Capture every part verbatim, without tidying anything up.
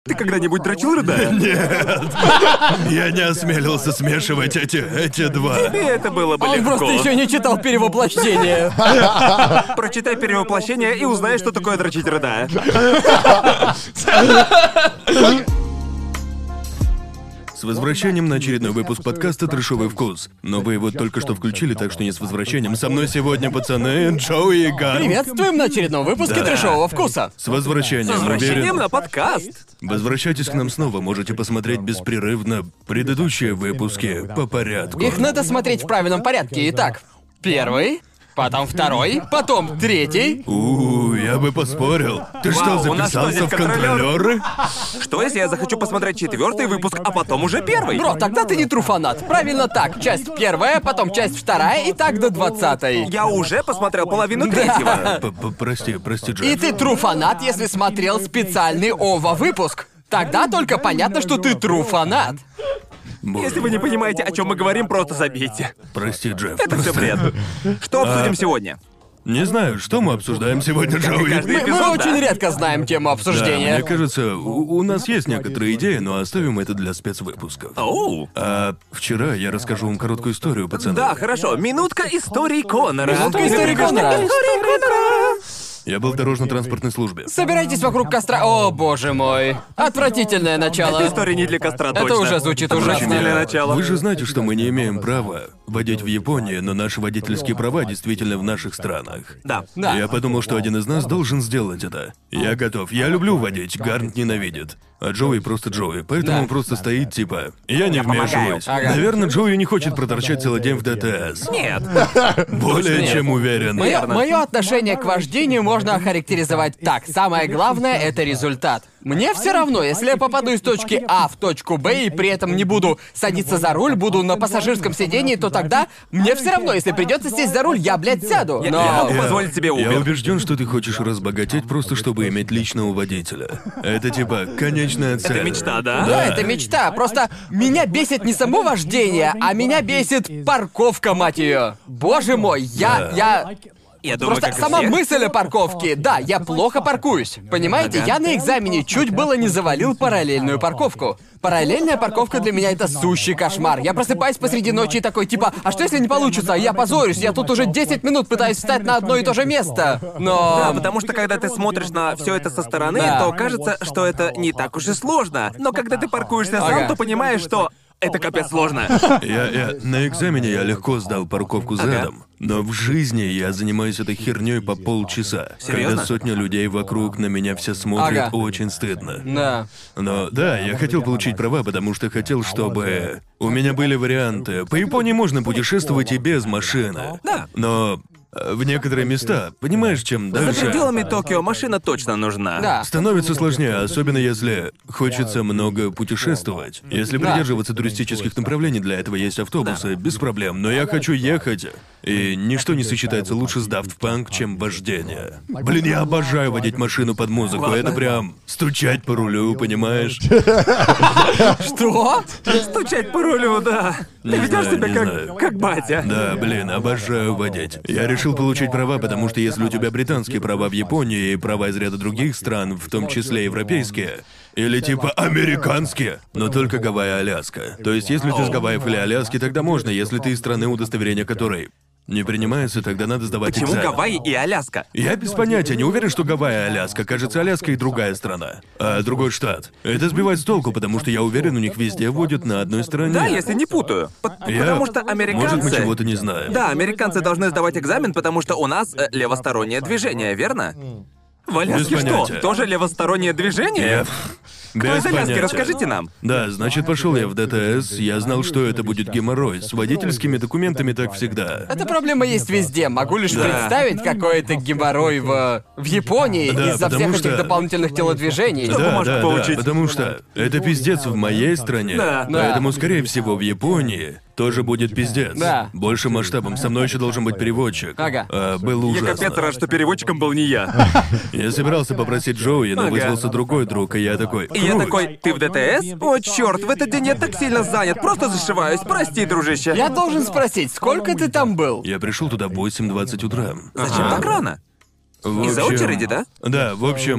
Ты когда-нибудь дрочил, рыдая? Нет. Я не осмелился смешивать эти, эти два. Тебе это было бы Он легко. просто еще не читал перевоплощение. Прочитай перевоплощение и узнай, что такое дрочить, рыдая. С возвращением на очередной выпуск подкаста «Трэшовый вкус». Но вы его только что включили, так что не с возвращением. Со мной сегодня, пацаны, Джоуи и Ган. Приветствуем на очередном выпуске Да. трэшового вкуса. С возвращением, С возвращением уверен. на подкаст. Возвращайтесь к нам снова, можете посмотреть беспрерывно предыдущие выпуски по порядку. Их надо смотреть в правильном порядке. Итак, первый, потом второй, потом третий. У, я бы поспорил. Ты что, Вау, у нас что, записался здесь в контролеры? Что если я захочу посмотреть четвертый выпуск, а потом уже первый? Бро, тогда ты не труфанат. Правильно так. Часть первая, потом часть вторая и так до двадцатой. Я уже посмотрел половину третьего. П- п- Прости, прости, И Джефф. ты труфанат, если смотрел специальный ОВА-выпуск. Тогда только понятно, что ты труфанат. Боже, Если вы не понимаете, о чем мы говорим, просто забейте. Прости, Джефф. Это все просто- бред. Что обсудим сегодня? Не знаю, что мы обсуждаем сегодня, Джоуи. каждый Мы, мы эпизод, очень да. редко знаем тему Да, обсуждения. мне кажется, у, у нас есть некоторые идеи, но оставим это для спецвыпусков. Оу. А вчера я расскажу вам короткую историю, пацаны. Да, хорошо. Минутка истории Коннора. Минутка истории Коннора. Я был в дорожно-транспортной службе. Собирайтесь вокруг костра. О, боже мой. Отвратительное начало. История не для костра, Это точно. уже звучит Отвратительное ужасно. начало. Вы же знаете, что мы не имеем права водить в Японии, но наши водительские права действительно в наших странах. Да. Да. Я подумал, что один из нас должен сделать это. Я готов. Я люблю водить, Гарнт ненавидит. А Джоуи просто Джоуи, поэтому Да. он просто стоит типа... Я не помогаю. вмешиваюсь. Ага. Наверное, Джоуи не хочет проторчать целый день в ДТС. Нет. Более нет. чем уверен. Мое, Верно. мое отношение к вождению можно охарактеризовать так. Самое главное — это результат. Мне все равно, если я попаду из точки А в точку Б и при этом не буду садиться за руль, буду на пассажирском сидении, то тогда мне все равно, если придется сесть за руль, я, блядь, сяду. Я не Но... могу позволить себе Я Uber. убежден, что ты хочешь разбогатеть просто чтобы иметь личного водителя. Это типа конечная цель. Это мечта, да? Да, это мечта. Просто меня бесит не само вождение, а меня бесит парковка, мать ее. Боже мой, я, Да. я... Я думаю, Просто как и сама все. мысль о парковке. Да, я плохо паркуюсь. Понимаете, Ага. я на экзамене чуть было не завалил параллельную парковку. Параллельная парковка для меня — это сущий кошмар. Я просыпаюсь посреди ночи и такой, типа, а что если не получится? Я позорюсь, я тут уже десять минут пытаюсь встать на одно и то же место. Но... Да, потому что когда ты смотришь на все это со стороны, Да. то кажется, что это не так уж и сложно. Но когда ты паркуешься сам, Ага. то понимаешь, что это капец сложно. Я, я на экзамене я легко сдал парковку задом, но в жизни я занимаюсь этой херней по полчаса. Серьезно? Когда сотня людей вокруг на меня все смотрят, Ага. очень стыдно. Да. Но да, я хотел получить права, потому что хотел, чтобы у меня были варианты. По Японии можно путешествовать и без машины. Да. Но э, в некоторые места, понимаешь, чем За дальше, пределами Токио машина точно нужна. Да. становится сложнее, особенно если хочется много путешествовать. Если Да. придерживаться туристических направлений, для этого есть автобусы, без проблем. Но я хочу ехать, и ничто не сочетается лучше с Daft Punk, чем вождение. Блин, я обожаю водить машину под музыку, Ладно. это прям стучать по рулю, понимаешь? Что? Стучать по рулю, да. Не Ты ведешь знаю, себя не как, знаю. как батя. Да, блин, обожаю водить. Я решил получить права, потому что если у тебя британские права в Японии и права из ряда других стран, в том числе европейские, или типа американские, но только Гавайи и Аляска. То есть если ты с Гавайев или Аляски, тогда можно, если ты из страны, удостоверение которой не принимается, тогда надо сдавать Почему экзамен. Гавайи и Аляска? Я без понятия, не уверен, что Гавайи и Аляска. Кажется, Аляска и другая страна. А другой штат. Это сбивает с толку, потому что я уверен, у них везде водят на одной стороне. Да, если не путаю. П- Я- Потому что американцы... Может, мы чего-то не знаем. Да, американцы должны сдавать экзамен, потому что у нас э, левостороннее движение, верно? В Аляске Без что? понятия. Тоже левостороннее движение? Я... Кто Без из Аляски? понятия. Расскажите нам. Да, значит, пошел я в ДТС, я знал, что это будет геморрой. С водительскими документами так всегда. Эта проблема есть везде. Могу лишь Да. представить, какой это геморрой в... в Японии Да, из-за потому всех что- этих дополнительных телодвижений. Что? Да, бумажку да, да, получить. потому что это пиздец в моей стране. Да. Поэтому, скорее всего, в Японии тоже будет пиздец. Да. Большим масштабом. Со мной еще должен быть переводчик. Ага. А, было Я ужасно. капец рад, что переводчиком был не я. Я собирался попросить Джоуи, но Ага. вызвался другой друг, и я такой... И я «Круть». такой, ты в ДТС? О, черт, в этот день я так сильно занят, просто зашиваюсь, прости, дружище. Я должен спросить, сколько ты там был? Я пришел туда в восемь двадцать утра. Зачем Ага. так рано? В Из-за общем- очереди, да? Да, в общем,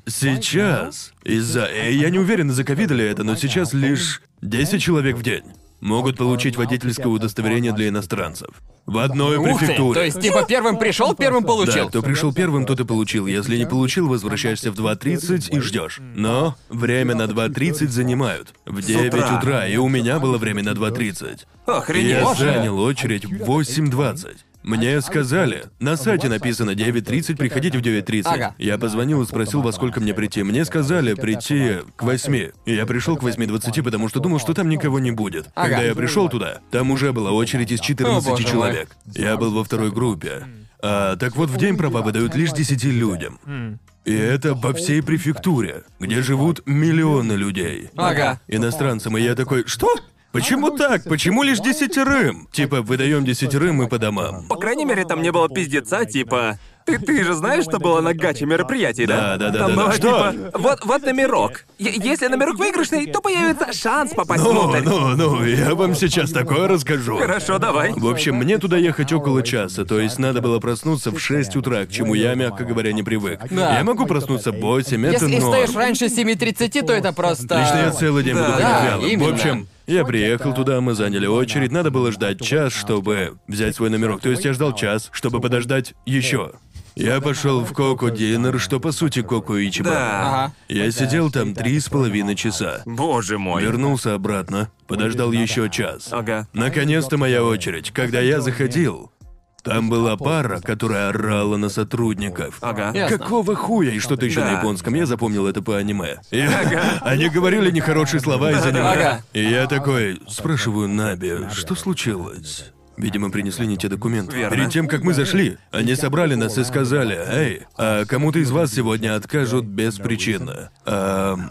сейчас из-за... э, Я не уверен, из-за ковида ли это, но сейчас лишь десять человек в день могут получить водительское удостоверение для иностранцев. В одной Ух ты, префектуре. то есть типа первым пришел, первым Да, получил. кто пришел первым, тот и получил. Если не получил, возвращаешься в два тридцать и ждешь. Но время на два тридцать занимают. В девять утра. утра, и у меня было время на два тридцать. Охренеть. Я Боже. занял очередь в восемь двадцать. Мне сказали, на сайте написано девять тридцать, приходите в девять тридцать. Ага. Я позвонил и спросил, во сколько мне прийти. Мне сказали прийти к восьми. И я пришел к восьми двадцати, потому что думал, что там никого не будет. Ага. Когда я пришел туда, там уже была очередь из О, четырнадцати боже мой. человек. Я был во второй группе. А, так вот, в день права выдают лишь десяти людям. И это по всей префектуре, где живут миллионы людей. Ага. Иностранцам, и я такой, что? Почему так? Почему лишь десятерым? Типа, выдаем десятерым и по домам. По крайней мере, там не было пиздеца, типа... Ты, ты же знаешь, что было на гаче мероприятии, да? Да, да, да, Там да, да. было Что? типа... Вот, вот номерок. Е- если номерок выигрышный, то появится шанс попасть Ну, внутрь. ну, ну, я вам сейчас такое расскажу. Хорошо, давай. В общем, мне туда ехать около часа, то есть надо было проснуться в шесть утра, к чему я, мягко говоря, не привык. Да. Я могу проснуться в восемь, это Если норм. встаешь раньше семи тридцати, то это просто... Лично я целый день Да, буду да, ходить вялым. именно. В общем, я приехал туда, мы заняли очередь, надо было ждать час, чтобы взять свой номерок. То есть я ждал час, чтобы подождать еще. Я пошел в Коко Динер, что по сути Коко Ичиба. Да. Ага. Я сидел там три с половиной часа. Боже мой. Вернулся обратно, подождал еще час. Ага. Наконец-то моя очередь. Когда я заходил, там была пара, которая орала на сотрудников. Ага. Ясно. Какого хуя? И что-то еще Да. на японском. Я запомнил это по аниме. И они говорили нехорошие слова из аниме. Ага. И я такой, спрашиваю Наби, что случилось? Видимо, принесли не те документы. Верно. Перед тем, как мы зашли, они собрали нас и сказали, «Эй, а кому-то из вас сегодня откажут беспричинно». Ам,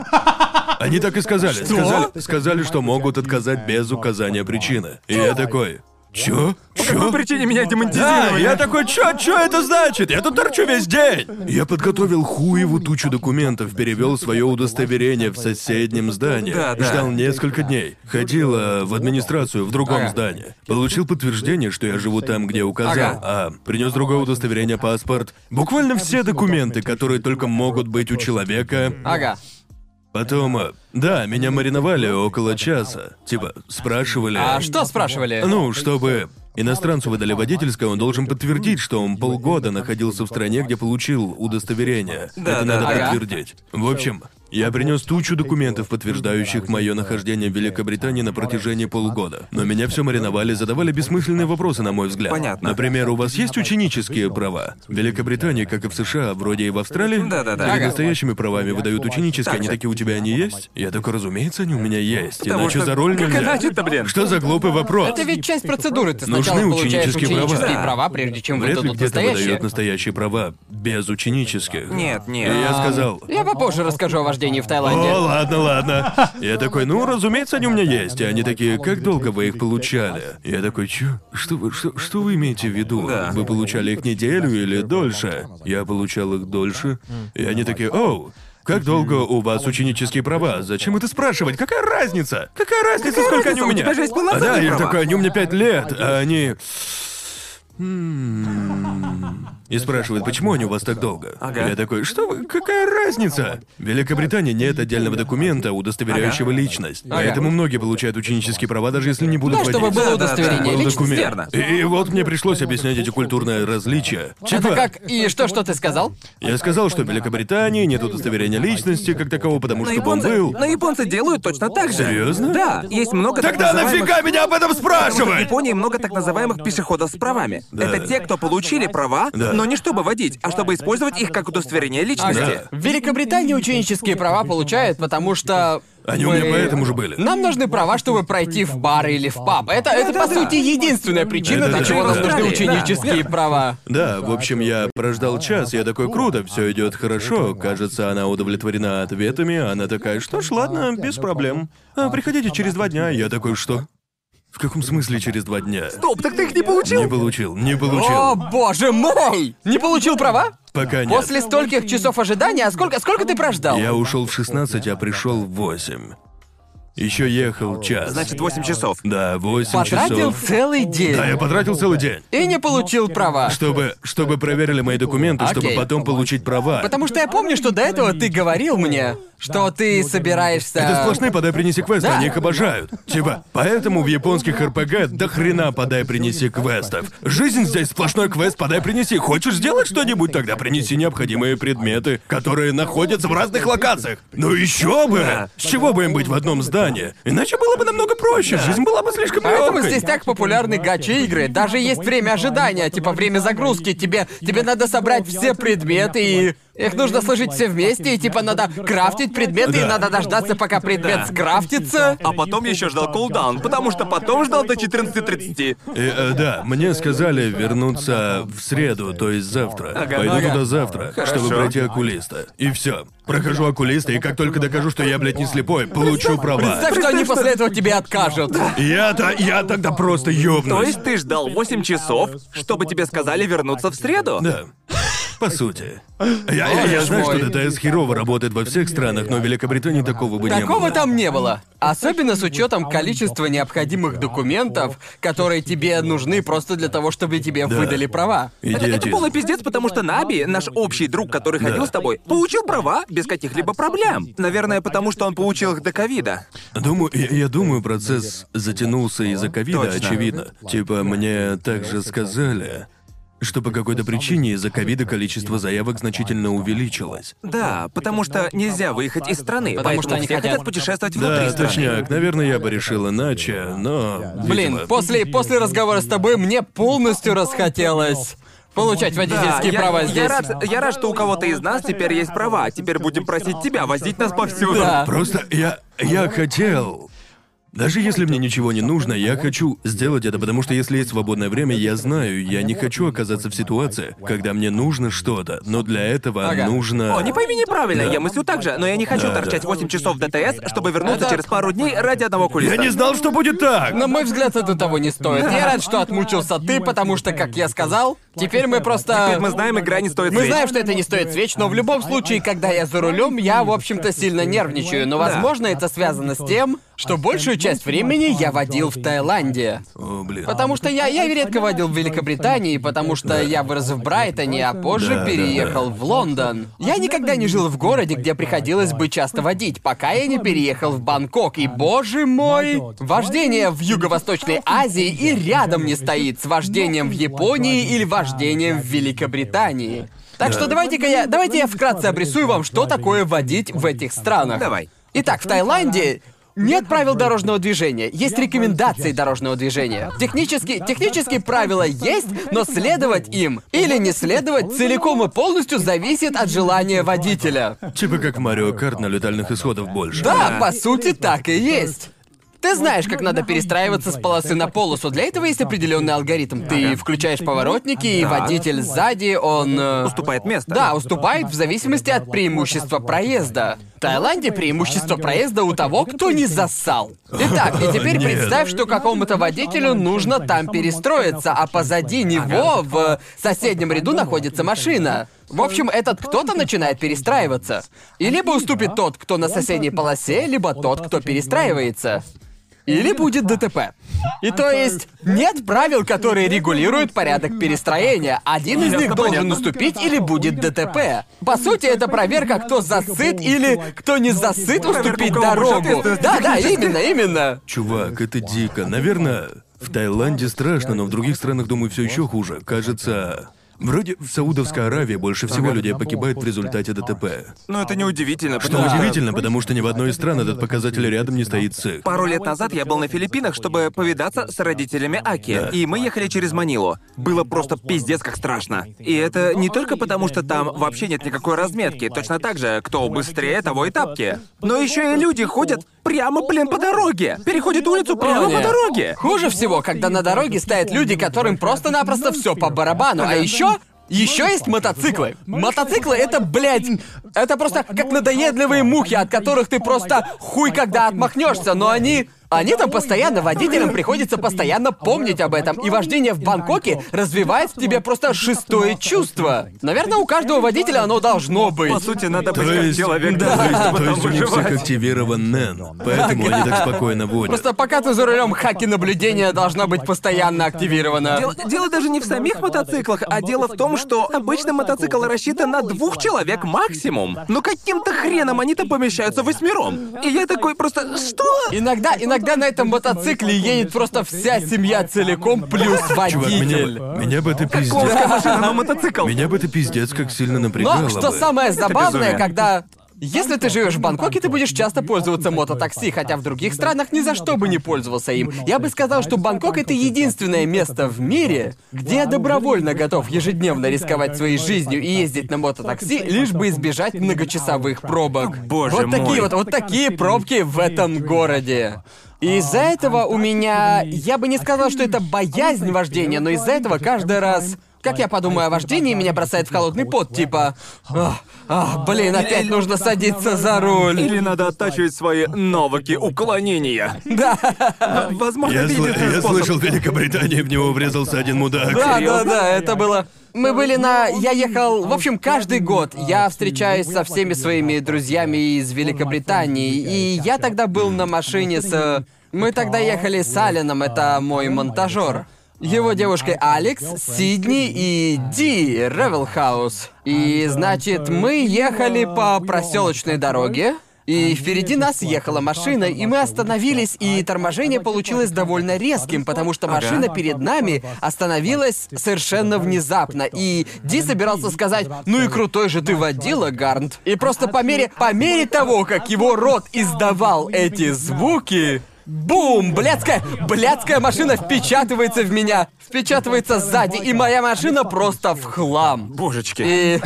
Они так и сказали. Сказали, сказали, что могут отказать без указания причины. И я такой, чё? По какой Чё? причине меня Да, демонтизировали? я такой, чё, чё это значит? Я тут торчу весь день. Я подготовил хуеву тучу документов, перевел свое удостоверение в соседнем здании. Да, да. Ждал несколько дней. Ходил э, в администрацию в другом Ага. здании. Получил подтверждение, что я живу там, где указал. Ага. А принес другое удостоверение, паспорт. Буквально все документы, которые только могут быть у человека. Ага. Потом, э, да, меня мариновали около часа. Типа, спрашивали... А что спрашивали? Ну, чтобы иностранцу выдали водительское, он должен подтвердить, что он полгода находился в стране, где получил удостоверение. Да, Это да. надо Ага. подтвердить. В общем, я принес тучу документов, подтверждающих мое нахождение в Великобритании на протяжении полугода. Но меня все мариновали, задавали бессмысленные вопросы, на мой взгляд. Понятно. Например, у вас есть ученические права? В Великобритании, как и в США, вроде и в Австралии, Да-да-да. перед Ага. настоящими правами выдают ученические, они Так же. такие, у тебя они есть? Я такой, разумеется, они у меня есть. Потому Иначе что- за роль Как нельзя. иначе-то, блин? Что за глупый вопрос? Это ведь часть процедуры. Ты Нужны сначала получаешь ученические права. ученические Да. права, прежде чем Вряд ли выдадут где-то настоящие. выдают настоящие права без ученических. Нет, И нет. я Ам, сказал, Я попозже расскажу о вождении в Таиланде. о, ладно, ладно. Я такой, ну, разумеется, они у меня есть. И они такие, как долго вы их получали? Я такой, чё? Что вы, что, что вы имеете в виду? Да. Вы получали их неделю или дольше? Я получал их дольше. И они такие, оу, как долго у вас ученические права? Зачем это спрашивать? Какая разница? Какая разница, Какая сколько разница? они у У меня? тебя же есть А да, полноценные я права. такой, они у меня пять лет, а они... М. И спрашивает, почему они у вас так долго? Ага. Я такой, что вы, какая разница? В Великобритании нет отдельного документа, удостоверяющего личность. Поэтому многие получают ученические права, даже если не будут Да, чтобы водить. было Да, да, да. удостоверение Был личности. документ. верно. И, и вот мне пришлось объяснять эти культурные различия. Это Типа, как... И что, что ты сказал? я сказал, что в Великобритании нет удостоверения личности как такового, потому Но что он японцы, был. но японцы делают точно так же. Серьезно? Да, есть много так Тогда называемых... нафига меня об этом Потому что в спрашивать? Японии много так называемых пешеходов с правами. Да. Это те, кто получили права, Да. но не чтобы водить, а чтобы использовать их как удостоверение личности. Ага. В Великобритании ученические права получают, потому что... Они у мы- меня поэтому же были. Нам нужны права, чтобы пройти в бар или в паб. Это, это по Да-да-да. сути, единственная причина, Это для да. чего нам Да. нужны Да. ученические права. Да, в общем, я прождал час, я такой, круто, все идет хорошо. Кажется, она удовлетворена ответами, она такая, что ж, ладно, без проблем. А, приходите через два дня. Я такой, что? В каком смысле через два дня? Стоп, так ты их не получил? Не получил, не получил. О, боже мой! Не получил права? Пока нет. После стольких часов ожидания, а сколько, сколько ты прождал? Я ушел в шестнадцать, а пришел в восемь. Еще ехал час. Значит, восемь часов. Да, восемь Потратил часов. целый день. Да, я потратил целый день. И не получил права. Чтобы, чтобы проверили мои документы, чтобы Окей. потом получить права. Потому что я помню, что до этого ты говорил мне, что ты собираешься... Это сплошные подай-принеси квесты, Да. они их обожают. Типа, поэтому в японских эр пэ гэ до хрена подай-принеси квестов. Жизнь здесь сплошной квест подай-принеси. Хочешь сделать что-нибудь, тогда принеси необходимые предметы, которые находятся в разных локациях. Ну еще бы! С чего бы им быть в одном здании? Иначе было бы намного проще, жизнь была бы слишком Поэтому легкой. здесь так популярны гачи-игры. Даже есть время ожидания, типа время загрузки. Тебе, тебе надо собрать все предметы и... Их нужно сложить все вместе, и типа надо крафтить предметы, и Да. надо дождаться, пока предмет скрафтится. А потом еще ждал кулдаун, потому что потом ждал до четырнадцати тридцати. И, э, да, мне сказали вернуться в среду, то есть завтра. Ага, Пойду ага. туда завтра, Хорошо. чтобы пройти окулиста. И все. Прохожу окулиста, и как только докажу, что я, блядь, не слепой, получу права. Представь, что они после этого тебе откажут. Я-то, я тогда просто То ёбнусь. есть ты ждал восемь часов, чтобы тебе сказали вернуться в среду? Да. По сути. Я, я, я Боже знаю, мой. что дэ тэ эс херово работает во всех странах, но в Великобритании такого бы не было. Такого там не было. Особенно с учетом количества необходимых документов, которые тебе нужны просто для того, чтобы тебе выдали права. Это, это Идиотизм. полный пиздец, потому что Наби, наш общий друг, который ходил Да. с тобой, получил права без каких-либо проблем. Наверное, потому что он получил их до ковида. Думаю, я, я думаю, процесс затянулся из-за ковида, Точно. очевидно. Типа, мне также сказали, что по какой-то причине из-за ковида количество заявок значительно увеличилось. Да, потому что нельзя выехать из страны, Потому поэтому что они все хотят- хотят путешествовать внутри Да, страны. точняк. Наверное, я бы решил иначе, но... Блин, видимо, после, после разговора с тобой мне полностью расхотелось получать Да, водительские я, права я здесь. рад, я рад, что у кого-то из нас теперь есть права. Теперь будем просить тебя возить нас повсюду. Да. Просто я... я хотел... Даже если мне ничего не нужно, я хочу сделать это, потому что если есть свободное время, я знаю, я не хочу оказаться в ситуации, когда мне нужно что-то, но для этого Ага. нужно... О, не пойми неправильно, Да. я мыслю так же, но я не хочу Да, торчать да. восемь часов в дэ тэ эс, чтобы вернуться Это- через пару дней ради одного Я кулиста. не знал, что будет так! На мой взгляд, это того не стоит. Я рад, что отмучился ты, потому что, как я сказал, теперь мы просто... Теперь мы знаем, игра не стоит Мы свеч. знаем, что это не стоит свеч, но в любом случае, когда я за рулем, я, в общем-то, сильно нервничаю. Но, возможно, это связано с тем, что большую часть времени я водил в Таиланде. О, блин. Потому что я, я редко водил в Великобритании, потому что я вырос в Брайтоне, а позже Да, да, переехал да. в Лондон. Я никогда не жил в городе, где приходилось бы часто водить, пока я не переехал в Бангкок. И, боже мой, вождение в Юго-Восточной Азии и рядом не стоит с вождением в Японии или вождением в Великобритании. Так что давайте-ка я, давайте я вкратце обрисую вам, что такое водить в этих странах. Давай. Итак, в Таиланде нет правил дорожного движения, есть рекомендации дорожного движения. Технически, технически правила есть, но следовать им или не следовать целиком и полностью зависит от желания водителя. Типа как в Марио Карт, на летальных исходов больше. Да, по сути, так и есть. Ты знаешь, как надо перестраиваться с полосы на полосу. Для этого есть определенный алгоритм. Ты включаешь поворотники, и водитель сзади, он... э, Уступает место. Да, уступает в зависимости от преимущества проезда. В Таиланде преимущество проезда у того, кто не зассал. Итак, и теперь Нет. представь, что какому-то водителю нужно там перестроиться, а позади него в соседнем ряду находится машина. В общем, этот кто-то начинает перестраиваться. И либо уступит тот, кто на соседней полосе, либо тот, кто перестраивается. Или будет дэ тэ пэ. И то есть, нет правил, которые регулируют порядок перестроения. Один из них должен наступить или будет дэ тэ пэ. По сути, это проверка, кто засыт или кто не засыт уступить у кого больше дорогу. ответственности Да, да, технически. именно, именно. Чувак, это дико. Наверное, в Таиланде страшно, но в других странах, думаю, все еще хуже. Кажется... Вроде в Саудовской Аравии больше всего людей погибает в результате дэ тэ пэ. Но это неудивительно, Что потому что... удивительно, потому что ни в одной из стран этот показатель рядом не стоит с их. Пару лет назад я был на Филиппинах, чтобы повидаться с родителями Аки. И мы ехали через Манилу. Было просто пиздец как страшно. И это не только потому, что там вообще нет никакой разметки. Точно так же, кто быстрее, того и тапки. Но еще и люди ходят прямо, блин, по дороге. Переходят улицу прямо О, по нет. дороге. Хуже всего, когда на дороге стоят люди, которым просто-напросто все по барабану. А еще Еще есть мотоциклы. Мотоциклы — это, блядь, это просто как надоедливые мухи, от которых ты просто хуй когда отмахнешься, но они Они там постоянно, водителям приходится постоянно помнить об этом. И вождение в Бангкоке развивает в тебе просто шестое чувство. Наверное, у каждого водителя оно должно быть. По сути, надо быть То как есть- человек, да, да, чтобы то там есть у них всех выживать. активирован Нэн, поэтому они так спокойно водят. Просто пока ты за рулем, хаки наблюдения должно быть постоянно активировано. Дело, дело даже не в самих мотоциклах, а дело в том, что обычно мотоцикл рассчитан на двух человек максимум. Но каким-то хреном они-то помещаются восьмером. И я такой просто, что? Иногда, иногда на этом мотоцикле едет просто вся семья целиком плюс Чувак, водитель. меня, бы- меня бы это пиздец. Клоунская машина, но мотоцикл. Меня бы это пиздец как сильно напрягало Но что бы. самое забавное, безумие. когда... Если ты живешь в Бангкоке, ты будешь часто пользоваться мототакси, хотя в других странах ни за что бы не пользовался им. Я бы сказал, что Бангкок — это единственное место в мире, где я добровольно готов ежедневно рисковать своей жизнью и ездить на мототакси, лишь бы избежать многочасовых пробок. Боже вот такие мой. вот, вот такие пробки в этом городе. И из-за этого у меня... Я бы не сказал, что это боязнь вождения, но из-за этого каждый раз... Как я подумаю о вождении, меня бросает в холодный пот, типа... «Ах, ах, блин, опять нужно садиться за руль». Или надо оттачивать свои навыки уклонения. Да, Возможно, Я, это сл- единственный я способ. слышал, в Великобритании в него врезался один мудак. да, да, Серьёзно? да, это было... Мы были на... Я ехал... В общем, каждый год я встречаюсь со всеми своими друзьями из Великобритании, и я тогда был на машине с... Мы тогда ехали с Алленом, это мой монтажер. Его девушкой Алекс, Сидни и Ди Ревелхаус. И, значит, мы ехали по проселочной дороге, и впереди нас ехала машина, и мы остановились, и торможение получилось довольно резким, потому что машина перед нами остановилась совершенно внезапно. И Ди собирался сказать: «Ну и крутой же ты водила, Гарнт». И просто по мере, по мере того, как его рот издавал эти звуки... Бум! Блядская, блядская машина впечатывается в меня, впечатывается сзади, и моя машина просто в хлам. Божечки. И...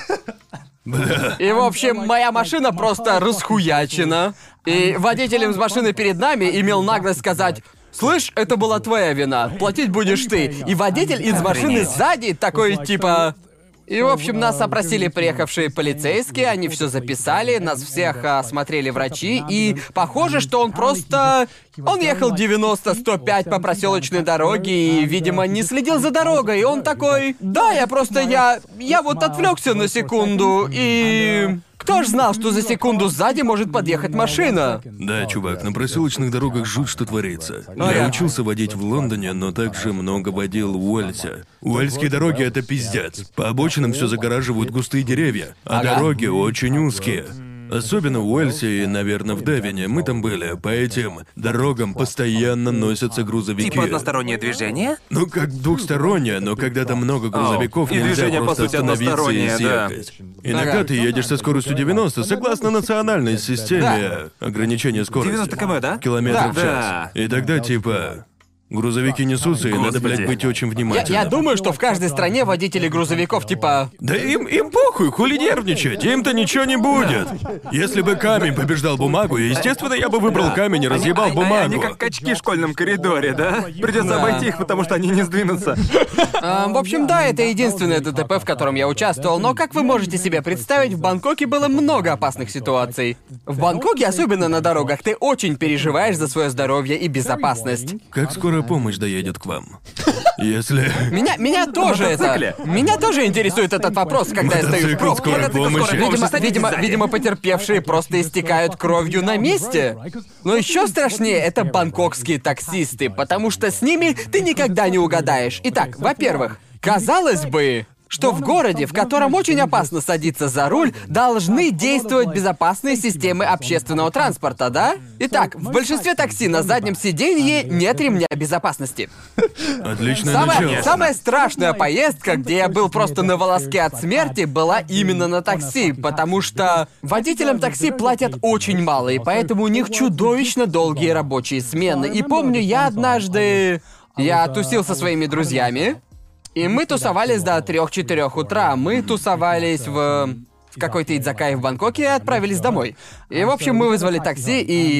И, в общем, моя машина просто расхуячена. И водитель из машины перед нами имел наглость сказать: «Слышь, это была твоя вина, платить будешь ты». И водитель из машины сзади такой, типа... И, в общем, нас опросили приехавшие полицейские, они все записали, нас всех осмотрели врачи, и похоже, что он просто... Он ехал девяносто сто пять по проселочной дороге и, видимо, не следил за дорогой, и он такой... Да, я просто, я... Я вот отвлекся на секунду, и... Кто ж знал, что за секунду сзади может подъехать машина? Да, чувак, на проселочных дорогах жуть, что творится. Ага. Я учился водить в Лондоне, но также много водил в Уэльсе. Уэльские дороги — это пиздец. По обочинам все загораживают густые деревья, а Ага. дороги очень узкие. Особенно в Уэльсе и, наверное, в Девине. Мы там были. По этим дорогам постоянно носятся грузовики. Типа одностороннее движение? Ну, как двухстороннее, но когда там много грузовиков, и нельзя движение, по просто сути, остановиться и одностороннее, да. съехать. Иногда Ага. ты едешь со скоростью девяносто, согласно национальной системе ограничения скорости. девяносто километров, да? Километров в Да. час. Да. И тогда, типа, грузовики несутся, и надо, блядь, Господи. быть очень Я, внимательным. я думаю, что в каждой стране водители грузовиков типа... Да им, им похуй, хули нервничать, им-то ничего не будет. Если бы камень побеждал бумагу, естественно, я бы выбрал камень и разъебал Они- бумагу. Они как качки в школьном коридоре, да? Придется Да. обойти их, потому что они не сдвинутся. А, в общем, да, это единственное ДТП, в котором я участвовал, но, как вы можете себе представить, в Бангкоке было много опасных ситуаций. В Бангкоке, особенно на дорогах, ты очень переживаешь за свое здоровье и безопасность. Как скорая помощь доедет к вам? Если... Меня, меня тоже это... мотоцикле? Меня тоже интересует этот вопрос, когда я стою в Мотоцикл пробке. скорой Мотоцикл помощи. скорой помощи. Видимо, Садитесь видимо, сзади. видимо, потерпевшие просто истекают кровью на месте. Но еще страшнее это бангкокские таксисты, потому что с ними ты никогда не угадаешь. Итак, во-первых, казалось бы, что в городе, в котором очень опасно садиться за руль, должны действовать безопасные системы общественного транспорта, да? Итак, в большинстве такси на заднем сиденье нет ремня безопасности. Отличное Самая, начало. самая страшная поездка, где я был просто на волоске от смерти, была именно на такси, потому что водителям такси платят очень мало, и поэтому у них чудовищно долгие рабочие смены. И помню, я однажды... Я тусил со своими друзьями, и мы тусовались до трех-четырех утра. Мы тусовались в... в какой-то идзакае в Бангкоке и отправились домой. И, в общем, мы вызвали такси, и...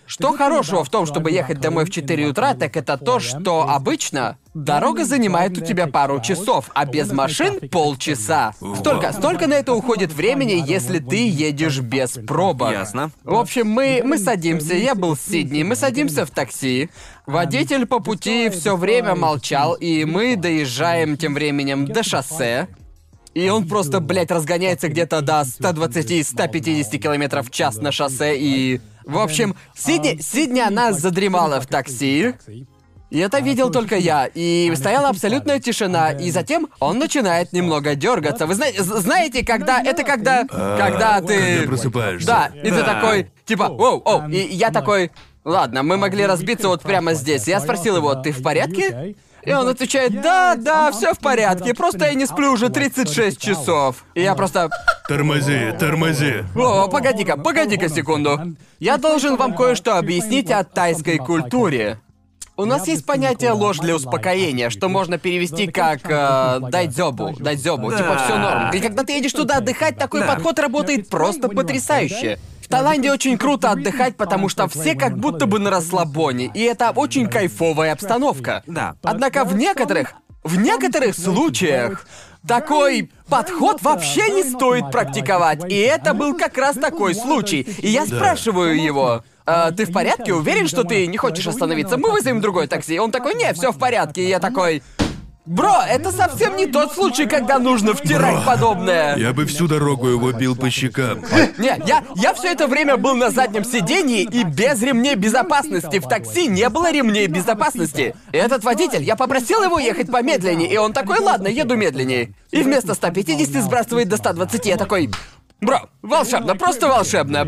Что хорошего в том, чтобы ехать домой в четыре утра, так это то, что обычно дорога занимает у тебя пару часов, а без машин — полчаса. Столько, столько на это уходит времени, если ты едешь без пробок. Ясно. В общем, мы, мы садимся, я был с Сидней, мы садимся в такси. Водитель по пути все время молчал, и мы доезжаем тем временем до шоссе. И он просто, блядь, разгоняется где-то до ста двадцати - ста пятидесяти километров в час на шоссе, и... В общем, Сидни, Сидни, она задремала в такси. И это видел только я, и стояла абсолютная тишина, и затем он начинает немного дергаться. Вы знаете, знаете, когда... Это когда... Когда ты... Когда просыпаешься. Да, и ты такой, типа, оу, оу, и я такой... Ладно, мы могли разбиться вот прямо здесь. Я спросил его, ты в порядке? И он отвечает, да, да, все в порядке, просто я не сплю уже тридцать шесть часов. И я просто... Тормози, тормози. О, погоди-ка, погоди-ка секунду. Я должен вам кое-что объяснить о тайской культуре. У нас есть понятие ложь для успокоения, что можно перевести как э, дайдзёбу, дайдзёбу, типа все норм. И когда ты едешь туда отдыхать, такой Да. подход работает просто потрясающе. В Таиланде очень круто отдыхать, потому что все как будто бы на расслабоне, и это очень кайфовая обстановка. Да. Однако в некоторых, в некоторых случаях такой подход вообще не стоит практиковать, и это был как раз такой случай. И я спрашиваю его, «А, ты в порядке? Уверен, что ты не хочешь остановиться? Мы вызовем другое такси». И он такой, не, все в порядке. И я такой, бро, это совсем не тот случай, когда нужно втирать Бро, подобное. Я бы всю дорогу его бил по щекам. Не, я, я все это время был на заднем сидении, и без ремней безопасности в такси не было ремней безопасности. И этот водитель, я попросил его ехать помедленнее, и он такой, ладно, еду медленнее. И вместо ста пятидесяти сбрасывает до ста двадцати, я такой... Бро, волшебно, просто волшебно.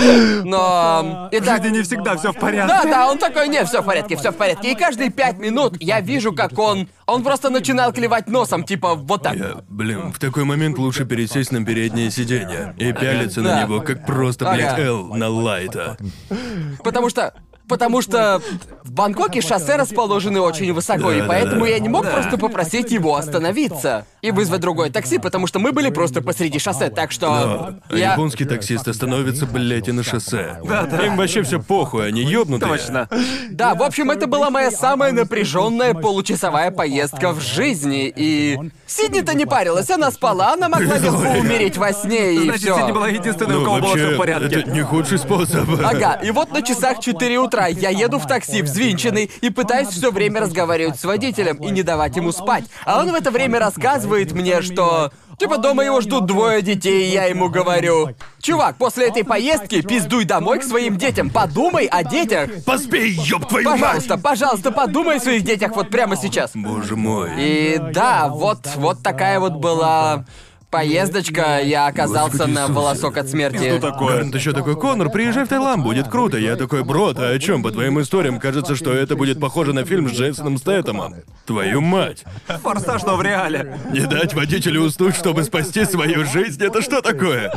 Но... Итак, Не всегда все в порядке. да, да, он такой, не, все в порядке, все в порядке. И каждые пять минут я вижу, как он... Он просто начинал клевать носом, типа вот так. Я, блин, в такой момент лучше пересесть на переднее сиденье и пялиться Да. на него, как просто, блядь, Ага. Эл на Лайта. Потому что... Потому что в Бангкоке шоссе расположены очень высоко, и Да, да, поэтому да. я не мог просто попросить его остановиться и вызвать другое такси, потому что мы были просто посреди шоссе, так что... А я... японский таксист остановится, блядь, и на шоссе. Им вообще все похуй, они ёбнутые. Точно. Да, в общем, это была моя самая напряженная получасовая поездка в жизни, и... Сидни-то не парилась, она спала, она могла легко умереть во сне, и Значит, все. Сидни была единственной, у Ну, кого было все вообще, в порядке. это не худший способ. Ага, и вот на часах четыре утра я еду в такси взвинченный и пытаюсь все время разговаривать с водителем и не давать ему спать. А он в это время рассказывает мне, что... Типа дома его ждут двое детей, и я ему говорю... Чувак, после этой поездки пиздуй домой к своим детям, подумай о детях. Поспей, ёб твою мать! Пожалуйста, пожалуйста, подумай о своих детях вот прямо сейчас. Боже мой. И да, вот, вот такая вот была... Поездочка, я оказался Господи на Иисусе. волосок от смерти. Гарнт еще такой, Конор, приезжай в Таиланд, будет круто. Я такой, бро, ты о чем? По твоим историям кажется, что это будет похоже на фильм с Джейсоном Стэтэмом. Твою мать. Форсаж, но в реале. Не дать водителю уснуть, чтобы спасти свою жизнь, это что такое?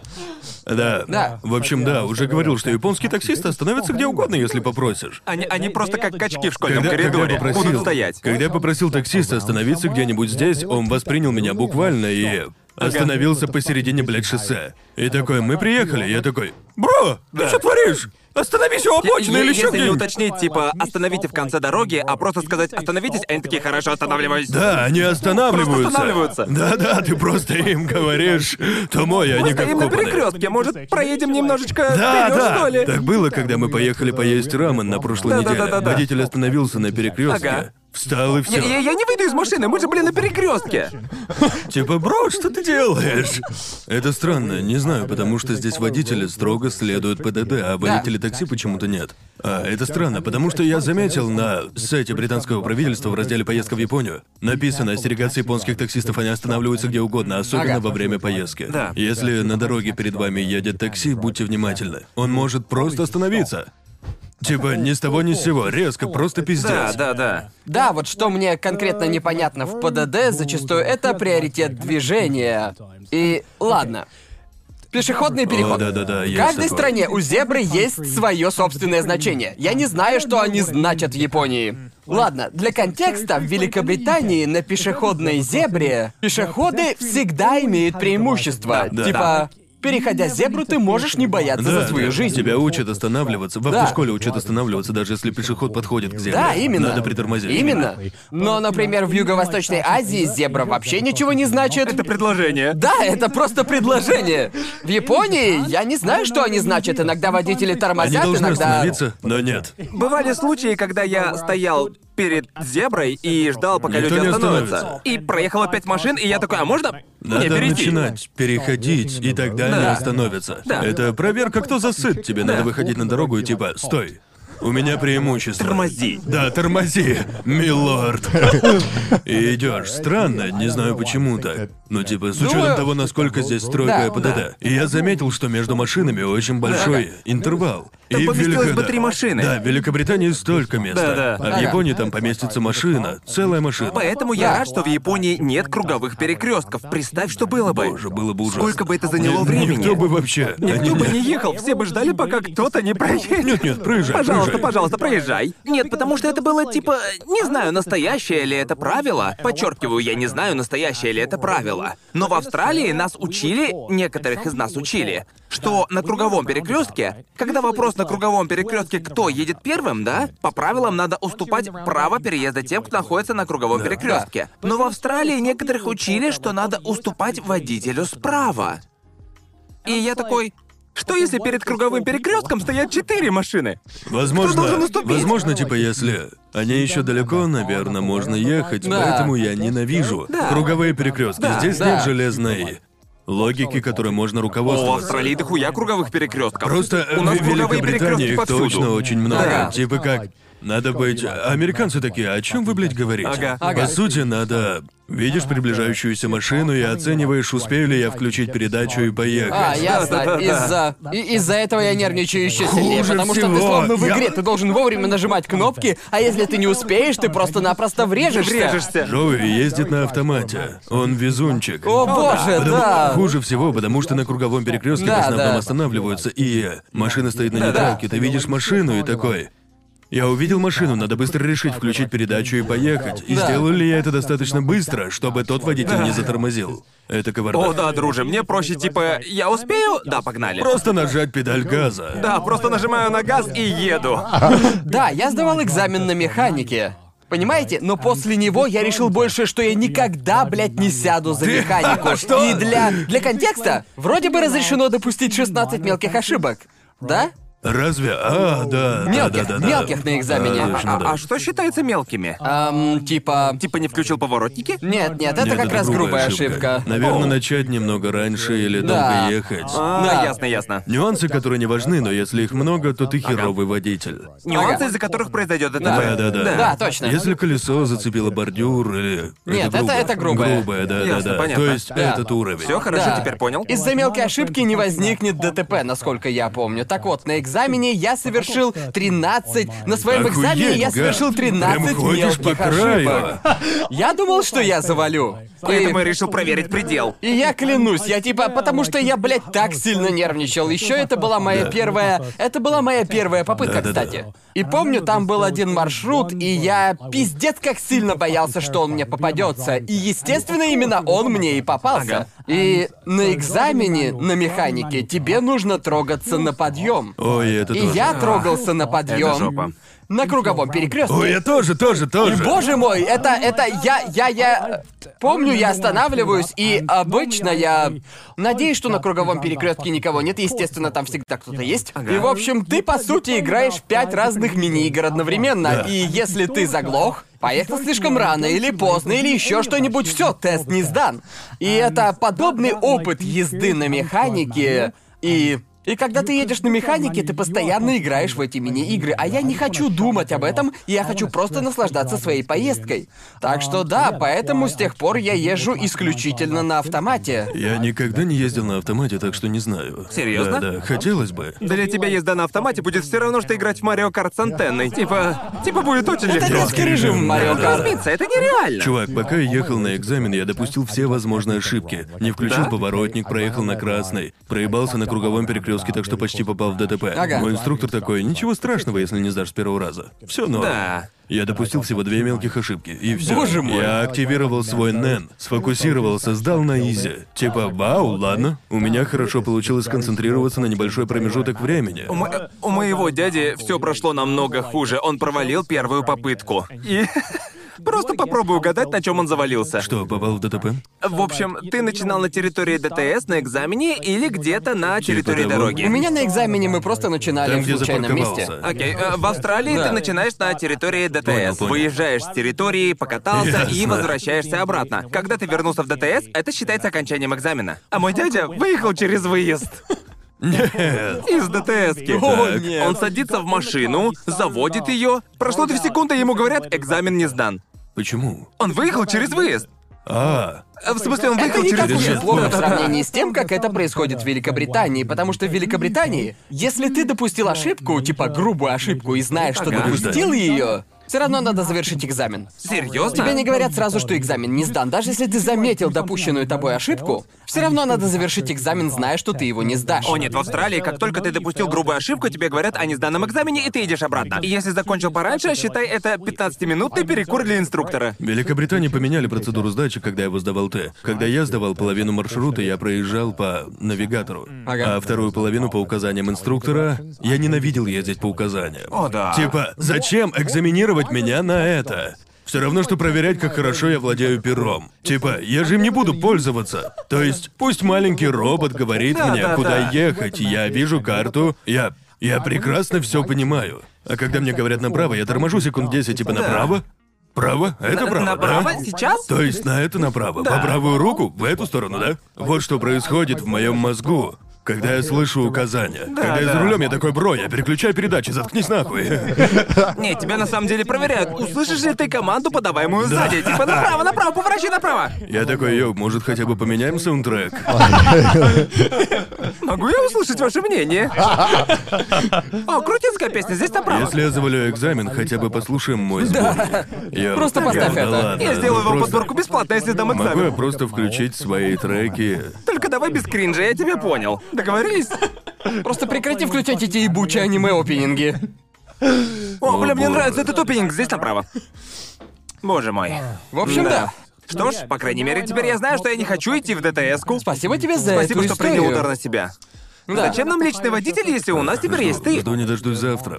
Да. Да. В общем, да, уже говорил, что японские таксисты остановятся где угодно, если попросишь. Они, они просто как качки в школьном Когда, когда коридоре. я попросил, Будут стоять. Когда я попросил таксиста остановиться где-нибудь здесь, он воспринял меня буквально и остановился посередине, блядь, шоссе. И такой, мы приехали. Я такой, бро, ты что творишь? Остановись у обочины или еще Если не где-нибудь. уточнить, типа, остановите в конце дороги, а просто сказать «остановитесь», они такие «хорошо, останавливаюсь». Да, они останавливаются. Просто останавливаются. Да-да, ты просто им говоришь, то мой, они Мы как стоим на вкопанные. перекрестке, может, проедем немножечко Да, вперед, да. что ли? Так было, когда мы поехали поесть рамен на прошлой неделе. Да-да-да-да-да. Водитель остановился на перекрестке, Ага. встал и все. Я, я- я не выйду из машины, мы же, блин, на перекрестке. Типа, бро, что ты делаешь? Это странно, не знаю, потому что здесь водители строго следуют ПДД, а водители такси почему-то нет. А это странно, потому что я заметил на сайте британского правительства в разделе «Поездка в Японию» написано «Остерегаться японских таксистов, они останавливаются где угодно, особенно Ага. во время поездки». Да. Если на дороге перед вами едет такси, будьте внимательны. Он может просто остановиться. Типа, ни с того ни с сего, резко, просто пиздец. Да, да, да. Да, вот что мне конкретно непонятно в ПДД, зачастую это приоритет движения. И ладно. Пешеходный переход. О, да-да-да, В есть каждой такое. стране у зебры есть свое собственное значение. Я не знаю, что они значат в Японии. Ладно, для контекста, в Великобритании на пешеходной зебре пешеходы всегда имеют преимущество. Да, типа, переходя зебру, ты можешь не бояться Да, за свою да, жизнь. тебя учат останавливаться. В Да. автошколе учат останавливаться, даже если пешеход подходит к зебре. Да, именно. Надо притормозить. Именно. Но, например, в Юго-Восточной Азии зебра вообще ничего не значит. Это предложение. Да, это просто предложение. В Японии я не знаю, что они значат. Иногда водители Они тормозят, должны иногда... остановиться, но нет. Бывали случаи, когда я стоял перед зеброй и ждал, пока Никто люди не остановятся. остановится. И проехало пять машин, и я такой, а можно мне Надо перейти? начинать переходить, и тогда они Да. остановятся. Да. Это проверка, кто засыт. Тебе надо выходить на дорогу и типа, стой. У меня преимущество. Тормози. Да, тормози, милорд. И идешь. Странно, не знаю почему так. Ну, типа, с учетом Думаю- того, насколько здесь строгая Да, ПДД. И я заметил, что между машинами очень большой интервал. Там И в поместилось Велико- бы три машины. Да, в Великобритании столько места. Да-да. А в Ага. Японии там поместится машина. Целая машина. Поэтому я рад, что в Японии нет круговых перекрестков. Представь, что было бы. Боже, было бы ужасно. Сколько бы это заняло Ни- времени? Никто бы вообще... Никто бы не ехал, все бы ждали, пока кто-то не проедет. Нет-нет, проезжай, Пожалуйста, проезжай. пожалуйста, проезжай. Нет, потому что это было типа... Не знаю, настоящее ли это правило. Подчеркиваю, я не знаю, настоящее ли это правило. Но в Австралии нас учили, некоторых из нас учили, что на круговом перекрестке, когда вопрос на круговом перекрестке, кто едет первым, да, по правилам надо уступать право переезда тем, кто находится на круговом перекрестке. Но в Австралии некоторых учили, что надо уступать водителю справа. И я такой... Что если перед круговым перекрестком стоят четыре машины? Возможно, Кто должен уступить? возможно, типа, если они еще далеко, наверное, можно ехать, Да. поэтому я ненавижу Да. круговые перекрестки. Да, Здесь да. нет железной логики, которой можно О, в руководствоваться. Австралии дохуя круговых перекрестков. Просто у нас в круговые Великобритании перекрестки их повсюду. точно очень много. Ага. Типа как. Надо быть... Американцы такие, о чем вы, блядь, говорите? Ага. Ага. По сути, надо... Видишь приближающуюся машину и оцениваешь, успею ли я включить передачу и поехать. А, ясно. Да-да-да-да. Из-за... и- Из-за этого я нервничаю еще сильнее, Хуже потому что ты всего. словно в Я- игре, ты должен вовремя нажимать кнопки, а если ты не успеешь, ты просто-напросто врежешься. Врежешься. Джоуи ездит на автомате. Он везунчик. О боже, Потому- да. Хуже всего, потому что на круговом перекрестке Да, в основном да. останавливаются, и машина стоит на Да-да. нейтралке, ты видишь машину и такой... Я увидел машину, надо быстро решить, включить передачу и поехать. И Да. сделал ли я это достаточно быстро, чтобы тот водитель не затормозил? Это кавардак. О, да, друже, мне проще, типа, я успею? Да, погнали. Просто нажать педаль газа. Да, просто нажимаю на газ и еду. Да, я сдавал экзамен на механике. Понимаете? Но после него я решил больше, что я никогда, блядь, не сяду за механику. И для, для контекста, вроде бы разрешено допустить шестнадцать мелких ошибок. Да? Разве? А, да, Мелких, да, да, да. мелких на экзамене. А, точно, да. А, а что считается мелкими? Эм, типа... Типа не включил поворотники? Нет, нет, это Нет, как раз грубая ошибка. Наверное, О. начать немного раньше или Да. долго ехать. А, Да. ясно, ясно. Нюансы, которые не важны, но если их много, то ты херовый водитель. Нюансы, Ага. из-за которых произойдет ДТП. Да. Да, да, да. Да, точно. Если колесо зацепило бордюр или... Нет, это- грубо. это грубое. Грубое, да, Ясно, да, да. понятно. То есть Да. этот уровень. Все хорошо, Да. теперь понял. Из-за мелкой ошибки не возникнет ДТП, насколько я помню. Так вот, на экзамене я совершил тринадцать... На своем Охуеть, экзамене я гад. совершил тринадцать Прям ходишь мелких по краю. ошибок. Я думал, что я завалю. Поэтому я И... решил проверить предел. И я клянусь, я типа, потому что я, блядь, так сильно нервничал. Еще это была моя первая... Это была моя первая попытка, Да-да-да. кстати. И помню, там был один маршрут, и я пиздец как сильно боялся, что он мне попадется. И, естественно, именно он мне и попался. Ага. И на экзамене на механике тебе нужно трогаться на подъем. Ой, это И тоже. я трогался на Это подъем жопа. на круговом перекрестке. Ой, я тоже, тоже, тоже. И, боже мой, это, это, я, я, я... Помню, я останавливаюсь, и обычно я... Надеюсь, что на круговом перекрестке никого нет, естественно, там всегда кто-то есть. И, в общем, ты, по сути, играешь в пять разных мини-игр одновременно, Да. и если ты заглох, поехал слишком рано или поздно, или еще что-нибудь, все, тест не сдан. И это подобный опыт езды на механике, и... И когда ты едешь на механике, ты постоянно играешь в эти мини-игры, а я не хочу думать об этом, я хочу просто наслаждаться своей поездкой. Так что да, поэтому с тех пор я езжу исключительно на автомате. Я никогда не ездил на автомате, так что не знаю. Серьезно? Да, да, хотелось бы. Для тебя езда на автомате будет все равно, что играть в Марио Карт с антенной. Типа, типа будет очень Это легко. детский режим в Марио Карт. Разумеется, это нереально. Чувак, пока я ехал на экзамен, я допустил все возможные ошибки. Не включил Да? поворотник, проехал на красный, проебался на круговом перекрестке перекрестке, так что почти попал в ДТП. Ага. Мой инструктор такой: ничего страшного, если не сдашь с первого раза. Все норм. Да. Я допустил всего две мелких ошибки, и все. Боже мой. Я активировал свой нэн, сфокусировался, сдал на изи. Типа, вау, ладно. У меня хорошо получилось сконцентрироваться на небольшой промежуток времени. У, мо- у моего дяди все прошло намного хуже. Он провалил первую попытку. И просто попробуй угадать, на чем он завалился. Что, попал в ДТП? В общем, ты начинал на территории ДТС, на экзамене или где-то на территории того. дороги. У меня на экзамене мы просто начинали Там, в где случайном месте. запарковался. Окей, э, в Австралии Да. ты начинаешь на территории ДТС, Понял, понял. выезжаешь с территории, покатался и Ясно. возвращаешься обратно. Когда ты вернулся в ДТС, это считается окончанием экзамена. А мой дядя выехал через выезд. Нет. Из ДТСки. О, нет. Он садится в машину, заводит ее. Прошло две секунды, ему говорят, экзамен не сдан. Почему? Он выехал через выезд. А, В смысле, он Это выехал не через так уж и выезд. плохо в Да-да-да. сравнении с тем, как это происходит в Великобритании, потому что в Великобритании, если ты допустил ошибку, типа грубую ошибку, и знаешь, что Ага. допустил ее, все равно надо завершить экзамен. Серьезно? Тебе не говорят сразу, что экзамен не сдан. Даже если ты заметил допущенную тобой ошибку, все равно надо завершить экзамен, зная, что ты его не сдашь. О нет, в Австралии, как только ты допустил грубую ошибку, тебе говорят о несданном экзамене, и ты идешь обратно. И если закончил пораньше, считай это пятнадцатиминутный перекур для инструктора. в Великобритании поменяли процедуру сдачи, когда я его сдавал Т. Когда я сдавал половину маршрута, я проезжал по навигатору. Ага. А вторую половину по указаниям инструктора я ненавидел ездить по указаниям. О, да. Типа, зачем экзаменировать меня на это? Все равно, что проверять, как хорошо я владею пером. Типа, я же им не буду пользоваться. То есть, пусть маленький робот говорит Да, мне, да, куда да. ехать, я вижу карту, я... Я прекрасно все понимаю. А когда мне говорят направо, я торможу секунд десять, типа направо? Право? Это На- право, направо? да? Сейчас? То есть на это направо. Да. По правую руку? В эту сторону, да? Вот что происходит в моем мозгу, когда я слышу указания. Когда я за да. рулем, я такой: бро, я переключаю передачи, заткнись нахуй. Нет, тебя на самом деле проверяют. Услышишь ли ты команду, подаваемую сзади? Типа направо, направо, поворачивай направо. Я такой: йоу, может, хотя бы поменяем саундтрек? Могу я услышать ваше мнение? О, крутецкая песня, здесь направо. Если я завалю экзамен, хотя бы послушаем мой сборник. Йоу, Просто йоу, поставь да это. ладно, Я ну сделаю вам просто- подборку бесплатно, если дам Могу я экзамен. просто включить свои треки? Только давай без кринжа, я тебя понял. Договорились? Просто прекрати включать эти ебучие аниме-опенинги. О, бля, мне боже. нравится этот опенинг, здесь направо. Боже мой. В общем, да. Что ж, по крайней мере, теперь я знаю, что я не хочу идти в ДТС-ку. Спасибо тебе за Спасибо, эту что принял историю. удар на себя. Да. Зачем нам личный водитель, если у нас теперь есть ты? Жду не дождусь завтра.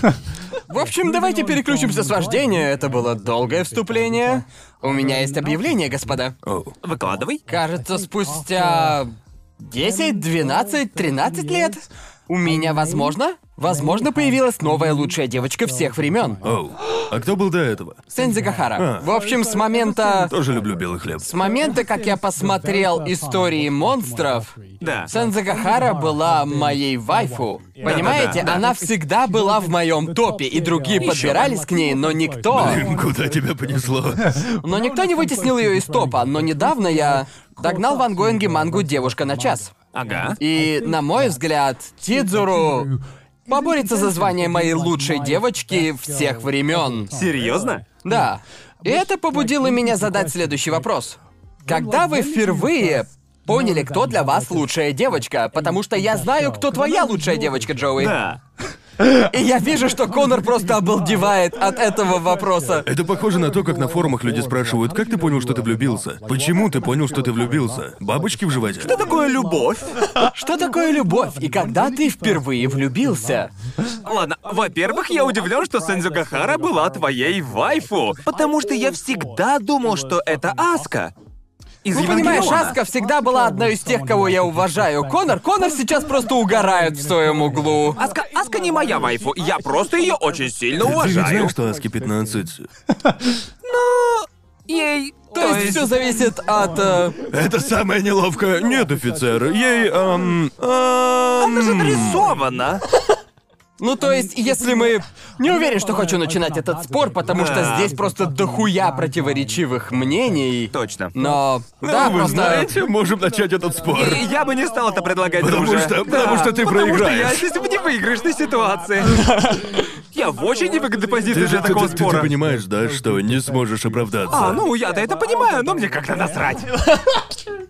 В общем, давайте переключимся с вождения. Это было долгое вступление. У меня есть объявление, господа. Оу. Выкладывай. Кажется, спустя десять, двенадцать, тринадцать лет у меня, возможно, возможно, появилась новая лучшая девочка всех времен. Оу. А кто был до этого? Сензи Гахара. А. В общем, с момента... Тоже люблю белый хлеб. С момента, как я посмотрел «Истории монстров», Да. Сензи Гахара была моей вайфу. Понимаете, да, да. она всегда была в моем топе, и другие подбирались к ней, но никто... Блин, куда тебя понесло? Но никто не вытеснил ее из топа, но недавно я догнал в ангоинге мангу «Девушка на час». Ага. И, на мой взгляд, Тидзуру поборется за звание моей лучшей девочки всех времен. Серьезно? Да. И это побудило меня задать следующий вопрос. Когда вы впервые поняли, кто для вас лучшая девочка? Потому что я знаю, кто твоя лучшая девочка, Джоуи. Да. И я вижу, что Конор просто обалдевает от этого вопроса. Это похоже на то, как на форумах люди спрашивают: как ты понял, что ты влюбился? Почему ты понял, что ты влюбился? Бабочки в животе? Что такое любовь? Что такое любовь? И когда ты впервые влюбился? Ладно, во-первых, я удивлен, что Сензю Гахара была твоей вайфу. Потому что я всегда думал, что это Аска. Из Ну, понимаешь, Евангелиона. Аска всегда была одной из тех, кого я уважаю. Конор, Конор сейчас просто угорает в своем углу. Аска, Аска не моя вайфу, я просто ее очень сильно Ты ведь уважаю. знаешь, что Аски пятнадцать? Ей... То есть все зависит от... э, Это самое неловкое. Нет, офицер, ей, эм... Она же эм... нарисована. Ну, то есть, если мы... Не уверен, что хочу начинать этот спор, потому что Да. здесь просто дохуя противоречивых мнений. Точно. Но... Да, Вы просто... знаете, можем начать этот спор. И я бы не стал это предлагать, Потому друже. что- потому что ты потому проиграешь. что я здесь в невыигрышной ситуации. Я в очень невыгодной позиции Ты же для ты, такого ты- ты спора. понимаешь, да, что не сможешь оправдаться. А, ну я-то это понимаю, но мне как-то насрать.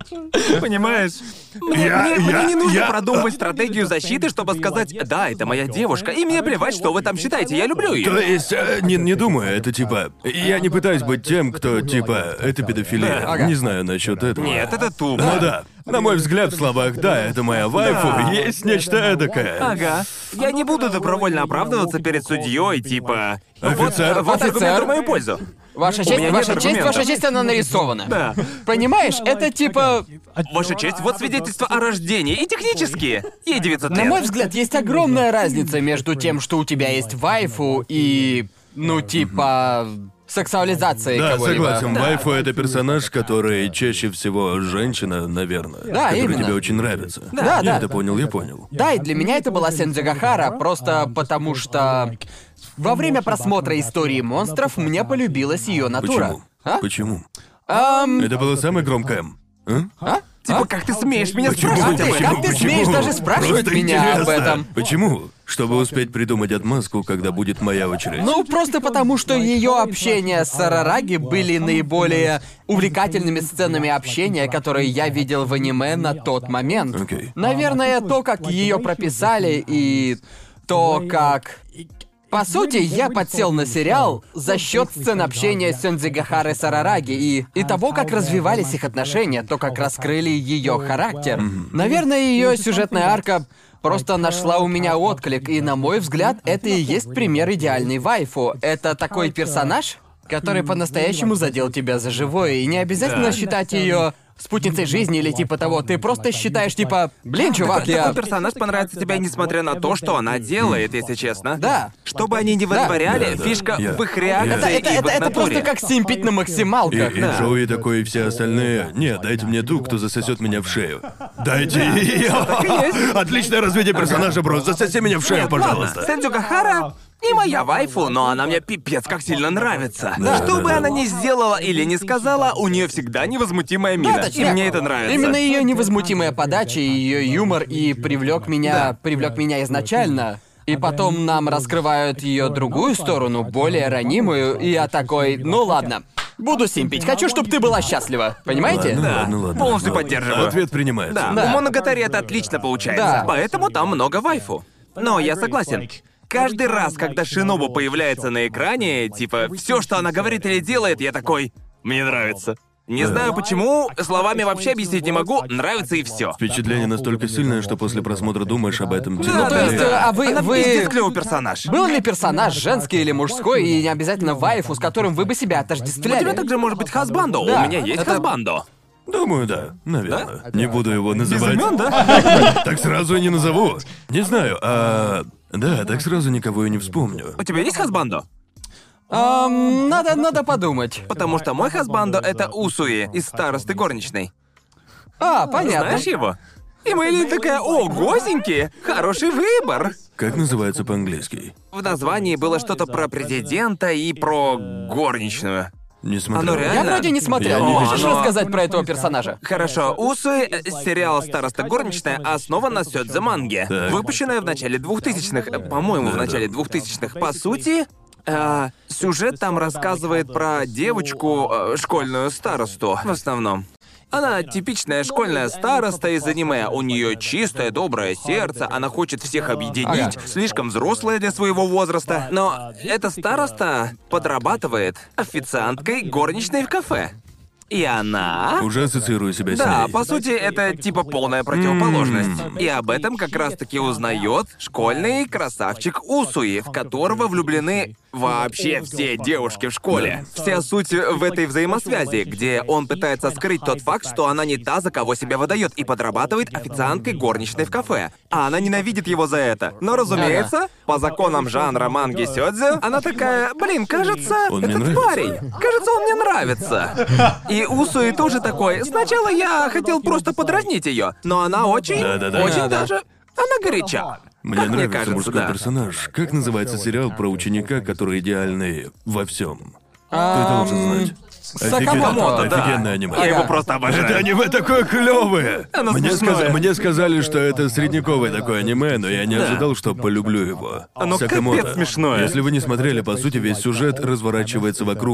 Понимаешь? Мне, Я- мне- я- мне не нужно я- продумывать стратегию защиты, чтобы сказать, да, это моя девушка, и мне плевать, что вы там считаете, я люблю ее. То есть, э, не, не думаю, это типа... Я не пытаюсь быть тем, кто, типа, это педофилия. Да. Ага. Не знаю насчет этого. Нет, это тупо. Ну да. На мой взгляд, в словах «да, это моя вайфу», Да. есть нечто эдакое. Ага. Я не буду добровольно оправдываться перед судьей, типа. Офицер. Вот, вот Офицер. аргумент в мою пользу. Ваша У честь, меня нет ваша честь, аргументов. ваша честь, она нарисована. Да. Понимаешь, это типа... Ваша честь, вот свидетельство о рождении. И технически. Ей девятьсот лет. На мой взгляд, есть огромная разница между тем, что у тебя есть вайфу и... Ну, типа... сексуализацией Да, кого-либо. согласен. Вайфу — это персонаж, который чаще всего женщина, наверное. Да, который именно. тебе очень нравится. Да, я да. это понял, я понял. Да, и для меня это была Сэндзюгахара, просто потому что... Во время просмотра «Истории монстров» мне полюбилась ее натура. Почему? А? Почему? Ам, Это было самое громкое. А? а? Типа, А? как ты смеешь меня Почему? спрашивать Как об ты- этом? как ты Почему? смеешь даже спрашивать Просто меня об интересно. этом? Почему? Чтобы успеть придумать отмазку, когда будет моя очередь. Ну, просто потому, что ее общения с Арараги были наиболее увлекательными сценами общения, которые я видел в аниме на тот момент. Окей. Наверное, то, как ее прописали, и то, как... По сути, я подсел на сериал за счет сцен общения Сэндзюгахары с Арараги и, и того, как развивались их отношения, то, как раскрыли ее характер. Наверное, ее сюжетная арка просто нашла у меня отклик, и, на мой взгляд, это и есть пример идеальной вайфу. Это такой персонаж, который по-настоящему задел тебя за живое, и не обязательно Да. считать ее спутницей жизни или типа того. Ты просто считаешь, типа, блин, чувак, я... Такой персонаж понравится тебе, несмотря на то, что она делает, если честно. Да. Что бы они ни вытворяли, Да, да. фишка Я- в их реакции Это, это, и в это, их это просто натуре. как симпить на И, максималках. и Да. Джоуи такой, и все остальные. Нет, дайте мне ту, кто засосет меня в шею. Дайте ее. Отличное развитие персонажа, бро. Засоси меня в шею, Нет, пожалуйста. ладно, Сэндзюгахара не моя вайфу, но она мне пипец как сильно нравится. Да, Что да, бы да. она ни сделала или не сказала, у нее всегда невозмутимая мина. Да, и точняк. мне это нравится. Именно ее невозмутимая подача и ее юмор и привлек меня, привлек меня изначально. И потом нам раскрывают ее другую сторону, более ранимую, и я такой, ну ладно, буду симпить, хочу, чтобы ты была счастлива, понимаете? Ладно, Да, ладно, ладно. полностью Ладно. поддерживаю. Ответ принимается. Да, Да. у Моногатари это отлично получается. Да. Поэтому там много вайфу. Но я согласен. Каждый раз, когда Шинобу появляется на экране, типа, все, что она говорит или делает, я такой, мне нравится. Не знаю почему, словами вообще объяснить не могу, нравится и все. Впечатление настолько сильное, что после просмотра думаешь об этом. Да, типа, Ну, то да, есть, да. э, а вы- Она вы- пиздец клёвый персонаж. Был ли персонаж женский или мужской, и не обязательно вайфу, с которым вы бы себя У отождествляли? тебя также может быть хасбандо, Да, у меня есть это- хасбандо. Думаю, да, наверное. Не буду его называть. Имен, да? Так сразу и не назову. Не знаю, а... Да, так сразу никого и не вспомню. У тебя есть хасбандо? Ам, надо, надо подумать. Потому что мой хасбандо — это Усуи из «Старосты горничной». А, понятно. Знаешь его? И Мэйлин такая, о, гозенький, хороший выбор. Как называется по-английски? В названии было что-то про президента и про горничную. Не смотрел. Оно Я реально? вроде не смотрел. Я Не не хочешь видел. рассказать про этого персонажа? Хорошо, Усуи, э, сериал «Староста горничная» основан на сёдзе манге, Так. выпущенная в начале двухтысячных, э, по-моему, в Да-да. начале двухтысячных. По сути, э, сюжет там рассказывает про девочку, э, школьную старосту, в основном. Она типичная школьная староста из аниме. У нее чистое, доброе сердце, она хочет всех объединить, Ага. слишком взрослая для своего возраста. Но эта староста подрабатывает официанткой горничной в кафе. И она... Уже ассоциирую себя с Да, ней. по сути, это типа полная противоположность. И об этом как раз-таки узнает школьный красавчик Усуи, в которого влюблены вообще все девушки в школе. Вся суть в этой взаимосвязи, где он пытается скрыть тот факт, что она не та, за кого себя выдает, и подрабатывает официанткой горничной в кафе. А она ненавидит его за это. Но, разумеется, по законам жанра манги сёдзе, она такая, блин, кажется, Он мне этот нравится. парень, кажется, он мне нравится. И Усуи тоже такой. Сначала я хотел просто подразнить ее, но она очень, Да-да-да. очень Да-да. даже, она горяча. Мне Как нравится кажется, мужской да. персонаж. Как называется сериал про ученика, который идеальный во всем? Ты Ам, должен знать. Сакамото, да. Офигенное аниме. Я его Ага. просто обожаю. Это аниме такое клевое! Оно Мне, смешное. сказа- мне сказали, что это средневековое такое аниме, но я не Да. ожидал, что полюблю его. Оно Сакамото. капец смешное. Если вы не смотрели, по сути, весь сюжет разворачивается вокруг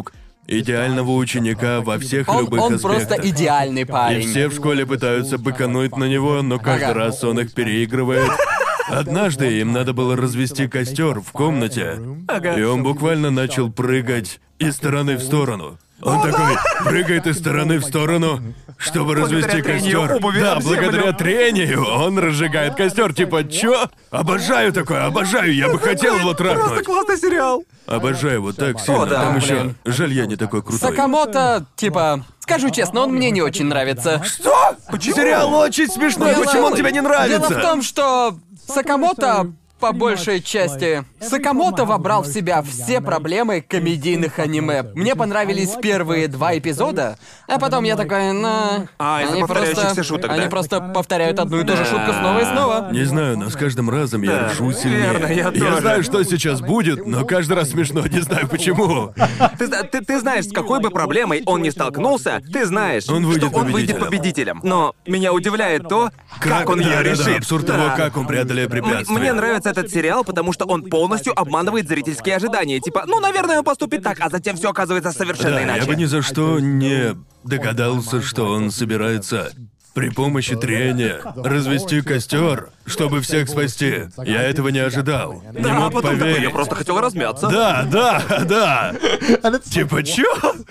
идеального ученика во всех Он, любых он аспектах. просто идеальный И парень. все в школе пытаются быкануть на него, но каждый Ага. раз он их переигрывает. Однажды им надо было развести костер в комнате, и он буквально начал прыгать из стороны в сторону. Он такой прыгает из стороны в сторону, чтобы развести Благодаря трению костер. обуви Да, об землю. благодаря трению он разжигает костер. Типа, чё? Обожаю такое, обожаю, я бы хотел его Просто трахнуть. классный сериал. Обожаю его так сильно. да, Там еще. блин. Жаль, я не такой крутой. Сакамото, типа, скажу честно, он мне не очень нравится. Что? Почему? Сериал очень смешной, Дело- почему он тебе не нравится? Дело в том, что Сакамото, по большей части, Сакамото вобрал в себя все проблемы комедийных аниме. Мне понравились первые два эпизода, а потом я такой, на... А, из-за они повторяющихся просто... шуток, Они да? просто повторяют одну и ту же Да. шутку снова и снова. Не знаю, но с каждым разом я Да, ржу сильнее. верно, я тоже. знаю, что сейчас будет, но каждый раз смешно, не знаю почему. Ты, зна- ты, ты знаешь, с какой бы проблемой он ни столкнулся, ты знаешь, Он выйдет что он выйдет победителем. победителем. Но меня удивляет то, как, он да, ее да, да, решит. абсурд Да. того, как он преодолеет М- препятствия. Мне нравится этот сериал, потому что он полностью обманывает зрительские ожидания. Типа, ну, наверное, он поступит так, а затем все оказывается совершенно Да, иначе. я бы ни за что не догадался, что он собирается при помощи трения развести костер, чтобы всех спасти. Я этого не ожидал. Не Да, а мог потом такой, поверить. я просто хотел размяться. Да, да, да. Типа, чё?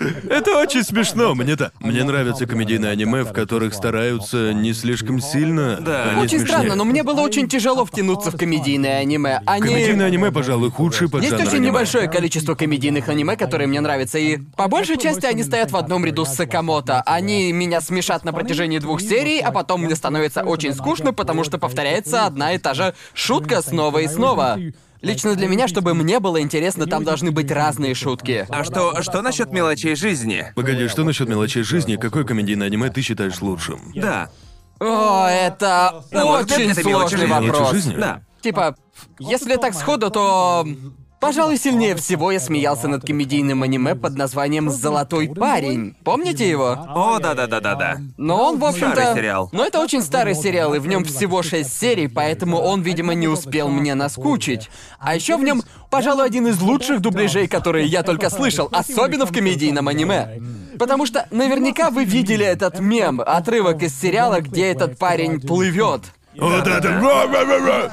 Это очень смешно. Мне-то... Мне нравятся комедийные аниме, в которых стараются не слишком сильно, Да. а не Очень смешнее. странно, но мне было очень тяжело втянуться в комедийное аниме. Они... Комедийное аниме, пожалуй, худший поджанр Есть очень аниме. небольшое количество комедийных аниме, которые мне нравятся, и по большей части они стоят в одном ряду с Сакамото. Они меня смешат на протяжении двух серий, а потом мне становится очень скучно, потому что повторяется одна и та же шутка снова и снова. Лично для меня, чтобы мне было интересно, там должны быть разные шутки. А что, что насчет мелочей жизни? Погоди, что насчет мелочей жизни? Какое комедийное аниме ты считаешь лучшим? Да. О, это На мой взгляд, очень это мелочи сложный жизни. вопрос. Мелочи жизни? Да. Типа, если так сходу, то... Пожалуй, сильнее всего я смеялся над комедийным аниме под названием «Золотой парень». Помните его? О, да-да-да-да-да. Но он, в общем-то... Старый сериал. Но это очень старый сериал, и в нем всего шесть серий, поэтому он, видимо, не успел мне наскучить. А еще в нем, пожалуй, один из лучших дубляжей, которые я только слышал, особенно в комедийном аниме. Потому что наверняка вы видели этот мем, отрывок из сериала, где этот парень плывет. Вот это...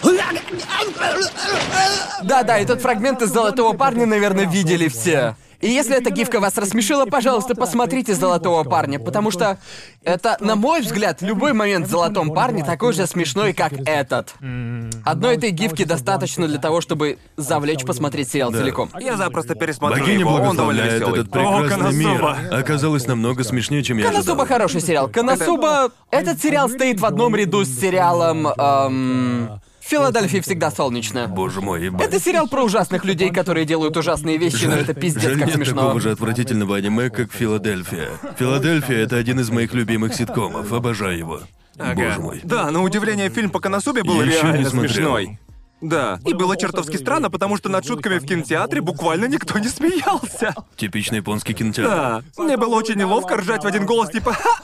Да-да, этот фрагмент из «Золотого парня», наверное, видели все. И если эта гифка вас рассмешила, пожалуйста, посмотрите «Золотого парня», потому что это, на мой взгляд, любой момент в «Золотом парне» такой же смешной, как этот. Одной этой гифки достаточно для того, чтобы завлечь посмотреть сериал целиком. Я запросто пересмотрю Богиня его, он довольно благословляет веселый. этот прекрасный О, мир. Коносуба. Оказалось намного смешнее, чем я ожидал. Коносуба хороший сериал. Коносуба... Этот сериал стоит в одном ряду с сериалом... эм, «В Филадельфии всегда солнечно». Боже мой, ебать. Это сериал про ужасных людей, которые делают ужасные вещи, но это пиздец Жаль, как нет смешно. такого же отвратительного аниме, как «Филадельфия». «Филадельфия» — это один из моих любимых ситкомов. Обожаю его. Ага. Боже мой. Да, на удивление фильм по Коносубе был Я ещё не реально смотрел. смешной. Да, и было чертовски странно, потому что над шутками в кинотеатре буквально никто не смеялся. Типичный японский кинотеатр. Да, мне было очень неловко ржать в один голос, типа «Ха!»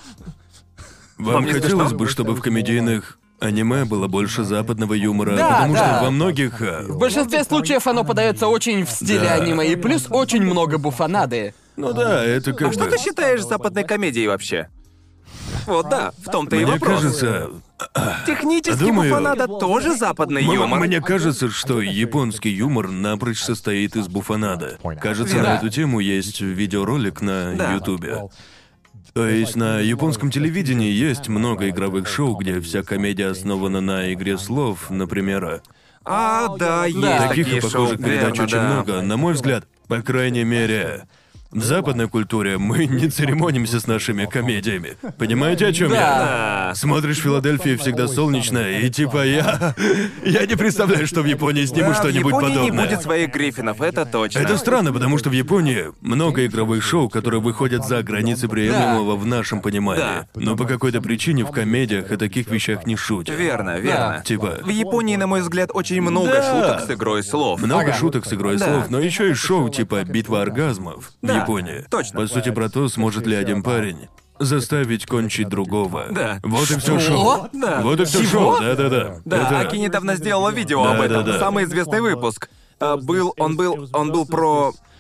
Вам Вам не хотелось смешно? бы, чтобы в комедийных аниме было больше западного юмора, Да, потому да. что во многих... а, В большинстве случаев оно подается очень в стиле Да. аниме, и плюс очень много буфонады. Ну да, это как А что бы... ты считаешь западной комедией вообще? Вот да, в том-то и Мне вопрос. кажется... Технически Думаю, буфонада тоже западный м- юмор. Мне кажется, что японский юмор напрочь состоит из буфонада. Кажется, Верно. на эту тему есть видеоролик на Да. Ютубе. То есть на японском телевидении есть много игровых шоу, где вся комедия основана на игре слов, например. А, да, есть Да. Таких такие и похожих шоу, передач верно, очень да. много. На мой взгляд, по крайней мере, в западной культуре мы не церемонимся с нашими комедиями. Понимаете, о чем Да. я? Смотришь «Филадельфию» всегда солнечно, и типа я... Я не представляю, что в Японии сниму Да, что-нибудь в Японии подобное. не будет своих Гриффинов, это точно. Это странно, потому что в Японии много игровых шоу, которые выходят за границы приемлемого в нашем понимании. Да. Но по какой-то причине в комедиях о таких вещах не шутят. Верно, верно. Типа... В Японии, на мой взгляд, очень много Да. шуток с игрой слов. Много Ага. шуток с игрой Да. слов, но еще и шоу типа «Битва оргазмов» в Да, Японии. точно. По сути, про то, сможет ли один парень заставить кончить другого. Да. Вот и все Что? шоу. Да. Вот и все Чего? шоу, да-да-да. Да, Это- Аки недавно сделала видео Да, об этом. да, да. Самый известный выпуск. А, был, он был, он был про...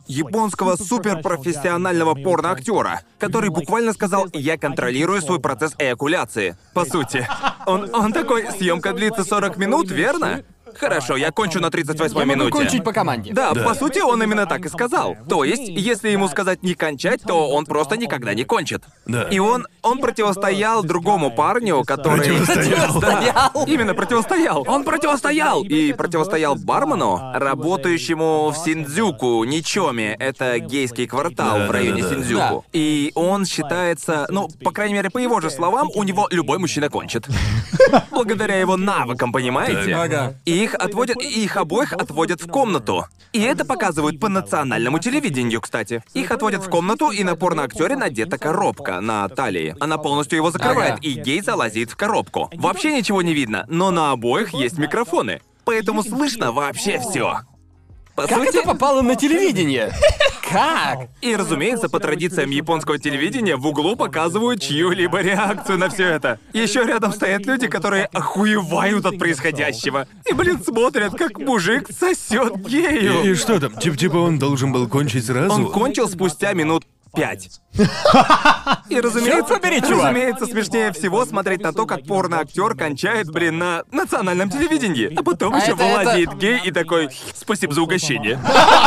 японского суперпрофессионального порноактера, который буквально сказал: «Я контролирую свой процесс эякуляции». По сути. Он, он такой: съемка длится сорок минут, верно? Хорошо, я кончу на тридцать восьмой Я могу минуте. кончить по команде. Да, Да. по сути, он именно так и сказал. То есть, если ему сказать не кончать, то он просто никогда не кончит. Да. И он, он противостоял другому парню, который... Противостоял. Да, именно противостоял. Он противостоял. И противостоял бармену, работающему в Синдзюку, Ничоме. Это гейский квартал Да, в районе да, да, да. Синдзюку. И он считается, ну, по крайней мере, по его же словам, у него любой мужчина кончит. Благодаря его навыкам, понимаете? Так. Ага. И их отводят, и их обоих отводят в комнату. И это показывают по национальному телевидению, кстати. Их отводят в комнату, и на порноактере надета коробка на талии. Она полностью его закрывает, Ага. и гей залазит в коробку. Вообще ничего не видно, но на обоих есть микрофоны. Поэтому слышно вообще все. По Как сути, это попало на телевидение? Как? и, разумеется, по традициям японского телевидения в углу показывают чью-либо реакцию на все это. Еще рядом стоят люди, которые охуевают от происходящего. И, блин, смотрят, как мужик сосет гею. И что там? Тип, типа он должен был кончить сразу? Он кончил спустя минут пять. И, разумеется, Чёрт побери, чувак. разумеется, смешнее всего смотреть на то, как порноактер кончает, блин, на национальном телевидении. А потом А еще это- это- вылазит гей и такой: «Спасибо за угощение».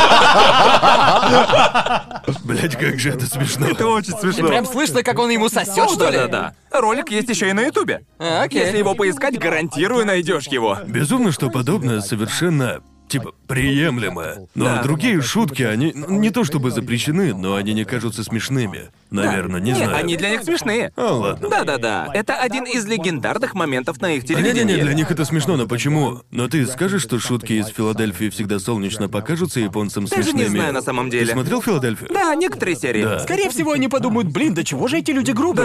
Блять, как же это смешно. Это очень смешно. Прям слышно, как он ему сосет, что ли? Да-да-да. Ролик есть еще и на Ютубе. А, окей. Если его поискать, гарантирую, найдешь его. Безумно, что подобное совершенно, типа, приемлемо. Но Да. другие шутки, они ну, не то чтобы запрещены, но они не кажутся смешными. Наверное, не Нет, знаю. они для них смешные. А, ладно. Да-да-да. Это один из легендарных моментов на их телевидении. Не-не-не, для них это смешно, но почему? Но ты скажешь, что шутки из Филадельфии всегда солнечно покажутся японцам Даже смешными? не знаю на самом Ты деле. смотрел Филадельфию? Да, некоторые серии. Да. Скорее всего, они подумают: блин, да чего же эти люди грубые?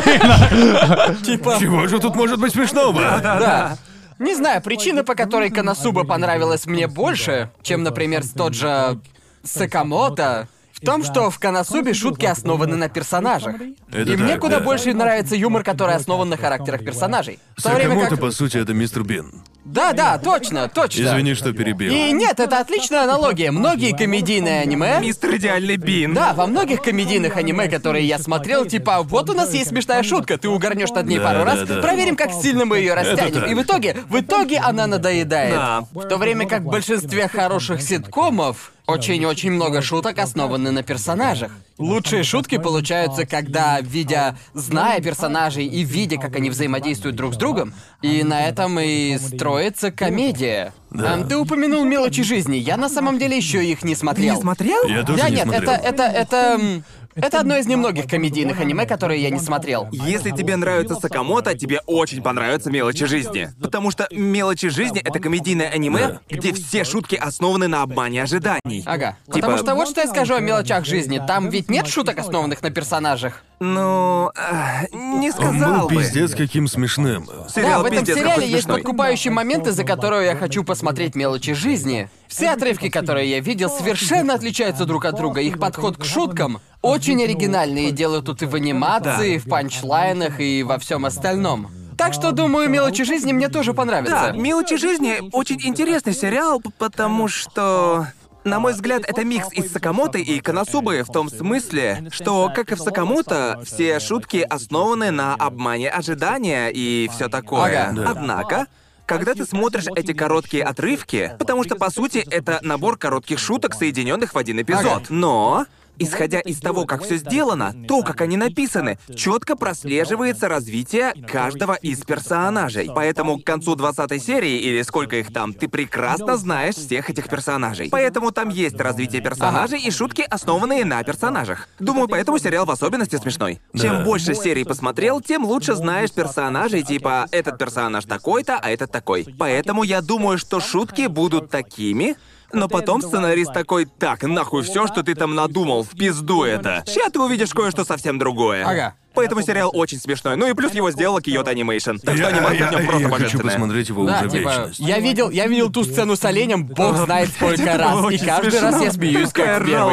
Да. Типа... Чего же тут может быть смешного? Да. Не знаю, причина, по которой Коносуба понравилась мне больше, чем, например, тот же Сакамото, в том, что в Коносубе шутки основаны на персонажах. Это И мне так, куда да. больше нравится юмор, который основан на характерах персонажей. В то время Сакамото, как... по сути, это мистер Бин. Да, да, точно, точно. Извини, что перебил. И нет, это отличная аналогия. Многие комедийные аниме... Мистер Идеальный Бин. Да, во многих комедийных аниме, которые я смотрел, типа, вот у нас есть смешная шутка, ты угорнешь над ней Да, пару да, раз, да. проверим, как сильно мы ее растянем. так. И в итоге, в итоге она надоедает. Да. В то время как в большинстве хороших ситкомов очень-очень много шуток основаны на персонажах. Лучшие шутки получаются, когда, видя, зная персонажей и видя, как они взаимодействуют друг с другом, и на этом и строится комедия. Да. Эм, ты упомянул мелочи жизни, я на самом деле еще их не смотрел. Не смотрел? Я тоже Да, не нет, смотрел. это, это, это... м, Это одно из немногих комедийных аниме, которые я не смотрел. Если тебе нравится Сакамото, тебе очень понравятся «Мелочи жизни». Потому что «Мелочи жизни» — это комедийное аниме, где все шутки основаны на обмане ожиданий. Ага. Типа- Потому что вот что я скажу о мелочах жизни. Там ведь нет шуток, основанных на персонажах. Ну, а, не Он сказал был бы. пиздец каким смешным. Да, Сериал в этом пиздец сериале какой есть смешной. подкупающий момент, из-за которого я хочу посмотреть «Мелочи жизни». Все отрывки, которые я видел, совершенно отличаются друг от друга. Их подход к шуткам очень оригинальный, и дело тут и в анимации, и в панчлайнах, и во всем остальном. Так что, думаю, «Мелочи жизни» мне тоже Да, понравятся. «Мелочи жизни» очень интересный сериал, п- потому что... На мой взгляд, это микс из Сакамото и Коносубы в том смысле, что, как и в Сакамото, все шутки основаны на обмане ожидания и все такое. Ага. Да. Однако, когда ты смотришь эти короткие отрывки, потому что, по сути, это набор коротких шуток, соединенных в один эпизод. Ага. Но, исходя из того, как все сделано, то, как они написаны, четко прослеживается развитие каждого из персонажей. Поэтому к концу двадцатой серии, или сколько их там, ты прекрасно знаешь всех этих персонажей. Поэтому там есть развитие персонажей и шутки, основанные на персонажах. Думаю, поэтому сериал в особенности смешной. Чем Да. больше серий посмотрел, тем лучше знаешь персонажей, типа этот персонаж такой-то, а этот такой. Поэтому я думаю, что шутки будут такими. Но потом сценарист такой: так, нахуй все, что ты там надумал, в пизду это. Сейчас ты увидишь кое-что совсем другое. Ага. Поэтому сериал очень смешной. Ну и плюс его сделала Киото Анимейшн. Так что Я, анимация в я- нем просто я хочу божественная. посмотреть его Да, уже типа, вечность. я видел, я видел ту сцену с оленем, бог знает сколько Это было раз, и очень каждый смешно. раз я смеюсь, Такая как первый. жалко.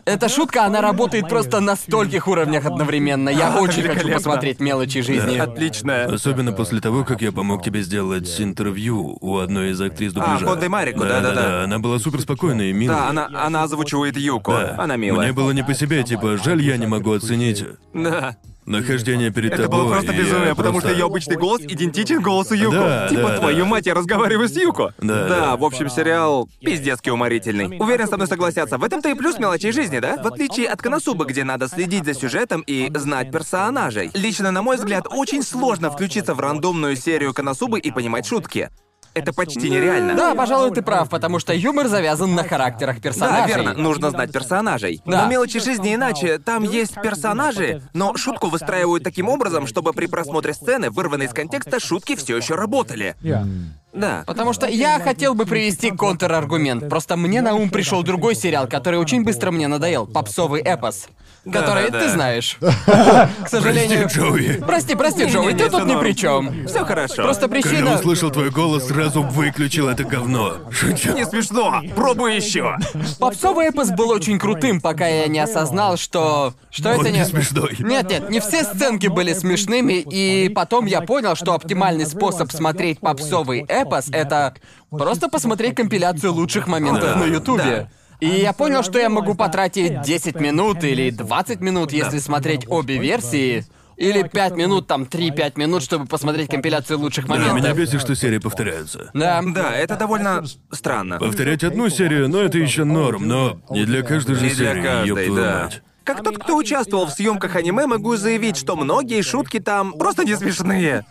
Эта шутка, она работает просто на стольких уровнях одновременно. Я А, очень хочу великолепно. посмотреть «Мелочи жизни». Отлично. Особенно после того, как я помог тебе сделать интервью у одной из актрис дубляжа. А, Ходой Марику, да-да-да. Да, она была супер спокойной и милой. Да, она, она озвучивает Юко. Да. Она милая. Мне было не по себе, типа, жаль, я не могу оценить Да. нахождение перед Это тобой. было просто и безумие, я потому что просто- ее обычный голос идентичен голосу Юко. Да, типа, да, твою да. мать, я разговариваю с Юко. Да, да, да. в общем, сериал пиздецки уморительный. Уверен, со мной согласятся. В этом-то и плюс «Мелочей жизни», да? В отличие от Коносубы, где надо следить за сюжетом и знать персонажей. Лично, на мой взгляд, очень сложно включиться в рандомную серию Коносубы и понимать шутки. Это почти нереально. Да, пожалуй, ты прав, потому что юмор завязан на характерах Да, персонажей. верно, нужно знать персонажей. Да. Но «Мелочи жизни» иначе. Там есть персонажи, но шутку выстраивают таким образом, чтобы при просмотре сцены, вырванной из контекста, шутки все еще работали. Да. Потому что я хотел бы привести контраргумент. Просто мне на ум пришел другой сериал, который очень быстро мне надоел. Попсовый эпос. Который да, ты да. знаешь. К сожалению. Прости, Джоуи. Прости, прости, Джоуи, Не-не-не, ты тут всё ни норм. при чем. Все хорошо. Просто Когда причина. услышал твой голос, сразу выключил это говно. Шучу. Не смешно. Пробуй еще. Попсовый эпос был очень крутым, пока я не осознал, что. Что Он это не не. смешной. Нет, нет, не все сценки были смешными, и потом я понял, что оптимальный способ смотреть попсовый эпос — это просто посмотреть компиляцию лучших моментов Да, на Ютубе. да. И я понял, что я могу потратить десять минут или двадцать минут, если смотреть обе версии. Или пять минут, там, три-пять минут, чтобы посмотреть компиляцию лучших Да, меня моментов. бесит, что серии повторяются. Да. Да, это довольно странно. Повторять одну серию, ну это еще норм, но не для каждой же Не для серии, каждой, ёб твою да. мать. Как тот, кто участвовал в съемках аниме, могу заявить, что многие шутки там просто не смешные.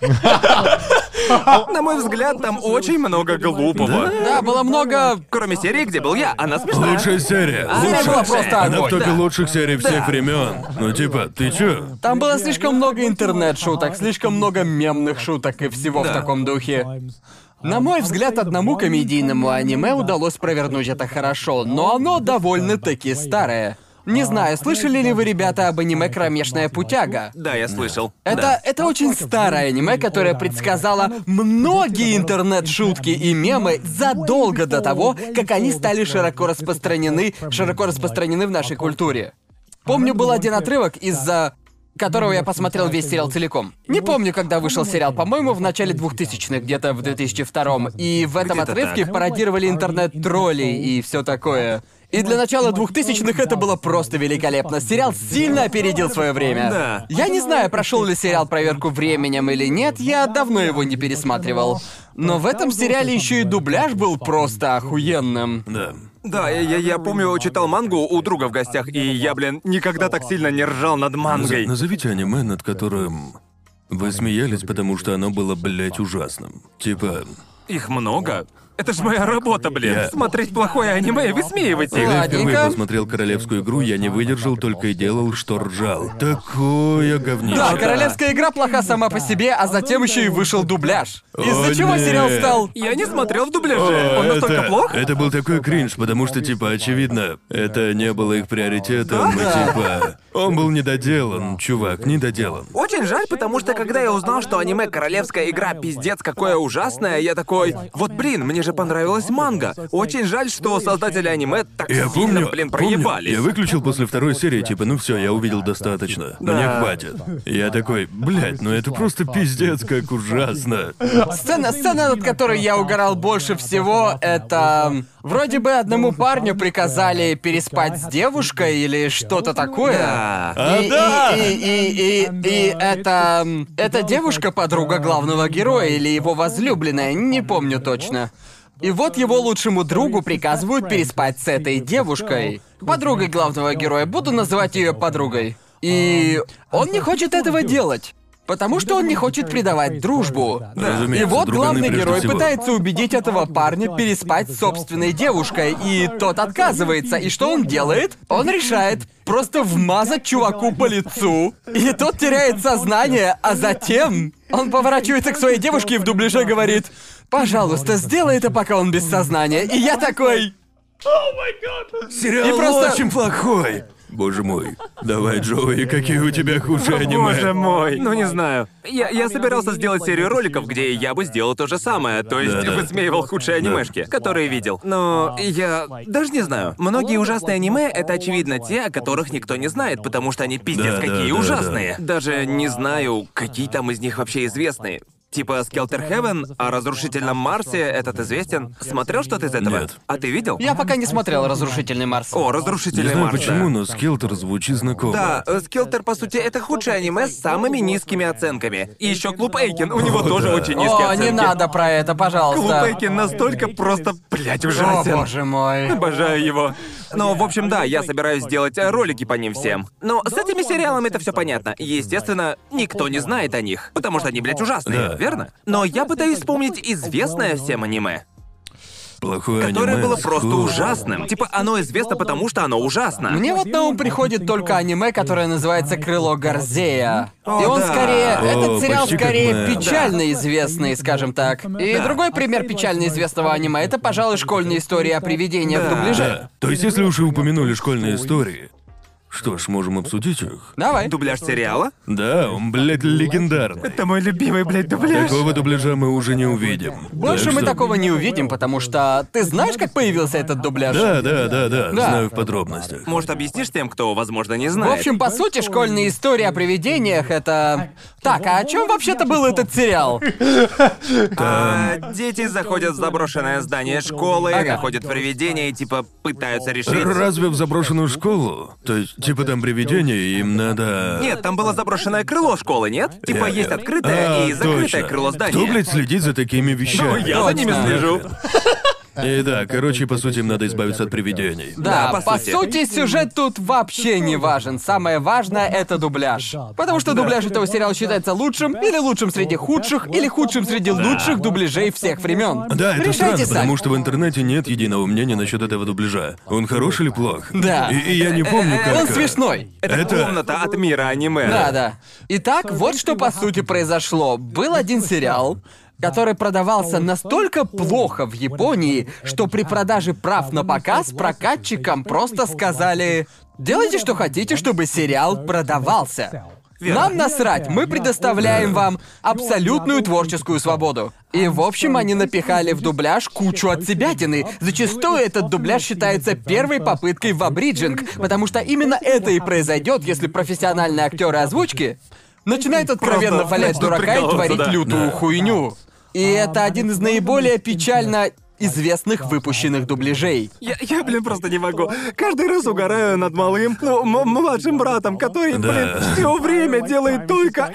На мой взгляд, там очень много глупого. Да, было много. Кроме серии, где был я, она смешная. Лучшая серия. А, Серия Лучшая. была просто Она в огонь. топе Да. лучших серий всех Да. времен. Ну типа, ты чё? Там было слишком много интернет-шуток, слишком много мемных шуток и всего в Да. таком духе. На мой взгляд, одному комедийному аниме удалось провернуть это хорошо, но оно довольно-таки старое. Не знаю, слышали ли вы, ребята, об аниме «Кромешная путяга»? Да, я слышал. Это, Да. это очень старое аниме, которое предсказало многие интернет-шутки и мемы задолго до того, как они стали широко распространены, широко распространены в нашей культуре. Помню, был один отрывок, из-за которого я посмотрел весь сериал целиком. Не помню, когда вышел сериал, по-моему, в начале двухтысячных, где-то в две тысячи втором. И в этом Где-то отрывке так. пародировали интернет-троллей и все такое. И для начала двухтысячных это было просто великолепно. Сериал сильно опередил свое время. Да. Я не знаю, прошел ли сериал проверку временем или нет, я давно его не пересматривал. Но в этом сериале еще и дубляж был просто охуенным. Да. Да, я, я, я помню, читал мангу у друга в гостях, и я, блин, никогда так сильно не ржал над мангой. Назовите аниме, над которым вы смеялись, потому что оно было, блядь, ужасным. Типа, Их много. Это же моя работа, блин. Я- Смотреть плохое аниме и высмеивать их. когда я впервые Ладненько. посмотрел королевскую игру, я не выдержал, только и делал, что ржал. Такое говнище. Да, королевская игра плоха сама по себе, а затем еще и вышел дубляж. Из-за О, чего нет. сериал стал. Я не смотрел в дубляже. О, Он настолько это, плох? Это был такой кринж, потому что, типа, очевидно, это не было их приоритетом, и, типа, он был недоделан, чувак, недоделан. Очень жаль, потому что когда я узнал, что аниме «Королевская игра» пиздец какое ужасное, я такой, вот блин, мне же понравилась манга. Очень жаль, что создатели аниме так Я сильно, помню, блин, помню, проебались. я выключил после второй серии, типа, ну все, я увидел достаточно, мне Да. хватит. Я такой, блядь, ну это просто пиздец, как ужасно. Сцена, сцена, над которой я угорал больше всего, это... Вроде бы одному парню приказали переспать с девушкой или что-то такое. Да. А, И, да! и, и, и, и, и это... Эта девушка подруга главного героя или его возлюбленная, не помню точно. И вот его лучшему другу приказывают переспать с этой девушкой. Подругой главного героя, буду называть ее подругой. И он не хочет этого делать. Потому что он не хочет предавать дружбу. Разумеется, И вот друганы главный прежде герой всего. пытается убедить этого парня переспать с собственной девушкой, и тот отказывается. И что он делает? Он решает просто вмазать чуваку по лицу, и тот теряет сознание, а затем он поворачивается к своей девушке и в дубляже говорит: «Пожалуйста, сделай это, пока он без сознания». И я такой... Сериал И просто- очень плохой. Боже мой. Давай, Джоуи, какие у тебя худшие аниме? Боже мой. Ну не знаю. Я, я собирался сделать серию роликов, где я бы сделал то же самое, то есть Да-да. высмеивал худшие анимешки, которые видел. Но я даже не знаю. Многие ужасные аниме — это очевидно те, о которых никто не знает, потому что они пиздец Да, какие да, да, ужасные. Даже не знаю, какие там из них вообще известные. Типа Скелтер Хевен о разрушительном Марсе, этот известен. Смотрел что-то из этого? Нет. А ты видел? Я пока не смотрел «Разрушительный Марс». О, Не разрушительный знаю Марс. почему, да. но Скелтер звучит знакомо. Да, э, Скелтер, по сути, это худшее аниме с самыми низкими оценками. И еще Клуб Эйкин, у него О, тоже да. очень низкие О, оценки. не надо про это, Клуб пожалуйста. Эйкин настолько просто, блядь, О, ужасен. боже мой. Обожаю его. Но, в общем, да, я собираюсь сделать э, ролики по ним всем. Но с этими сериалами это все понятно. Естественно, никто не знает о них, потому что они, блядь, ужасные, Да. верно? Но я пытаюсь вспомнить известное всем аниме, Плохое которое аниме. было просто Фу. ужасным. Типа, оно известно, потому что оно ужасно. Мне вот на ум приходит только аниме, которое называется «Крыло Горзея». О, И он да. скорее... О, этот сериал почти как скорее мы. печально известный, скажем так. И другой пример печально известного аниме — это, пожалуй, «Школьная история о привидениях» в Да. дубляже. Да. То есть, если уж и упомянули школьные истории, что ж, можем обсудить их? Давай. Дубляж сериала? Да, он, блядь, легендарный. Это мой любимый, блядь, дубляж. Такого дубляжа мы уже не увидим. Больше Так мы что- такого не увидим, потому что... Ты знаешь, как появился этот дубляж? Да, да, да, да, Да. знаю в подробностях. Может, объяснишь тем, кто, возможно, не В знает? общем, по сути, «Школьная история о привидениях» — это... Так, а о чем вообще-то был этот сериал? А, дети заходят в заброшенное здание школы, Ага. находят привидения и типа пытаются решить. Р- Разве в заброшенную школу? То есть, типа там привидения, и им надо... Нет, там было заброшенное крыло школы, нет? Типа Я- есть открытое А, и закрытое точно. крыло здания. Кто, блядь, следит за такими Ну, вещами? я за ними Точно. слежу. И да, короче, по сути, им надо избавиться от привидений. Да, Да, по, по сути. сути, сюжет тут вообще не важен. Самое важное — это дубляж. Потому что дубляж этого сериала считается лучшим, или лучшим среди худших, или худшим среди лучших дубляжей всех времен. Да, это Решайте странно, сами. потому что в интернете нет единого мнения насчет этого дубляжа. Он хорош или плох? Да. И, и я не помню, как... Он смешной. Это, Это- комната от мира аниме. Да, да. Итак, вот что по сути произошло. Был один сериал, который продавался настолько плохо в Японии, что при продаже прав на показ прокатчикам просто сказали: «Делайте, что хотите, чтобы сериал продавался. Нам насрать, мы предоставляем вам абсолютную творческую свободу». И, в общем, они напихали в дубляж кучу отсебятины. Зачастую этот дубляж считается первой попыткой в абриджинг, потому что именно это и произойдет, если профессиональные актеры озвучки начинают откровенно Просто валять начнут дурака и прикалываться, творить да. лютую Да. хуйню. И это один из наиболее печально известных выпущенных дубляжей. Я, я, блин, просто не могу. Каждый раз угораю над малым, ну, м- младшим братом, который, Да. блин, все время делает только...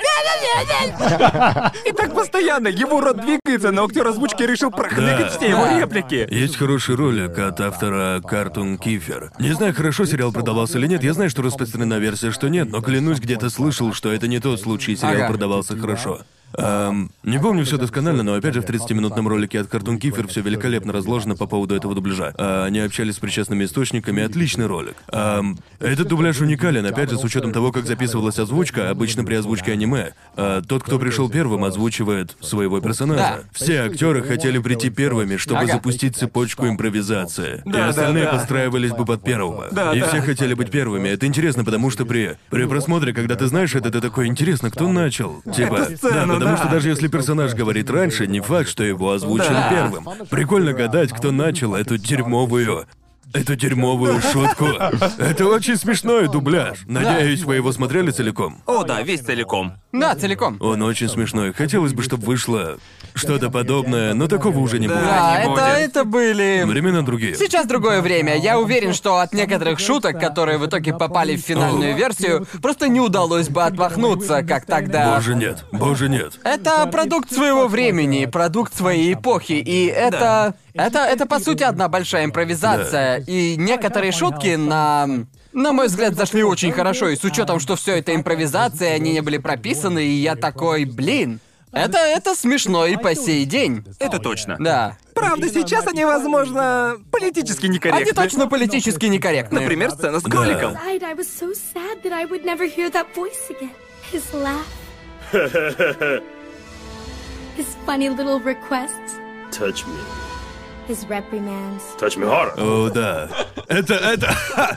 И так постоянно. Его рот двигается, но актер озвучки решил прохныкать Да. все его Да. реплики. Есть хороший ролик от автора Картун Кифер. Не знаю, хорошо сериал продавался или нет, я знаю, что распространена версия, что нет, но клянусь, где-то слышал, что это не тот случай, сериал Ага. продавался хорошо. Эм, не помню все досконально, но опять же в тридцатиминутном ролике от Картун Кифер все великолепно разложено по поводу этого дубляжа. А, они общались с причастными источниками, отличный ролик. Эм, этот дубляж уникален, опять же, с учетом того, как записывалась озвучка. Обычно при озвучке аниме а, тот, кто пришел первым, озвучивает своего персонажа. Да. Все актеры хотели прийти первыми, чтобы Ага. запустить цепочку импровизации. И Да, остальные да, да. подстраивались бы под первого. Да, и да. все хотели быть первыми. Это интересно, потому что при, при просмотре, когда ты знаешь это, ты такой, интересно, кто начал? Типа, Эту сцену, да, потому да. что даже если персонаж говорит раньше, не факт, что его озвучили Да. первым. Прикольно гадать, кто начал эту дерьмовую... Эту дерьмовую шутку. Это очень смешной дубляж. Надеюсь, вы его смотрели целиком. О, да, весь целиком. Да, целиком. Он очень смешной. Хотелось бы, чтобы вышло что-то подобное, но такого уже не Да. будет. Да, не это, будет. это были... Времена другие. Сейчас другое время. Я уверен, что от некоторых шуток, которые в итоге попали в финальную О. версию, просто не удалось бы отмахнуться, как тогда. Боже нет, боже нет. Это продукт своего времени, продукт своей эпохи, и это... Это, это, по сути, одна большая импровизация, и некоторые шутки на... На мой взгляд, зашли очень хорошо, и с учетом, что все это импровизация, они не были прописаны, и я такой, блин, это, это смешно и по сей день. Это точно. Да. Правда, сейчас они, возможно, политически некорректны. Они точно политически некорректны. Например, сцена с кроликом. Inside, I was so sad that I would never hear that voice again. His laugh. His funny little requests. Touch me. His reprimands. Touch me harder. О, да. Это, это...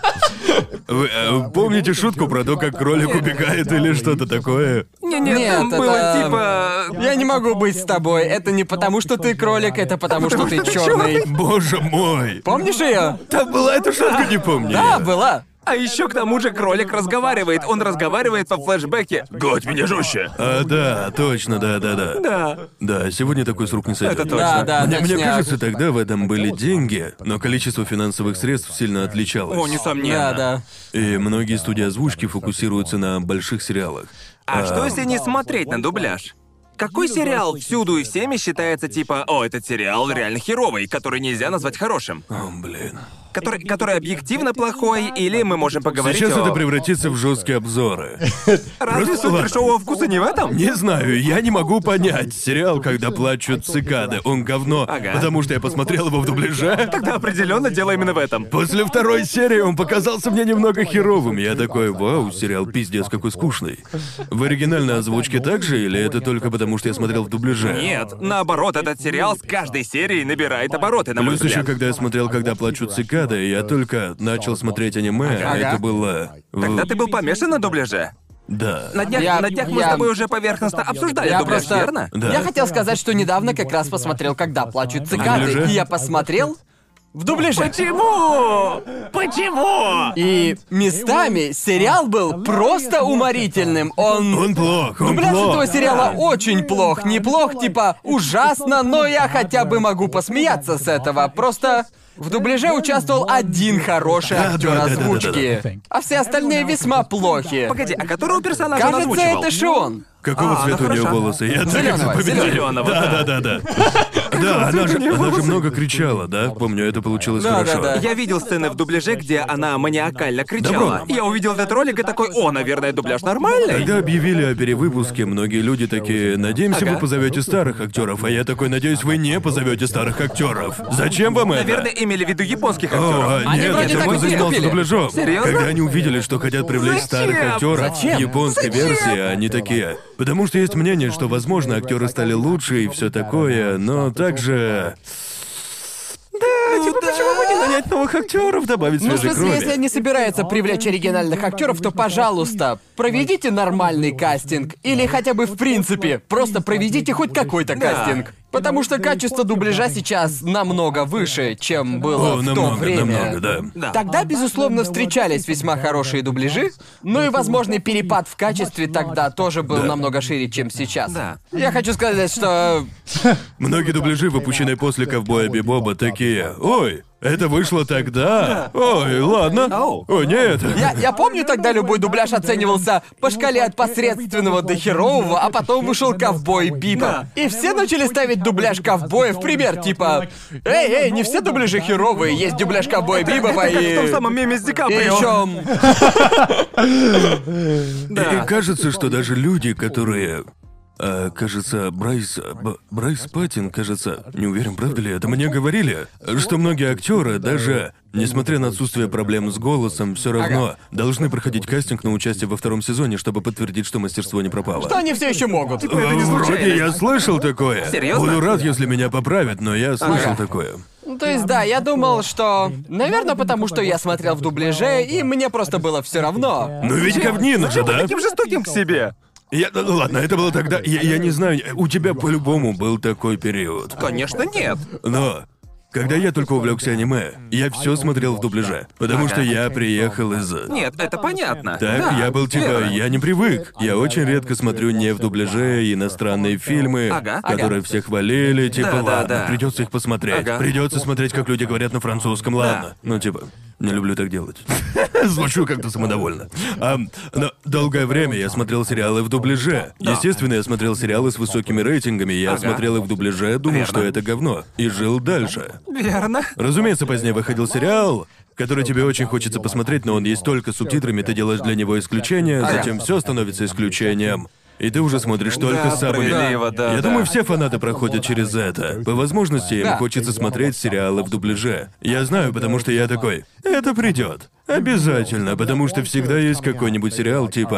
Вы э, помните шутку про то, как кролик убегает или что-то такое? Не-не, Нет, там было это- типа... Я не могу быть с тобой. Это не потому, что ты кролик, это потому, что ты черный. Боже мой! Помнишь ее? Там была эта шутка, не помню. Да, я. была. А еще к тому же кролик разговаривает. Он разговаривает по флешбеке. Годь меня жестче. А, да, точно, да-да-да. Да. Да, сегодня такой с рук не сойдет. Это точно. Да, да, Мне, мне точняк. кажется, тогда в этом были деньги, но количество финансовых средств сильно отличалось. О, несомненно. Да, да. И многие студии озвучки фокусируются на больших сериалах. А что если не смотреть на дубляж? Какой сериал всюду и всеми считается типа «О, этот сериал реально херовый, который нельзя назвать хорошим»? О, блин. Который, который объективно плохой, или мы можем поговорить Сейчас о... это превратится в жесткие обзоры. Разве Просто супершоу о вкусе не в этом? Не знаю, я не могу понять. Сериал, когда плачут цикады, он говно, Ага. потому что я посмотрел его в дубляже. Тогда определенно дело именно в этом. После второй серии он показался мне немного херовым. Я такой, вау, сериал пиздец какой скучный. В оригинальной озвучке так же, или это только потому, что я смотрел в дубляже? Нет, наоборот, этот сериал с каждой серией набирает обороты, на мой Плюс еще, взгляд. когда я смотрел, когда плачут цикады, я только начал смотреть аниме, а Ага. это было... в- Тогда ты был помешан на дубляже? Да. На днях, Я- на днях мы я- с тобой уже поверхностно обсуждали Я дубляж, просто... верно? Да. Я хотел сказать, что недавно как раз посмотрел, когда плачут цикады, дубляже? и я посмотрел в дубляже. Почему? Почему? И местами сериал был просто уморительным. Он... Он плох, он Дубляж плох. этого сериала очень плох. Неплох, типа, ужасно, но я хотя бы могу посмеяться с этого. Просто в дубляже участвовал один хороший Да, актер да, да, да, да, озвучки, а все остальные весьма плохи. Погоди, а которого персонажа он Кажется, озвучивал? это Шион. Какого А, цвета ну у нее хорошо. волосы? Я так и Зелёного, запоминаю. зелёного, Да, да, да, да. Да, она же, она же много кричала, да? Помню, это получилось Да, хорошо. да, да. Я видел сцены в дубляже, где она маниакально кричала. Да, Я увидел этот ролик и такой, о, наверное, дубляж нормальный. Когда объявили о перевыпуске, многие люди такие, надеемся, Ага. вы позовете старых актеров, а я такой, надеюсь, вы не позовете старых актеров. Зачем вам это? Наверное, имели в виду японских О, актеров. а, Они нет, вроде я так только и занимался выступили. дубляжом. Серьезно? Когда они увидели, что хотят привлечь Зачем? старых актеров Зачем? в японской Зачем? версии, они такие. Потому что есть мнение, что, возможно, актеры стали лучше и все такое, но также. Да, типа, почему бы не нанять новых актеров, добавить Ну, в свежей смысле, крови? если они собираются привлечь оригинальных актеров, то, пожалуйста, проведите нормальный кастинг. Или хотя бы в принципе, просто проведите хоть какой-то кастинг. Потому что качество дубляжа сейчас намного выше, чем было О, в то намного, время. намного, да. Да. Тогда, безусловно, встречались весьма хорошие дубляжи, но и возможный перепад в качестве тогда тоже был Да. намного шире, чем сейчас. Да. Я хочу сказать, что... Многие дубляжи, выпущенные после «Ковбоя Бибоба», такие, ой, это вышло тогда? Ой, ладно. Ау. О, нет. Я, я помню, тогда любой дубляж оценивался по шкале от посредственного до херового, а потом вышел «Ковбой Бибоп». Да. И все начали ставить дубляж ковбоя в пример, типа... Эй, эй, не все дубляжи херовые, есть дубляж «Ковбоя Бибопа» Это как и... в том самом меме с Ди И Каприо. еще... Да. И кажется, что даже люди, которые... а, кажется, Брайс... Б- Брайс Паттин, кажется... Не уверен, правда ли это, мне говорили, что многие актеры даже... Несмотря на отсутствие проблем с голосом, все равно должны проходить кастинг на участие во втором сезоне, чтобы подтвердить, что мастерство не пропало. Что они все еще могут? это не Э, Вроде случайность. я слышал такое. Серьезно? Буду рад, если меня поправят, но я слышал Ага. такое. Ну, то есть, да, я думал, что... Наверное, потому что я смотрел в дубляже, и мне просто было все равно. Ну ведь говнина же, да? Таким жестоким к себе. Я, ну, ладно, это было тогда. Я, я не знаю, у тебя по-любому был такой период. Конечно, нет. Но когда я только увлекся аниме, я все смотрел в дубляже, потому Ага. что я приехал из. Нет, это понятно. Так, Да, я был типа, верно. я не привык. Я очень редко смотрю не в дубляже иностранные фильмы, Ага, которые ага. все хвалили, типа, Да, да, ладно, да. придется их посмотреть. Ага. Придется смотреть, как люди говорят на французском, ладно. Ну, типа, не люблю так делать. Звучу как-то самодовольно. А, но долгое время я смотрел сериалы в дубляже. Да. Естественно, я смотрел сериалы с высокими рейтингами, я Ага. смотрел их в дубляже, думал, Верно. что это говно, и жил дальше. Верно. Разумеется, позднее выходил сериал, который тебе очень хочется посмотреть, но он есть только с субтитрами, ты делаешь для него исключение, затем все становится исключением. И ты уже смотришь только Да, с самыми... справедливо, да, Я да. думаю, все фанаты проходят через это. По возможности им Да. хочется смотреть сериалы в дубляже. Я знаю, потому что я такой, это придет. Обязательно, потому что всегда есть какой-нибудь сериал типа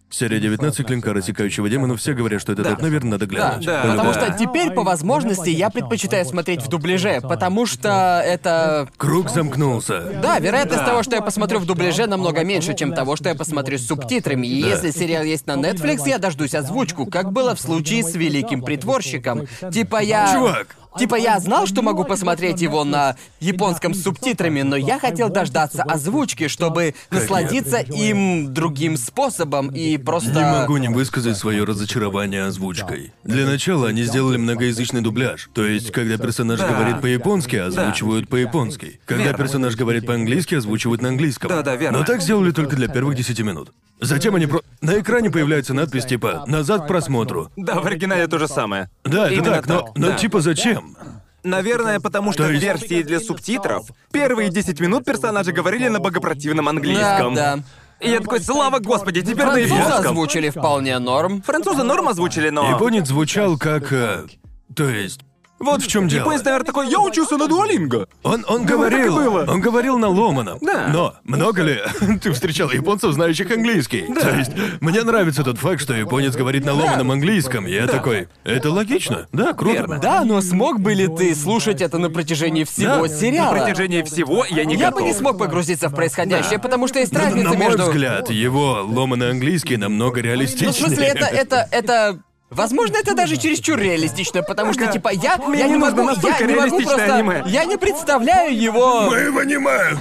Серия девятнадцать клинка рассекающего демона, все говорят, что это Да. топ, наверное, надо Да, глянуть. да. потому По-любому. что теперь, по возможности, я предпочитаю смотреть в дубляже, потому что это... Круг замкнулся. Да, вероятность того, что я посмотрю в дубляже, намного меньше, чем того, что я посмотрю с субтитрами. И если сериал есть на Netflix, я дождусь озвучку, как было в случае с Великим Притворщиком. Типа я... Чувак! Типа я знал, что могу посмотреть его на японском с субтитрами, но я хотел дождаться озвучки, чтобы насладиться им другим способом и просто... Не могу не высказать свое разочарование озвучкой. Для начала они сделали многоязычный дубляж. То есть, когда персонаж Да. говорит по-японски, озвучивают по-японски. Когда Верно. персонаж говорит по-английски, озвучивают на английском. Да, да, верно. Но так сделали только для первых десяти минут. Затем они про... На экране появляется надпись типа «Назад к просмотру». Да, в оригинале то же самое. Да, это Именно так, но, так, но да. типа зачем? Наверное, потому что То есть- в версии для субтитров первые десять минут персонажи говорили на богопротивном английском. Да, да. И я такой, слава господи, теперь на Французы японском. озвучили вполне норм. Французы норм озвучили, но... Японец звучал как... э, То есть... Вот в чем дело. Японец, наверное, такой, я учился на дуолинго. Он, он Да, вот так и говорил, было. он говорил на ломаном. Да. Но много ли ты встречал японцев, знающих английский? То есть, мне нравится тот факт, что японец говорит на ломаном английском. Я такой, это логично. Да, круто. Верно. Да, но смог бы ли ты слушать это на протяжении всего Да. сериала? На протяжении всего я не Я готов. бы не смог погрузиться в происходящее, Да. потому что есть На, разница на мой между... взгляд, его ломаный английский намного реалистичнее. Ну, в смысле, это, это, это... Возможно, это даже чересчур реалистично, потому что, Ага. типа, я, Мне я не не нужно могу, настолько я не могу реалистичное просто... аниме. Я не представляю его... Мы в аниме!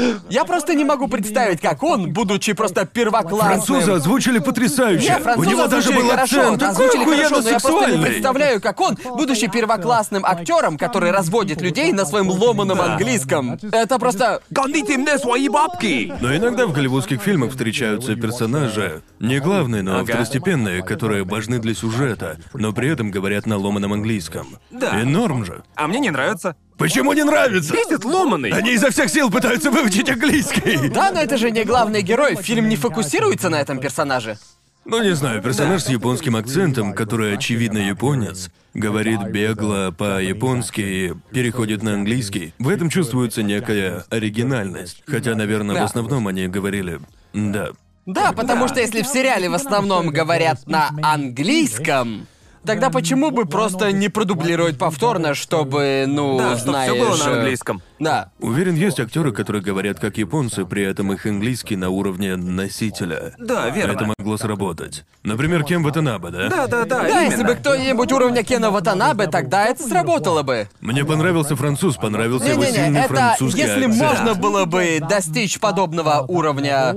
Я просто не могу представить, как он, будучи просто первоклассным... Французы озвучили потрясающе. Не, У французы него даже озвучили был хорошо, акцент такой озвучили хорошо, охуенно но я просто не сексуальный. представляю, как он, будучи первоклассным актером, который разводит людей на своем ломаном английском. Это просто... Гоните мне свои бабки! Но иногда в голливудских фильмах встречаются персонажи, не главные, но Ага. второстепенные, которые важны для сюжета, но при этом говорят на ломаном английском. Да. И норм же. А мне не нравится. Почему не нравится? Бесит ломаный. Они изо всех сил пытаются выучить английский. Да, но это же не главный герой, фильм не фокусируется на этом персонаже. Ну, не знаю, персонаж с японским акцентом, который, очевидно, японец, говорит бегло по-японски и переходит на английский. В этом чувствуется некая оригинальность. Хотя, наверное, в Да. основном они говорили... Да. Да, потому что если в сериале в основном говорят на английском, тогда почему бы просто не продублировать повторно, чтобы, ну, Да, чтоб знаешь... всё было на э, английском. Да. Уверен, есть актеры, которые говорят как японцы, при этом их английский на уровне носителя. Да, верно. Это могло сработать. Например, Кем Ватанабе, да? Да, да, да, Да, именно. если бы кто-нибудь уровня Кена Ватанабе, тогда это сработало бы. Мне понравился француз, понравился его Не-не-не, сильный это французский если акцент. можно было бы достичь подобного уровня...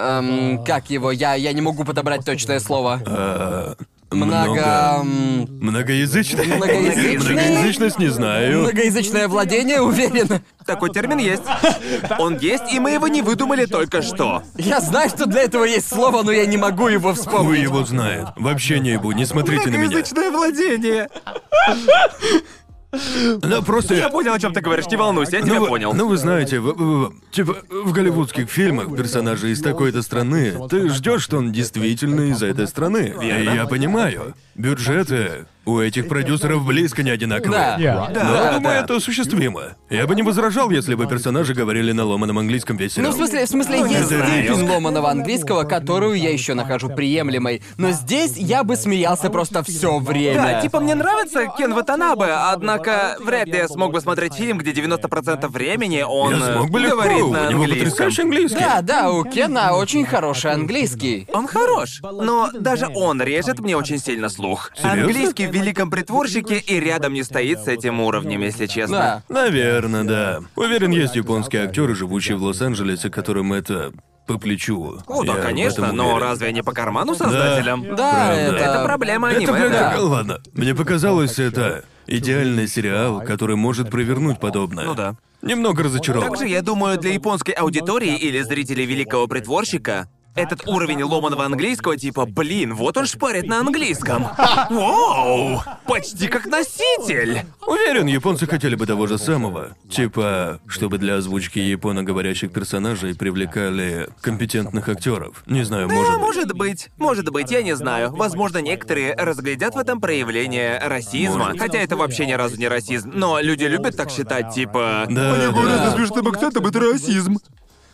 эм, как его? Я, я не могу подобрать точное слово. А, Много... много... м, Многоязычный? Многоязычный? Многоязычность не знаю. Многоязычное владение, уверен. Такой термин есть. Он есть, и мы его не выдумали только что. Я знаю, что для этого есть слово, но я не могу его Хуй вспомнить. его знает. Вообще не ебу, не смотрите на меня. Многоязычное владение. Да просто Я понял, о чем ты говоришь, не волнуйся, я тебя Ну, вы- понял. Ну, вы знаете, в, в- в- типа, в голливудских фильмах персонажи из такой-то страны, ты ждешь, что он действительно из этой страны. И я понимаю, бюджеты у этих продюсеров близко не одинаковые. Да. Да, Но, да, думаю, да. это осуществимо. Я бы не возражал, если бы персонажи говорили на ломаном английском весь Ну, сериал. в смысле, в смысле, Ну, не есть знаю. степень ломаного английского, которую я еще нахожу приемлемой. Но здесь я бы смеялся просто все время. Да, типа мне нравится Кен Ватанабе, однако вряд ли я смог бы смотреть фильм, где девяносто процентов времени он Я смог бы э, легко, говорит у на него английском. потрясающий английский. Да, да, у Кена очень хороший английский. Он хорош, но даже он режет мне очень сильно слух. Серьезно? Английский в «Великом притворщике» и рядом не стоит с этим уровнем, если честно. Да. Наверное, да. Уверен, есть японские актеры, живущие в Лос-Анджелесе, которым это по плечу. О, да, Я в конечно, этом но уверен. разве не по карману создателям? Да, Правда. это... Это проблема Это, аниме, блядь, да. так- ладно. Мне показалось, это идеальный сериал, который может провернуть подобное. Ну да. Немного разочарован. Также, я думаю, для японской аудитории или зрителей «Великого притворщика» этот уровень ломаного английского типа, блин, вот он шпарит на английском. Воу! Почти как носитель! Уверен, японцы хотели бы того же самого. Типа, чтобы для озвучки японоговорящих персонажей привлекали компетентных актеров. Не знаю, может Да, быть. может быть, может быть, я не знаю. Возможно, некоторые разглядят в этом проявление расизма. Может. Хотя это вообще ни разу не расизм. Но люди любят так считать, типа... Да, «Они говорят да. со смешным акцентом, это расизм».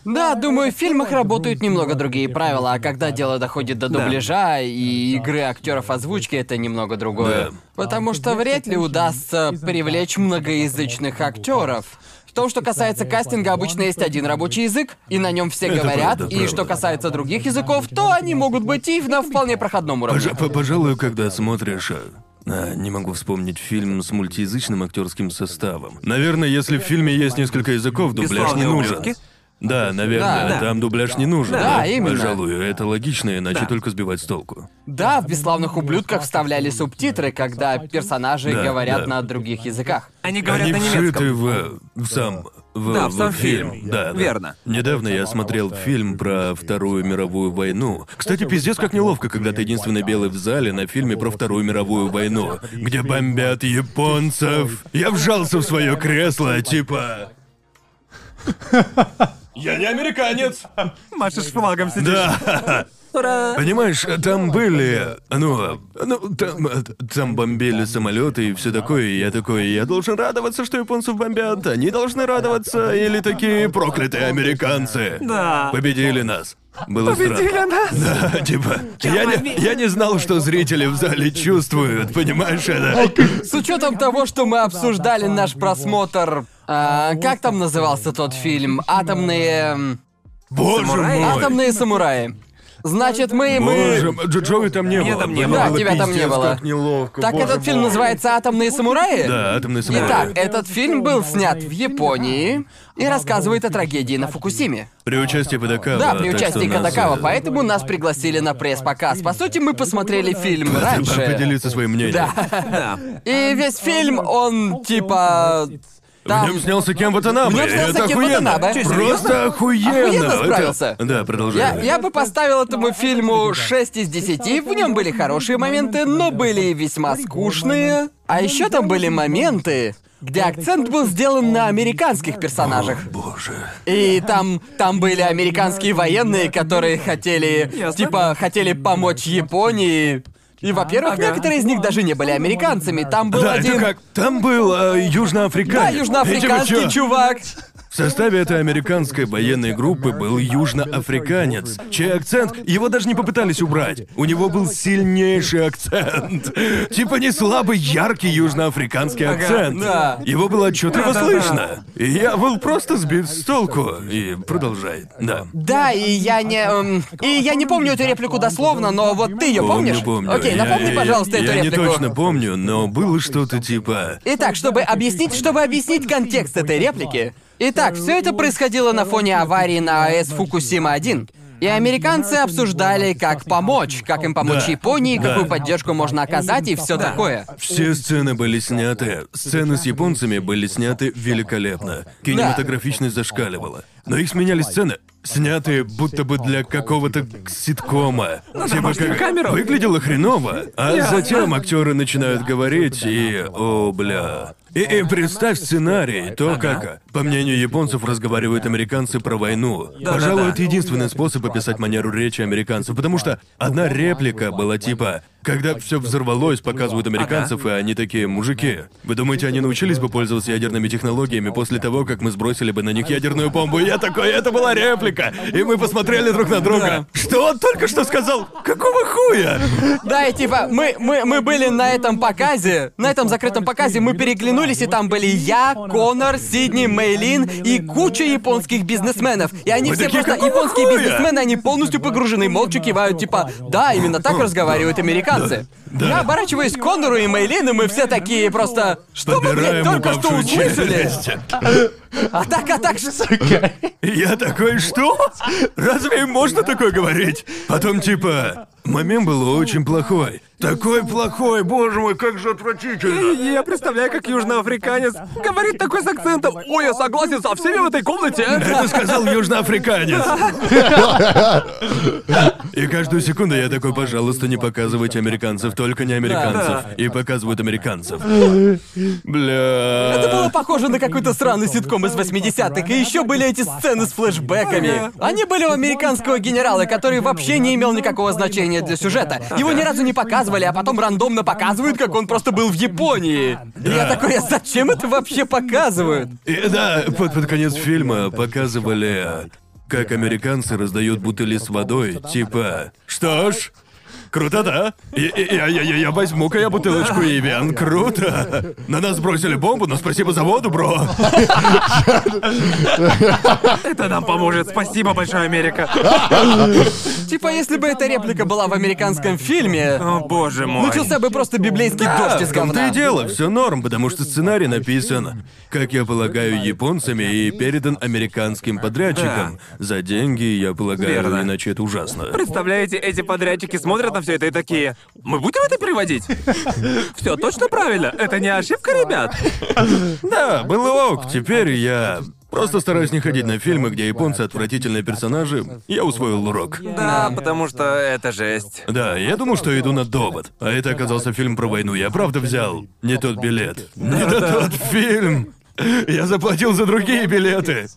Да, думаю, в фильмах работают немного другие правила, а когда дело доходит до дубляжа и игры актеров озвучки, это немного другое. Да. Потому что вряд ли удастся привлечь многоязычных актеров. В том, что касается кастинга, обычно есть один рабочий язык, и на нем все Это говорят, правда, и правда. что касается других языков, то они могут быть и на вполне проходном уровне. Пож- по- Пожалуй, когда смотришь... а, а, не могу вспомнить фильм с мультиязычным актерским составом. Наверное, если в фильме есть несколько языков, дубляж не «Бесславные нужен. ублюдки»? Да, наверное, Да. там дубляж не нужен. Да, именно. Пожалуй, это логично, иначе Да. только сбивать с толку. Да, в «Бесславных ублюдках» вставляли субтитры, когда персонажи Да, говорят да. на других языках. Они говорят Они на вшиты немецком. в, в сам... В, Да, в сам фильм. фильм. Да, да. Верно. Недавно я смотрел фильм про Вторую мировую войну. Кстати, пиздец как неловко, когда ты единственный белый в зале на фильме про Вторую мировую войну, где бомбят японцев. Я вжался в свое кресло, типа... Я не американец! Машешь флагом сидишь. Да. Ура! Понимаешь, там были, ну, ну, там, там бомбили самолеты и все такое, и я такой, я должен радоваться, что японцев бомбят, они должны радоваться, или такие проклятые американцы Да. победили нас. Было Победили странно. нас! Да, типа, я не, я не знал, что зрители в зале чувствуют, понимаешь это? С учетом того, что мы обсуждали наш просмотр... а, как там назывался тот фильм? Атомные... м, Боже Самураи? мой! Атомные самураи. Значит, мы... мы... Боже, Джо- Джоуи там не Меня было. там не Мне было. Да, было тебя там не пиздец, было. как неловко, Так боже этот фильм мой. называется «Атомные самураи»? Да, атомные самураи. Итак, этот фильм был снят в Японии и рассказывает о трагедии на Фукусиме. При участии Кадакава. Да, при так участии что нас, Кадакава, э, поэтому нас пригласили на пресс-показ. По сути, мы посмотрели фильм П- раньше. Поделиться своим мнением. Да. Да. И весь фильм, он типа... В Там... нем снялся Кем Ватанабе. В нем снялся Это Кен охуенно. Ватанабе. Чё, Просто охуенно. Охуенно Это- справился. Да, продолжай. Я, я бы поставил этому фильму шесть из десяти. В нем были хорошие моменты, но были и весьма скучные. А еще там были моменты, где акцент был сделан на американских персонажах. Боже. И там, там были американские военные, которые хотели, Ясно. типа, хотели помочь Японии. И, во-первых, Ага. некоторые из них даже не были американцами. Там был Да, один... это как... Там был э, южноафриканец. Да, южноафриканский И типа, чё? чувак. В составе этой американской военной группы был южноафриканец, чей акцент его даже не попытались убрать. У него был сильнейший акцент. Типа не слабый, яркий южноафриканский акцент. да. Его было отчетливо Да-да-да. слышно. И я был просто сбит с толку. И продолжай. Да. Да, и я не... эм, и я не помню эту реплику дословно, но вот ты ее помнишь? Помню, помню. Окей, Я- напомни, я- пожалуйста, я, эту я реплику. не точно помню, но было что-то типа... Итак, чтобы объяснить, чтобы объяснить контекст этой реплики. Итак, все это происходило на фоне аварии на АЭС Фукусима-один. И американцы обсуждали, как помочь, как им помочь Да. Японии, Да. какую поддержку можно оказать и все такое. Все сцены были сняты. Сцены с японцами были сняты великолепно. Кинематографичность зашкаливала. Но их сменяли сцены, снятые будто бы для какого-то ситкома. Типа домашнюю как камеру. выглядело хреново, а затем актеры начинают говорить и... О, бля. И, и представь сценарий, то как, по мнению японцев, разговаривают американцы про войну. Пожалуй, это единственный способ описать манеру речи американцев, потому что одна реплика была типа, когда все взорвалось, показывают американцев, и они такие, мужики, вы думаете, они научились бы пользоваться ядерными технологиями после того, как мы сбросили бы на них ядерную бомбу? И я такой, это была реплика, и мы посмотрели друг на друга. Что он только что сказал? Какого хуя? Да, и типа, мы, мы, мы были на этом показе, на этом закрытом показе, мы переглянулись, и там были я, Конор, Сидни, Мэйлин и куча японских бизнесменов. И они Вы все такие, просто, «Какого японские хуя?» бизнесмены, они полностью погружены, молча кивают, типа, да, именно так разговаривают американцы. Да. Я оборачиваюсь к Конору и Мэйлин, и мы все такие просто, что мы, блядь, Подбираем только что упавшую услышали? челюсть. А так, а так, что... И я такой, что? Разве им можно такое говорить? Потом типа, момент был очень плохой. Такой плохой, боже мой, как же отвратительно. Я представляю, как южноафриканец говорит такой с акцентом. Ой, я согласен со всеми в этой комнате. Это сказал южноафриканец. И каждую секунду я такой, пожалуйста, не показывайте американцев, только не американцев. Да. И показывают американцев. Бля. Это было похоже на какой-то сраный ситком из восьмидесятых, и еще были эти сцены с флешбэками. Они были у американского генерала, который вообще не имел никакого значения для сюжета. Его ни разу не показывали, а потом рандомно показывают, как он просто был в Японии. И я такой, а зачем это вообще показывают? И да, под, под конец фильма показывали как американцы раздают бутыли с водой, типа... Что ж, круто, да? Я, я, я, я возьму-ка я бутылочку Evian, круто. На нас бросили бомбу, но спасибо за воду, бро. Это нам поможет. Спасибо большое, Америка. Типа, если бы эта реплика была в американском фильме, О, боже мой. начался бы просто библейский дождь из В том-то говна. и дело, все норм, потому что сценарий написан, как я полагаю, японцами и передан американским подрядчикам. За деньги, я полагаю, Верно. иначе это ужасно. Представляете, эти подрядчики смотрят на все это и такие: мы будем это переводить? Все точно правильно. Это не ошибка, ребят. Да, было ок. Теперь я просто стараюсь не ходить на фильмы, где японцы отвратительные персонажи. Я усвоил урок. Да, потому что это жесть. Да, я думал, что иду на довод. А это оказался фильм про войну. Я правда взял не тот билет. Не тот фильм. Я заплатил за другие билеты.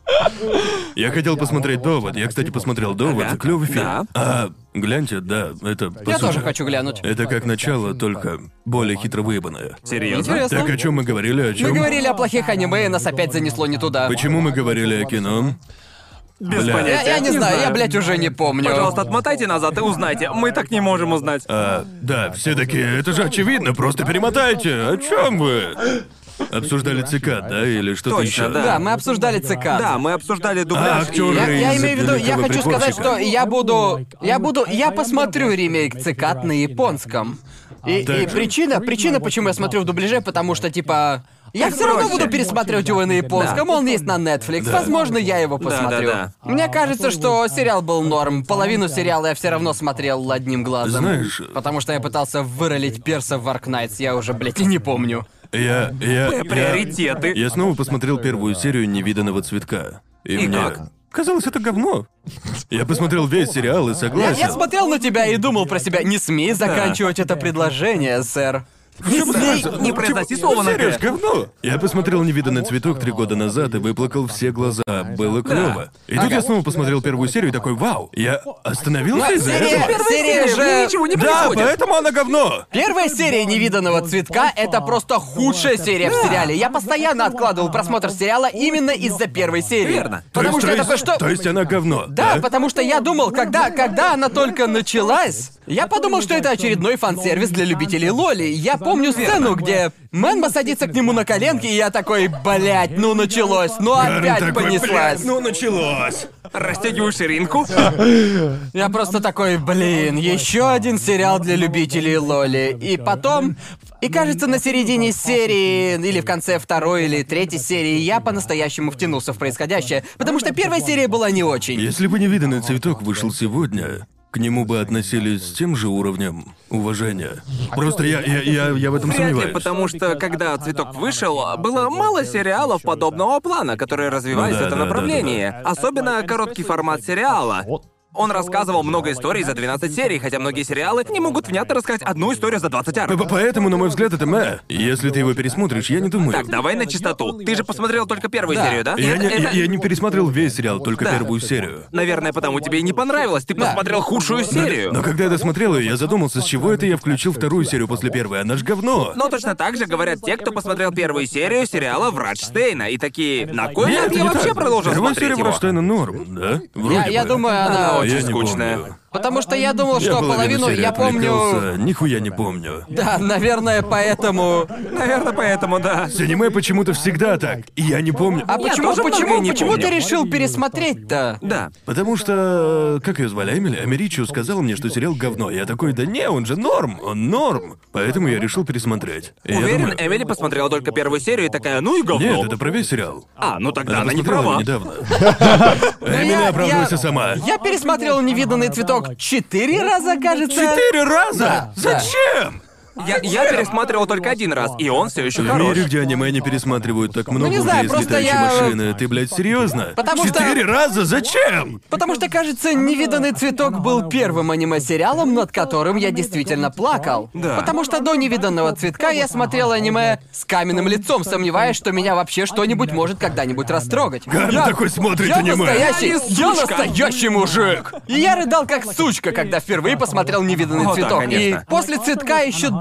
Я хотел посмотреть «Довод». Я, кстати, посмотрел «Довод». Ага. Клевый фильм. Да. А, гляньте, да, это, по Я сути, тоже хочу глянуть. это как начало, только более хитро выебанное. Серьезно? Интересно. Так о чем мы говорили, о чем? Мы говорили о плохих аниме, и нас опять занесло не туда. Почему мы говорили о кино? Без Бля. понятия. Я, я не, знаю, я, блядь, уже не помню. Пожалуйста, отмотайте назад и узнайте. Мы так не можем узнать. А, да, все такие, это же очевидно, просто перемотайте. О чем вы? Обсуждали цикад, да, или что-то Точно, еще? да. Да, мы обсуждали цикад. Да, мы обсуждали А, дубляж. актеры. и- Я, я из-за имею в виду, я великого хочу сказать, притворщика. что я буду, я буду, я посмотрю ремейк цикад на японском. И, Так и же. причина, причина, почему я смотрю в дубляже, потому что типа я Так все равно проще. буду пересматривать его на японском, Да. он есть на Netflix, возможно, я его посмотрю. да. Мне кажется, что сериал был норм, половину сериала я все равно смотрел одним глазом. Знаешь, Потому что я пытался выролить перса в Arknights, я уже, блядь, и не помню. я, я, я, Приоритеты. я снова посмотрел первую серию «Невиданного цветка». И, И мне как? казалось, это говно. Я посмотрел весь сериал и Я, согласен. я смотрел на тебя и думал про себя, не смей заканчивать это предложение, сэр. Не смей. Не произноси слово на Серьёз, «г». говно. Я посмотрел «Невиданный цветок» три года назад и выплакал все глаза. Было клево. И тут я снова посмотрел первую серию и такой: вау, я остановился из-за серия- этого. Первая серия серия, же- ничего не Да, происходит. поэтому она говно. Первая серия «Невиданного цветка» — это просто худшая серия в сериале. Я постоянно откладывал просмотр сериала именно из-за первой серии. Верно. Потому то что есть, я такой, что... То есть она говно, Да, да? потому что я думал, когда, когда она только началась, я подумал, что это очередной фан-сервис для любителей лоли. Я помню сцену, где Мэнба садится к нему на коленки, и я такой: блять, ну началось, ну Гарн опять такой: понеслась. «Блядь, ну началось. Растягиваю ширинку. Я просто такой: блин, еще один сериал для любителей лоли. И потом, и кажется, на середине серии, или в конце второй или третьей серии, я по-настоящему втянулся в происходящее, потому что первая серия была не очень. Если бы «Невиданный цветок» вышел сегодня, к нему бы относились с тем же уровнем уважения. Просто я, я, я, я в этом Вряд ли, сомневаюсь. потому что когда «Цветок» вышел, было мало сериалов подобного плана, которые развивались Ну да, в этом да, направлении. Особенно короткий формат сериала. Он рассказывал много историй за двенадцать серий, хотя многие сериалы не могут внятно рассказать одну историю за двадцать арок. П- Поэтому, на мой взгляд, это мэ. Если ты его пересмотришь, я не думаю. Так, давай на чистоту. Ты же посмотрел только первую Да. серию, да? Я, Это- не, это- я- я не пересмотрел весь сериал, только Да. первую серию. Наверное, потому тебе и не понравилось. Ты посмотрел худшую серию. Но когда я досмотрел ее, я задумался, с чего это я включил вторую серию после первой. Она ж говно. Но точно так же говорят те, кто посмотрел первую серию сериала «Враг Штейна», и такие: на кой Нет, ляд это я не вообще так. продолжил Первая смотреть серия его? Бронштейна норм, да? Вроде Я, я бы. думаю, она... Она Я очень не скучная. помню. Потому что я думал, что Я половину половину... серии Я помню... отвлекался, нихуя не помню. Да, наверное, поэтому... Наверное, поэтому, да. С аниме почему-то всегда так, и я не помню. А Я почему, тоже почему, многое не почему помню. ты решил пересмотреть-то? Да. Потому что, как ее звали, Эмили? Америчу сказала мне, что сериал говно. Я такой: да не, он же норм, он норм. Поэтому я решил пересмотреть. И я Уверен, думаю, Эмили посмотрела только первую серию и такая: ну и говно. нет, это про весь сериал. А, ну тогда она не посмотрела его права. недавно. Эмили, я- оправдывайся я- сама. Я пересмотрел «Невиданный цветок» четыре раза, кажется. Четыре раза? Да, да. Зачем? Я, я пересматривал только один раз, и он все еще В хорош. мире, где аниме не пересматривают так много, не уже знаю, есть просто летающие я- машины. Ты, блядь, серьезно? Потому что- Четыре раза? Зачем? Потому что, кажется, «Невиданный цветок» был первым аниме-сериалом, над которым я действительно плакал. Да. Потому что до «Невиданного цветка» я смотрел аниме с каменным лицом, сомневаясь, что меня вообще что-нибудь может когда-нибудь растрогать. Гарн Я- такой смотрит я аниме. настоящий, Я не я сучка. настоящий мужик! И я рыдал как сучка, когда впервые посмотрел «Невиданный О, да, цветок». И конечно. после цветка еще до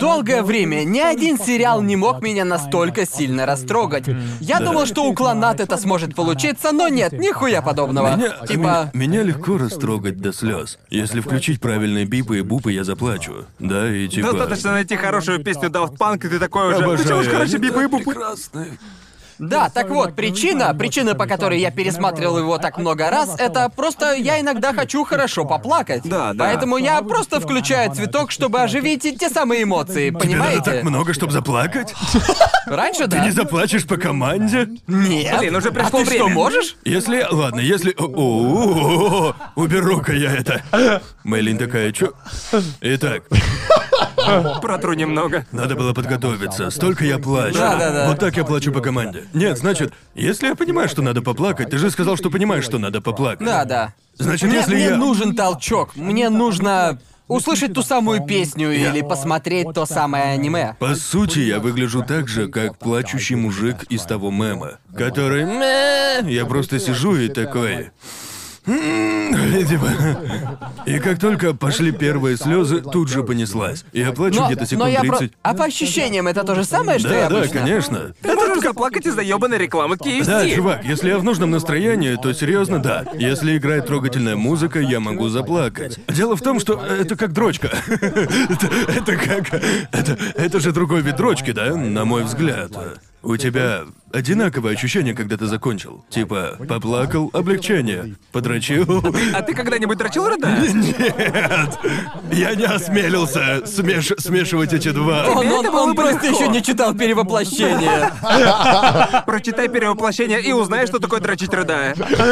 долгое время ни один сериал не мог меня настолько сильно растрогать. Я думал, что у Кланнад это сможет получиться, но нет, нихуя подобного. Меня, Типа... меня, меня легко растрогать до слез. Если включить правильные бипы и бупы, я заплачу. Да, и типа... Достаточно найти хорошую песню Daft Punk, и ты такой уже... Обожаю, Почему же хорошие они бипы и так бупы? прекрасны. Да, так вот, причина, причина, по которой я пересматривал его так много раз, это просто я иногда хочу хорошо поплакать. Да, да. Поэтому я просто включаю цветок, чтобы оживить и те самые эмоции, Тебе надо понимаете? так много, чтобы заплакать? Раньше Ты да. не заплачешь по команде? Нет. Блин, уже а пришло ты время. что, можешь? Если... Ладно, если... О-о-о-о, уберу-ка я это. Мэйлин такая, чё? Итак, Протру немного. надо было подготовиться. Столько я плачу. Да-да-да. Вот так я плачу по команде. Нет, значит, если я понимаю, что надо поплакать, ты же сказал, что понимаешь, что надо поплакать. Да, да. Значит, Мне, если мне я... нужен толчок. Мне нужно услышать ту самую песню Я- или посмотреть то самое аниме. По сути, я выгляжу так же, как плачущий мужик из того мема, который... «Мэ». Я просто сижу и такой... «М-м-м», типа. И как только пошли первые слезы, тут же понеслась. Я плачу Но, где-то но секунд я про... тридцать. А по ощущениям это то же самое, что и Да, да, обычно? конечно. Ты можешь заплакать из-за ёбаной рекламы кей эф си. Да, чувак, если я в нужном настроении, то серьезно, да. Если играет трогательная музыка, я могу заплакать. Дело в том, что это как дрочка. Это, это как... Это, это же другой вид дрочки, да, на мой взгляд. У тебя одинаковое ощущение, когда ты закончил. Типа, поплакал, облегчение, подрочил. А ты когда-нибудь дрочил, рыдая? Нет! Я не осмелился смеш... смешивать эти два. Он, он- Это было он бы просто легко. еще не читал перевоплощение. Прочитай перевоплощение и узнай, что такое дрочить, рыдая.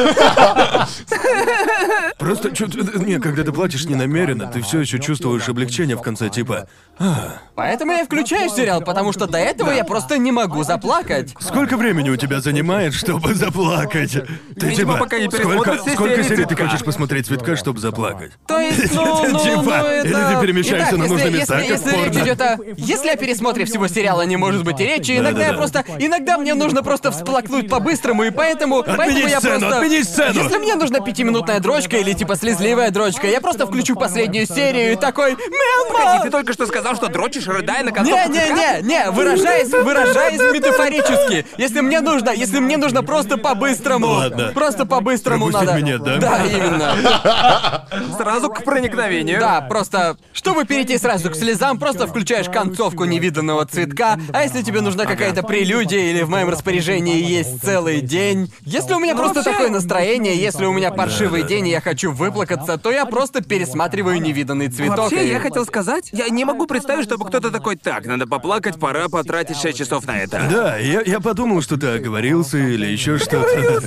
Просто чё- не, когда ты плачешь ненамеренно, ты все еще чувствуешь облегчение в конце, типа. Поэтому я включаю сериал, потому что до этого я просто не могу заплакать. Сколько времени у тебя занимает, чтобы заплакать? Ты Видимо, типа, пока не сколько, пересмотришь все сколько серии серий ты «Цветка». хочешь посмотреть «Цветка», чтобы заплакать? То есть, ну, ну, Типа, ну, это... или ты перемещаешься Итак, на нужные если, места, если, как в если речь порно. идет о... Если о пересмотре всего сериала не может быть и речи, иногда я Да-да-да. просто... Иногда мне нужно просто всплакнуть по-быстрому, и поэтому... поэтому я сцену, просто... отмени сцену! Если мне нужна пятиминутная дрочка или типа слезливая дрочка, я просто включу последнюю серию и такой... Погоди, Мелма! ты только что сказал, что дрочишь, рыдая на концовку «Цветка»? Не-не-не-не, выражаясь, выражаясь метафорически. Если мне нужно, если мне нужно просто по-быстрому. Ладно. Просто по-быстрому Пропустить надо. минет, да? Да, именно. Сразу к проникновению. Да, просто, чтобы перейти сразу к слезам, просто включаешь концовку невиданного цветка, а если тебе нужна какая-то прелюдия или в моем распоряжении есть целый день, если у меня просто вообще- такое настроение, если у меня паршивый Да. день и я хочу выплакаться, то я просто пересматриваю невиданный цветок. Вообще, и- я хотел сказать, я не могу представить, чтобы кто-то такой, так, надо поплакать, пора потратить шесть часов на это. Да, я, я подумал, что ты оговорился или еще что-то.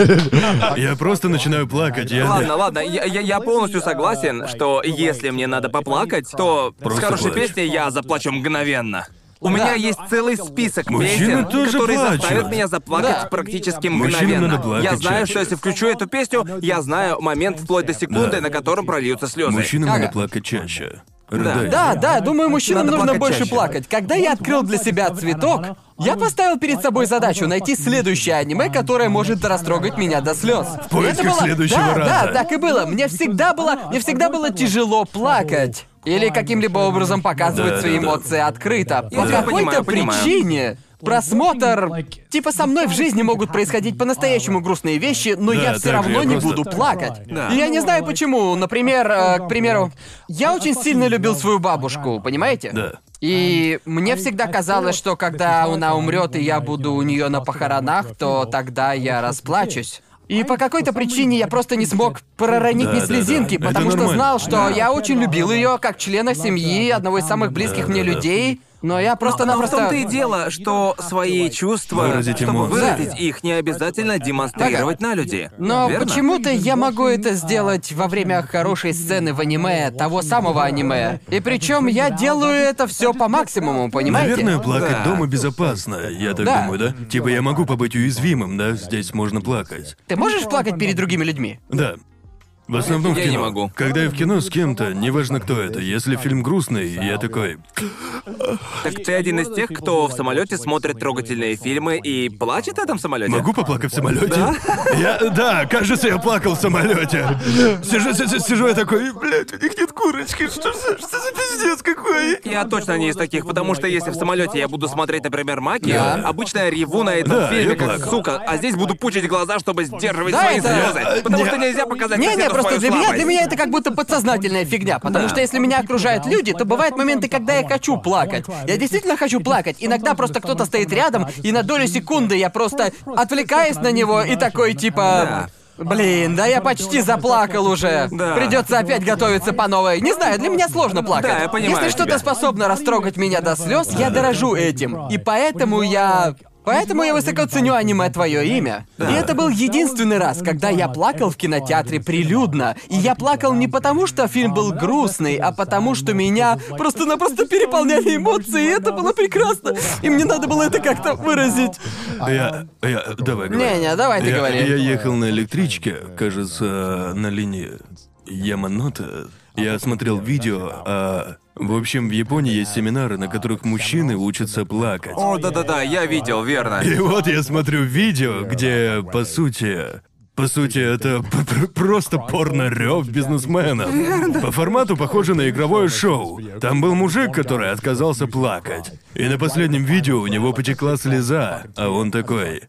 Я просто начинаю плакать. Я... Ладно, ладно, я, я, я полностью согласен, что если мне надо поплакать, то Просто с хорошей плачь. песней я заплачу мгновенно. У меня есть целый список Мужчины песен, тоже которые плачут. заставят меня заплакать Да. практически Мужчинам мгновенно. надо плакать Я знаю, чаще. что если включу эту песню, я знаю момент вплоть до секунды, Да. на котором прольются слезы. Мужчинам Ага. надо плакать чаще. Рыдай. Да, да, думаю, мужчинам Надо нужно плакать больше чаще. плакать. Когда я открыл для себя цветок, я поставил перед собой задачу найти следующее аниме, которое может растрогать меня до слез. В поисках следующего да, раза. Да, так и было. Мне всегда было, мне всегда было тяжело плакать. Или каким-либо образом показывать Да, свои да, да. эмоции открыто. По Я какой-то понимаю, понимаю. причине. Просмотр... Типа со мной в жизни могут происходить по-настоящему грустные вещи, но Да, я так все же, равно я не просто- буду плакать. Да. И я не знаю почему. Например, э, к примеру, я очень сильно любил свою бабушку, понимаете? Да. И мне всегда казалось, что когда она умрет и я буду у нее на похоронах, то тогда я расплачусь. И по какой-то причине я просто не смог проронить Да, ни да, слезинки, да. потому Это что нормально. знал, что я очень любил ее как члена семьи, одного из самых близких Да, мне да, да. людей. Но я Но в просто-напросто... том-то и дело, что свои чувства, Выразить чтобы эмоции. выразить их, не обязательно демонстрировать на люди. Но Верно? почему-то я могу это сделать во время хорошей сцены в аниме, того самого аниме. И причем я делаю это все по максимуму, понимаете? Наверное, плакать Да. дома безопасно, я так Да. думаю, да? Типа я могу побыть уязвимым, да? Здесь можно плакать. Ты можешь плакать перед другими людьми? Да. В основном в Я кино. не могу. Когда я в кино с кем-то, неважно кто это, если фильм грустный, я такой... Так ты один из тех, кто в самолете смотрит трогательные фильмы и плачет в этом самолете? Могу поплакать в самолете? Да? Я, да, кажется, я плакал в самолете. Сижу, сижу, сижу я такой, блядь, у них нет курочки, что, за- что за пиздец какой? Я точно не из таких, потому что если в самолете я буду смотреть, например, Маки, Да. обычно я реву на этом Да, фильме я как плакал. сука, а здесь буду пучить глаза, чтобы сдерживать Да, свои это- слезы. Потому Не- что нельзя показать Не-не, соседу просто свою для меня, слабость. для меня это как будто подсознательная фигня, потому Да. что если меня окружают люди, то бывают моменты, когда я хочу плакать. Я действительно хочу плакать. Иногда просто кто-то стоит рядом, и на долю секунды я просто отвлекаюсь на него и такой типа... Блин, да я почти заплакал уже. Да. Придется опять готовиться по новой. Не знаю, для меня сложно плакать. Да, я понимаю Если что-то тебя. способно растрогать меня до слез, я дорожу этим. И поэтому я... Поэтому я высоко ценю аниме «Твое имя». И это был единственный раз, когда я плакал в кинотеатре прилюдно. И я плакал не потому, что фильм был грустный, а потому, что меня просто-напросто переполняли эмоции, и это было прекрасно. И мне надо было это как-то выразить. Я, я, давай, говори. Не-не, давай ты я, говори. Я ехал на электричке, кажется, на линии Яманоте. Я смотрел видео, а... В общем, в Японии есть семинары, на которых мужчины учатся плакать. О, да-да-да, я видел, верно. И вот я смотрю видео, где, по сути... По сути, это п- пр- просто порно-рёв бизнесменов. По формату похоже на игровое шоу. Там был мужик, который отказался плакать. И на последнем видео у него потекла слеза, а он такой...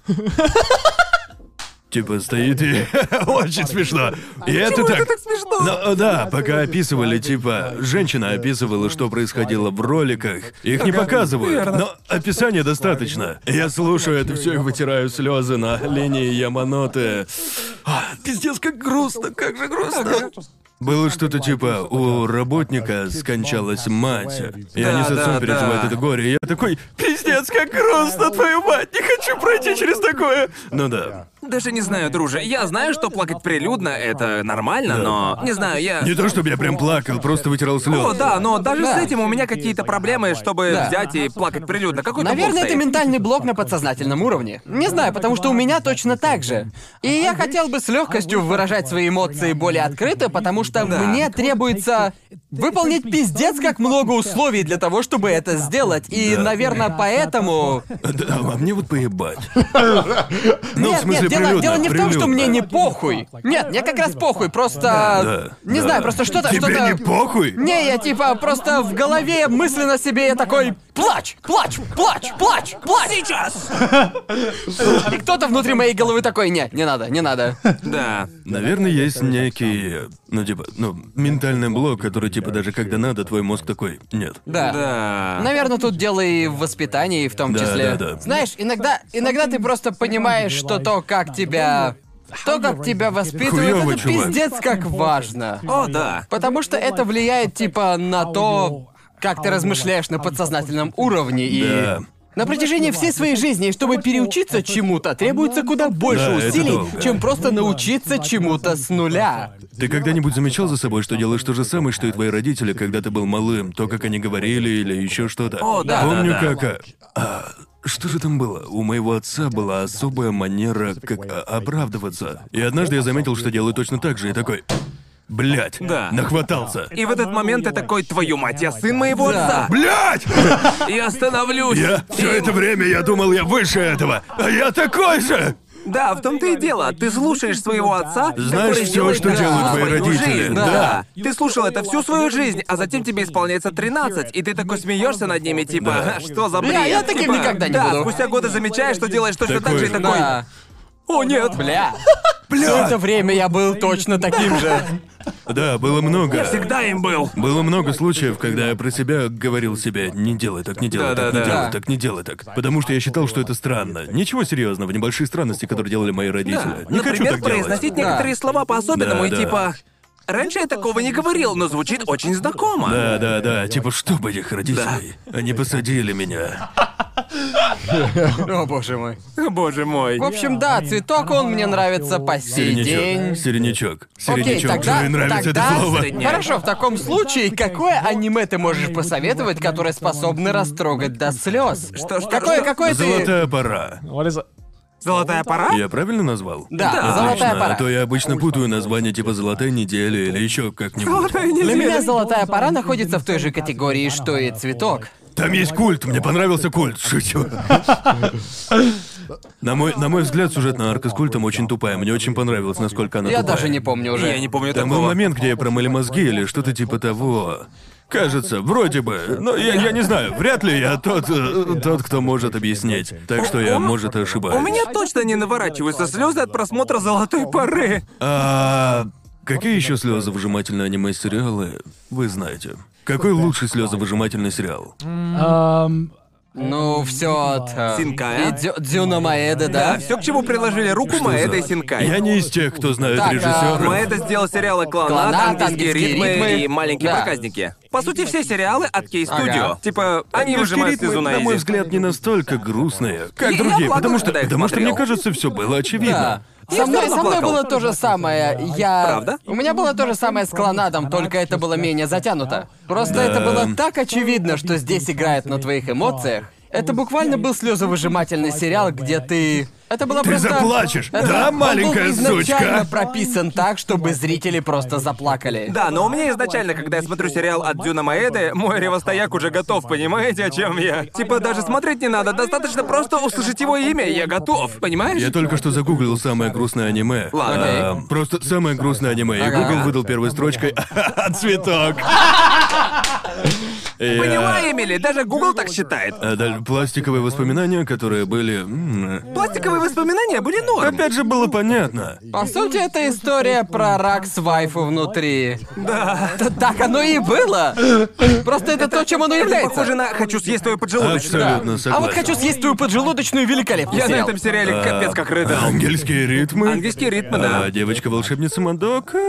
Типа стоит и... Очень смешно. И это так... смешно? Ну да, пока описывали, типа, женщина описывала, что происходило в роликах. Их не показывают, но описания достаточно. Я слушаю это все и вытираю слезы на линии Яманоте. А, пиздец, как грустно, как же грустно. Было что-то типа, у работника скончалась мать, и Да, они с отцом да, переживают да. это горе. И я такой, пиздец, как грустно, твою мать, не хочу пройти через такое. Ну да. Даже не знаю, друже. Я знаю, что плакать прилюдно — это нормально, но... Не знаю, я... Не то чтобы я прям плакал, просто вытирал слезы. О, да, но даже Да. с этим у меня какие-то проблемы, чтобы Да. взять и плакать прилюдно. Какой-то Наверное, блок это стоит. ментальный блок на подсознательном уровне. Не знаю, потому что у меня точно так же. И я хотел бы с легкостью выражать свои эмоции более открыто, потому что Да. мне требуется выполнить пиздец как много условий для того, чтобы это сделать. И, Да. наверное, поэтому... Да, а мне вот поебать. Ну, Нет, в смысле, нет, дело, прилюдно, дело не в том, что прилюдно. мне не похуй. Нет, мне как раз похуй, просто... Да, не да. знаю, просто что-то... Тебе что-то... не похуй? Не, я типа просто в голове мысленно себе я такой плачь, плачь, плачь, плачь, плачь. Сейчас. И кто-то внутри моей головы такой, не, не надо, не надо. Да. Наверное, есть некий, ну типа, ну, ментальный блок, который типа даже когда надо, твой мозг такой, нет. Да. Да. Наверное, тут дело и в воспитании в том Да, числе. да, да. Знаешь, иногда, иногда ты просто понимаешь, что то, как тебя, то, как тебя воспитывают, Хуёво, это чувак. пиздец как важно. О, да. Потому что это влияет типа на то, как ты размышляешь на подсознательном уровне и... Да. На протяжении всей своей жизни, чтобы переучиться чему-то, требуется куда больше Да, это усилий, долго. чем просто научиться чему-то с нуля. Ты когда-нибудь замечал за собой, что делаешь то же самое, что и твои родители, когда ты был малым, то, как они говорили или еще что-то? О, да, Помню, да, да. как... а, а, что же там было? У моего отца была особая манера, как а, оправдываться. И однажды я заметил, что делаю точно так же, и такой... Блять, Да. нахватался. И в этот момент ты такой, твою мать, я сын моего Да. отца. Блять! Я становлюсь. Я все это время я думал, я выше этого, а я такой же! Да, в том-то и дело. Ты слушаешь своего отца, Знаешь который всё, делает что так делают всю твои свою родители. жизнь. Да. Да. Ты слушал это всю свою жизнь, а затем тебе исполняется тринадцать, и ты такой смеешься над ними, типа, Да. «Ха, что за бред? Бля, я таким Типа, никогда не да, буду. спустя годы замечаешь, что делаешь точно Такой так же, и же. такой, Да. о нет. Бля. Все это время я был точно таким же. Да, было много. Всегда им был. Было много случаев, когда я про себя говорил себе, не делай так, не делай так, не Да-да-да. делай так, не делай так. Потому что я считал, что это странно. Ничего серьезного, небольшие странности, которые делали мои родители. Да. Не хочу Например, так делать. произносить некоторые слова по-особенному, Да, и да. типа... Раньше я такого не говорил, но звучит очень знакомо. Да, да, да, типа, чтобы этих родителей. Они посадили меня. О, боже мой. О, боже мой. В общем, да, цветок, он мне нравится по сей день. Середнячок. Окей, Середнячок. тогда, Мне нравится тогда... это слово. Средняк. Хорошо, в таком случае, какое аниме ты можешь посоветовать, которое способно растрогать до слез? Что, что, Какое, что? какое ты... Золотая пора. What is it? Золотая пора? Я правильно назвал? Да, Да. «Золотая Отлично, пора». а то я обычно путаю названия типа «Золотая неделя» или еще как-нибудь. Для меня «Золотая пора» находится в той же категории, что и «Цветок». Там есть культ, мне понравился культ, шучу. На мой, на мой взгляд, сюжетная арка с культом очень тупая. Мне очень понравилось, насколько она Я тупая. даже не помню уже. Я не помню Там был такого. момент, где промыли мозги или что-то типа того. Кажется, вроде бы. Но я, я не знаю, вряд ли я тот, э, тот, кто может объяснить. Так что я, может, ошибаюсь. У меня точно не наворачиваются слезы от просмотра «Золотой поры». А какие еще слезовыжимательные аниме-сериалы вы знаете? Какой лучший слезовыжимательный сериал? Um, Ну, все от... э, Синкая? и Дю- Дюна Маэда, да? Да, все, к чему приложили руку Маэда и Синкай. Я не из тех, кто знает Так, а, режиссера. Маэда сделал сериалы «Кланат», «Кланат», «Ангельские «Ангельские ритмы» ритмы. и «Маленькие Да. проказники». По сути, все сериалы от Кей-студио. Ага. Типа, они Ангельские выжимают ритмы, слезу на на мой изи. взгляд, не настолько грустные, как Я- я другие, плакал, потому что, когда их потому что смотрел. мне кажется, все было очевидно. Да. Я Со всё мной, равно со мной плакал. было то же самое. Я... Правда? У меня было то же самое с «Кланадом», только это было менее затянуто. Просто Да. это было так очевидно, что здесь играет на твоих эмоциях. Это буквально был слезовыжимательный сериал, где ты... Это было Ты просто... заплачешь, Это- да, он маленькая был изначально сучка? прописан так, чтобы зрители просто заплакали. Да, но у меня изначально, когда я смотрю сериал от Дюна Маэды, мой ревостояк уже готов, понимаете, о чем я? Типа, даже смотреть не надо, достаточно просто услышать его имя, и я готов, понимаешь? Я только что загуглил самое грустное аниме. Ладно. А, просто самое грустное аниме. И Ага. Google выдал первой строчкой «Цветок». Я- Поняла, Эмили, даже Google так считает. А даль- пластиковые воспоминания, которые были... м, Пластиковые воспоминания были норм. Опять же, было понятно. По сути, это история про рак с вайфу внутри. Да. Так оно и было. Просто это, то, чем оно Это является. похоже на «хочу съесть твою поджелудочную». Абсолютно А согласен. вот «Хочу съесть твою поджелудочную» великолепный Я на сериал. этом сериале капец как рыдал. Ангельские ритмы. Ангельские ритмы, да. А, девочка-волшебница Мадока.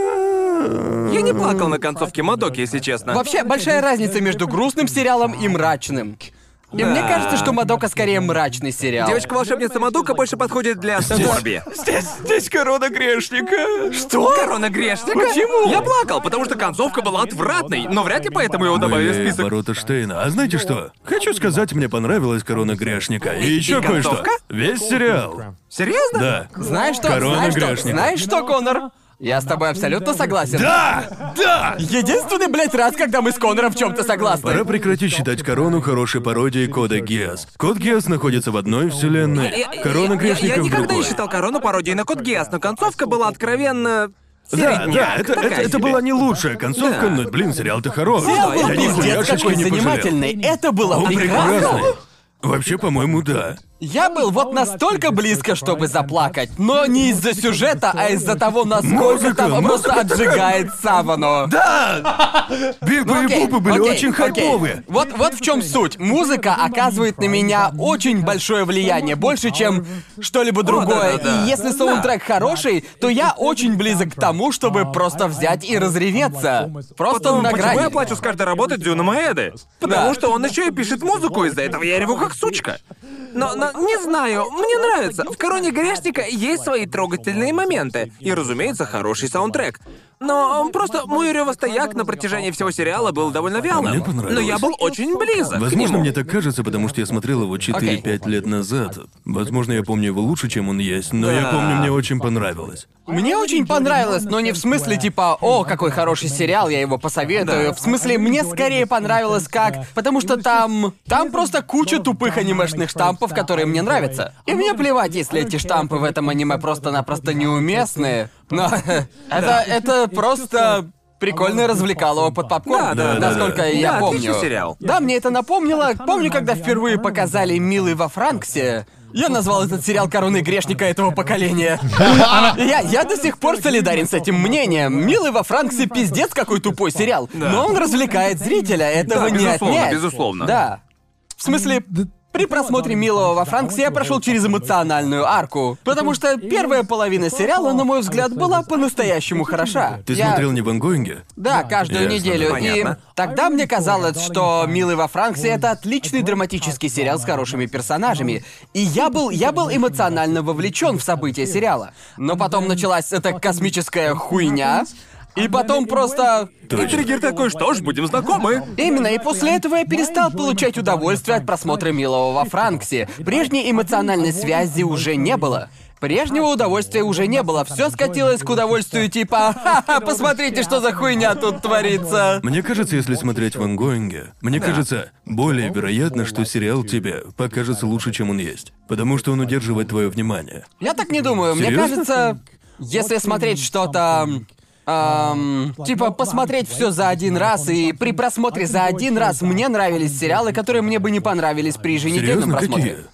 Я не плакал на концовке Мадоки, если честно. Вообще, большая разница между грустным сериалом и мрачным. И мне кажется, что «Мадока» скорее мрачный сериал. Девочка-волшебница Мадока больше подходит для скорби. Здесь, здесь корона грешника. Что? Корона грешника? Почему? Я плакал, потому что концовка была отвратной, но вряд ли поэтому его добавили в Были список. ворота Штейна. А знаете что? Хочу сказать, мне понравилась корона грешника. И еще и кое-что. концовка? Весь сериал. Серьезно? Да. Знаешь что? Корона Знаешь что? грешника. Знаешь что, Конор? Я с тобой абсолютно согласен. Да! Да! Единственный, блядь, раз, когда мы с Конором в чем-то согласны. Пора прекратить считать корону хорошей пародией кода Гиас. Код Гиас находится в одной вселенной. Я- Корона я- грешника Я в никогда другой. не считал корону пародией на Код Гиас, но концовка была откровенно... Да, середняк, да, это, такая это, это себе. была не лучшая концовка, Да. но, блин, сериал-то хороший. Сериал был Я пиздец нихуяшечки какой не пожалел. занимательный. Это было Он прекрасно. прекрасный. Вообще, по-моему, да. Я был вот настолько близко, чтобы заплакать, но не из-за сюжета, а из-за того, насколько Музыка, там просто музыка такая- отжигает Савану. Да! Бибы и Окей, Бубы были окей, очень окей. хайповые. Вот, вот в чем суть. Музыка оказывает на меня очень большое влияние, больше, чем что-либо другое. да-да-да. И если саундтрек хороший, то я очень близок к тому, чтобы просто взять и разреветься. Просто Потом, на почему грани. я плачу с каждой работы Дюна Маэды? Потому Да. что он еще и пишет музыку, из-за этого я реву как сучка. Но, но не знаю, мне нравится. В «Короне грешника» есть свои трогательные моменты. И, разумеется, хороший саундтрек. Но просто мой ревостояк на протяжении всего сериала был довольно вялым. Мне понравилось. Но я был очень близок к Возможно, нему. мне так кажется, потому что я смотрел его четыре-пять лет назад. Возможно, я помню его лучше, чем он есть, но я Да. помню, мне очень понравилось. Мне очень понравилось, но не в смысле типа «О, какой хороший сериал, я его посоветую». В смысле, мне скорее понравилось как... Потому что там... Там просто куча тупых анимешных штампов, которые мне нравятся. И мне плевать, если эти штампы в этом аниме просто-напросто неуместные. Но это, это просто... Прикольно развлекалово под попкорн, Да, да, да, насколько да. я Да, помню. отличный сериал. Да, мне это напомнило. Помню, когда впервые показали «Милый во Франксе», я назвал этот сериал «Короной грешника» этого поколения. Я, я до сих пор солидарен с этим мнением. «Милый во Франксе» пиздец какой тупой сериал. Но он развлекает зрителя, этого Да, не безусловно, отнять. безусловно. Да. В смысле, при просмотре «Милого во Франксе» я прошел через эмоциональную арку. Потому что первая половина сериала, на мой взгляд, была по-настоящему хороша. Ты Я- смотрел не в Ангоинге? Да, каждую Ясно, неделю. понятно. И тогда мне казалось, что «Милый во Франксе» — это отличный драматический сериал с хорошими персонажами. И я был, я был эмоционально вовлечен в события сериала. Но потом началась эта космическая хуйня. И потом просто... Точно. И триггер такой, что ж, будем знакомы. Именно, и после этого я перестал получать удовольствие от просмотра «Милого во Франксе». Прежней эмоциональной связи уже не было. Прежнего удовольствия уже не было. Все скатилось к удовольствию типа «Ха-ха, посмотрите, что за хуйня тут творится». Мне кажется, если смотреть в ангоинге, мне кажется, более вероятно, что сериал тебе покажется лучше, чем он есть. Потому что он удерживает твое внимание. Я так не думаю. Мне Серьёзно? кажется, если смотреть что-то... эм, типа посмотреть все за один раз, и при просмотре за один раз мне нравились сериалы, которые мне бы не понравились при еженедельном Серьезно, просмотре. какие?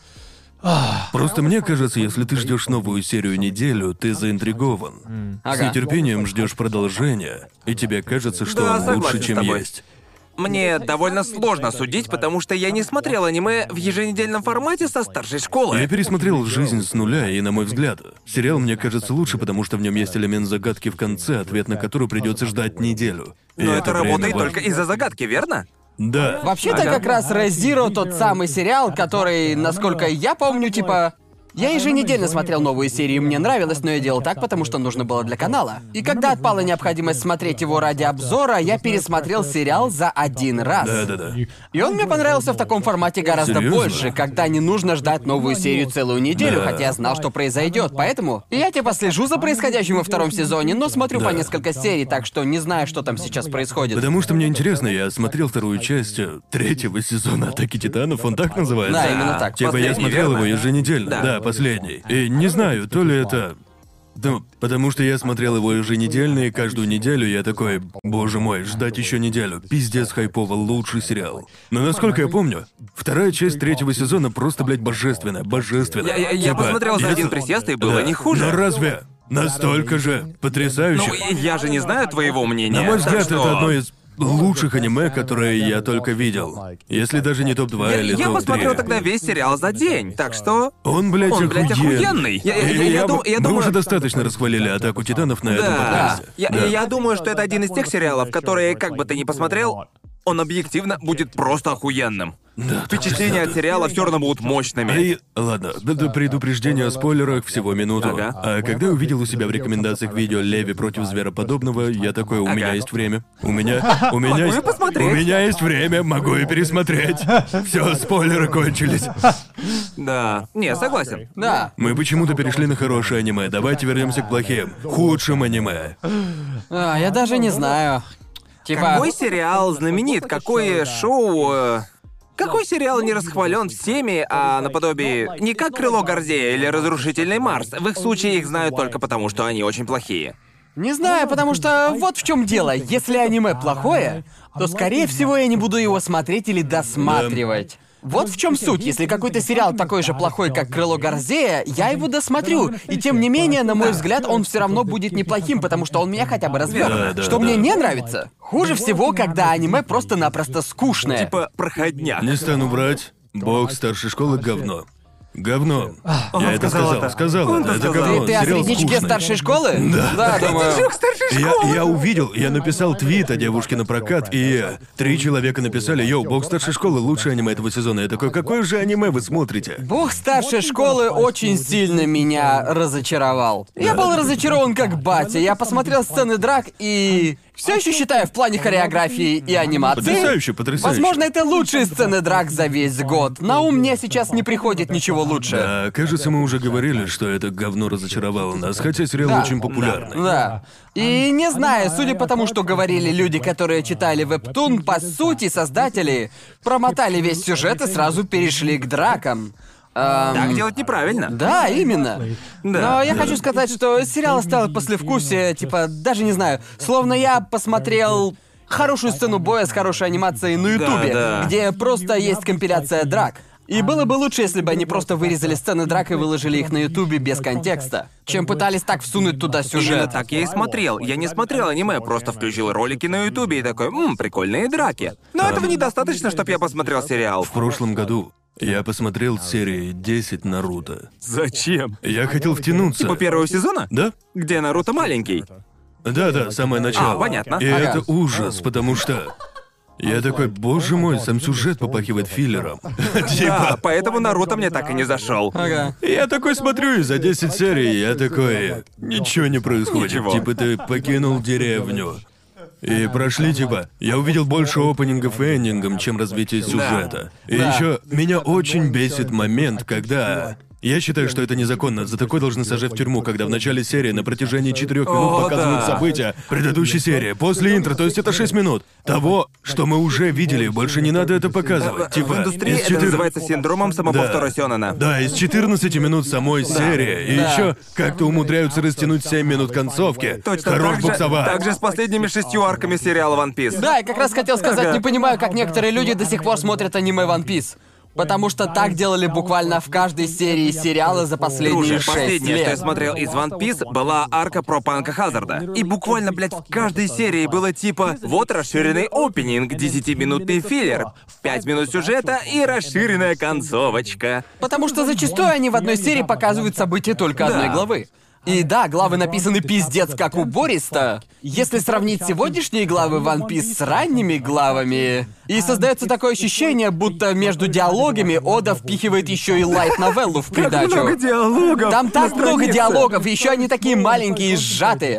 Просто мне кажется, если ты ждешь новую серию неделю, ты заинтригован. С Ага. нетерпением ждешь продолжения, и тебе кажется, что Да, он согласен лучше, с чем тобой. есть. Мне довольно сложно судить, потому что я не смотрел аниме в еженедельном формате со старшей школы. Я пересмотрел «Жизнь с нуля», и, на мой взгляд, сериал мне кажется лучше, потому что в нем есть элемент загадки в конце, ответ на который придется ждать неделю. И Но это время работает важно. только из-за загадки, верно? Да. Вообще-то Ага. как раз Re:Zero тот самый сериал, который, насколько я помню, типа... Я еженедельно смотрел новые серии, мне нравилось, но я делал так, потому что нужно было для канала. И когда отпала необходимость смотреть его ради обзора, я пересмотрел сериал за один раз. Да-да-да. И он мне понравился в таком формате гораздо Серьёзно? больше, когда не нужно ждать новую серию целую неделю, Да. хотя я знал, что произойдет. Поэтому я типа слежу за происходящим во втором сезоне, но смотрю по Да. несколько серий, так что не знаю, что там сейчас происходит. Потому что мне интересно, я смотрел вторую часть э, третьего сезона «Атаки Титанов», он так называется? Да, именно так. Типа я Последний, смотрел верно? его еженедельно. Да. Да, последний. И не знаю, то ли это... Ну, потому что я смотрел его еженедельно, и каждую неделю я такой, боже мой, ждать еще неделю. Пиздец хайпово, лучший сериал. Но насколько я помню, вторая часть третьего сезона просто, блядь, божественная, божественная. Я- я- я Типа, посмотрел за я один с- присест, и было Да. не хуже. Но разве настолько же потрясающе? Ну, и я же не знаю твоего мнения. На мой так взгляд, что- это одно из лучших аниме, которые я только видел. Если даже не топ-два Я, или я топ-три. посмотрел тогда весь сериал за день, так что... Он, блядь, Он, блядь, охуенный. охуенный. Я- я- И я бы- дум- я Мы думаю- уже достаточно расхвалили «Атаку Титанов» на этом Да. подкасте. Я, Да. я думаю, что это один из тех сериалов, которые, как бы ты ни посмотрел, он объективно будет просто охуенным. Впечатления от сериала все равно будут мощными. И, ладно, да- да, предупреждение о спойлерах всего минуту. Ага. А когда я увидел у себя в рекомендациях видео «Леви против звероподобного», я такой, у меня Ага. есть время. У меня... У меня Могу есть... и посмотреть. У меня есть время, могу и пересмотреть. Все, спойлеры кончились. Да. Не, согласен. Да. Мы почему-то перешли на хорошее аниме. Давайте вернемся к плохим. Худшим аниме. А, я даже не знаю. Типа... Какой сериал знаменит? Какое шоу... э, Какой сериал не расхвален всеми, а наподобие... Не как «Крыло Гордея» или «Разрушительный Марс». В их случае их знают только потому, что они очень плохие. Не знаю, потому что вот в чем дело. Если аниме плохое, то, скорее всего, я не буду его смотреть или досматривать. Вот в чем суть. Если какой-то сериал такой же плохой, как «Крыло Гордея», я его досмотрю. И тем не менее, на мой взгляд, он все равно будет неплохим, потому что он меня хотя бы развел. Да, да, Что да. мне не нравится. Хуже всего, когда аниме просто-напросто скучное. Типа проходняк. Не стану врать. Бог старшей школы говно. Говно. Он Я это сказал сказал, это. сказал Он это. Это сказал. говно. Ты, ты о Сериал среднячке скучный. старшей школы? Да. Да, думаю. Я, я увидел, я написал твит о девушке на прокат, и три человека написали: «Йоу, Бог старшей школы, лучшее аниме этого сезона». Я такой, какое же аниме вы смотрите? Бог старшей школы очень сильно меня разочаровал. Я был разочарован как батя. Я посмотрел сцены драк и... Все еще считаю в плане хореографии и анимации. Потрясающе, потрясающе. Возможно, это лучшие сцены драк за весь год. На ум мне сейчас не приходит ничего лучше. А, кажется, мы уже говорили, что это говно разочаровало нас, хотя сериал Да. очень популярный. Да. И не знаю, судя по тому, что говорили люди, которые читали вебтун, по сути, создатели промотали весь сюжет и сразу перешли к дракам. Эм, Так делать неправильно. Да, именно. Да. Но я хочу сказать, что сериал оставил послевкусие, типа, даже не знаю, словно я посмотрел хорошую сцену боя с хорошей анимацией на Ютубе, да. где просто есть компиляция драк. И было бы лучше, если бы они просто вырезали сцены драк и выложили их на Ютубе без контекста, чем пытались так всунуть туда Именно сюжет. так я и смотрел. Я не смотрел аниме, просто включил ролики на Ютубе и такой, ммм, прикольные драки. Но этого недостаточно, чтобы я посмотрел сериал. В прошлом году я посмотрел серии десять Наруто. Зачем? Я хотел втянуться. Типа первого сезона? Да? Где Наруто маленький. Да-да, самое начало. А, понятно. И Ага. это ужас, потому что... Я такой, боже мой, сам сюжет попахивает филлером. Да, Типа, поэтому Наруто мне так и не зашел. Ага. я такой смотрю, и за десять серий я такой, ничего не происходит. Ничего. Типа ты покинул деревню. И прошли, типа, я увидел больше опенингов и эндингов, чем развитие сюжета. И Да. еще меня очень бесит момент, когда... Я считаю, что это незаконно. За такое должны сажать в тюрьму, когда в начале серии на протяжении четырех минут О, показывают да. события предыдущей серии. После интро, то есть это шесть минут. Того, что мы уже видели, больше не надо это показывать. В Типа, индустрии из это четыр- называется синдромом самоповтора Да. Сёнэна. Да, из четырнадцати минут самой серии. И Да. еще как-то умудряются растянуть семь минут концовки. Точно Хорош так же, буксовать. так же с последними шестью арками сериала One Piece. Да, я как раз хотел сказать, Ага. не понимаю, как некоторые люди до сих пор смотрят аниме One Piece. Потому что так делали буквально в каждой серии сериала за последние Друже, шесть последнее, что я лет. смотрел из One Piece, была арка про Панка Хазарда. И буквально, блядь, в каждой серии было типа вот расширенный опенинг, десятиминутный филлер, пять минут сюжета и расширенная концовочка. Потому что зачастую они в одной серии показывают события только одной Да. главы. И да, главы написаны пиздец как убористо. Если сравнить сегодняшние главы One Piece с ранними главами, и создается такое ощущение, будто между диалогами Ода впихивает еще и лайт-новеллу в придачу. Много диалогов. Там так на много странице. диалогов, еще они такие маленькие и сжатые.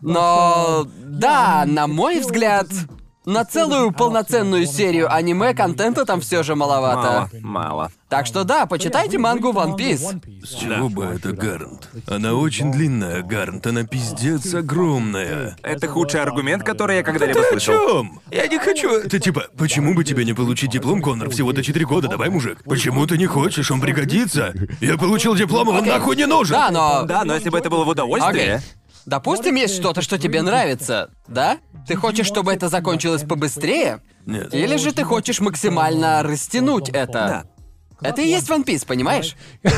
Но да, на мой взгляд, на целую полноценную серию аниме контента там все же маловато. Мало, мало. Так что да, почитайте мангу One Piece. С чего бы это, Гарнт? Она очень длинная, Гарнт, она пиздец огромная. Это худший аргумент, который я когда-либо Ты о слышал. чем? Я не хочу. Ты типа, почему бы тебе не получить диплом, Коннор? Всего-то четыре года, давай, мужик. Почему ты не хочешь? Он пригодится. Я получил диплом, он нахуй не нужен. Да, но... Да, но если бы это было в удовольствие... Окей. Допустим, есть что-то, что тебе нравится, да? Ты хочешь, чтобы это закончилось побыстрее? Нет. Или же ты хочешь максимально растянуть это? Это и есть One Piece, понимаешь?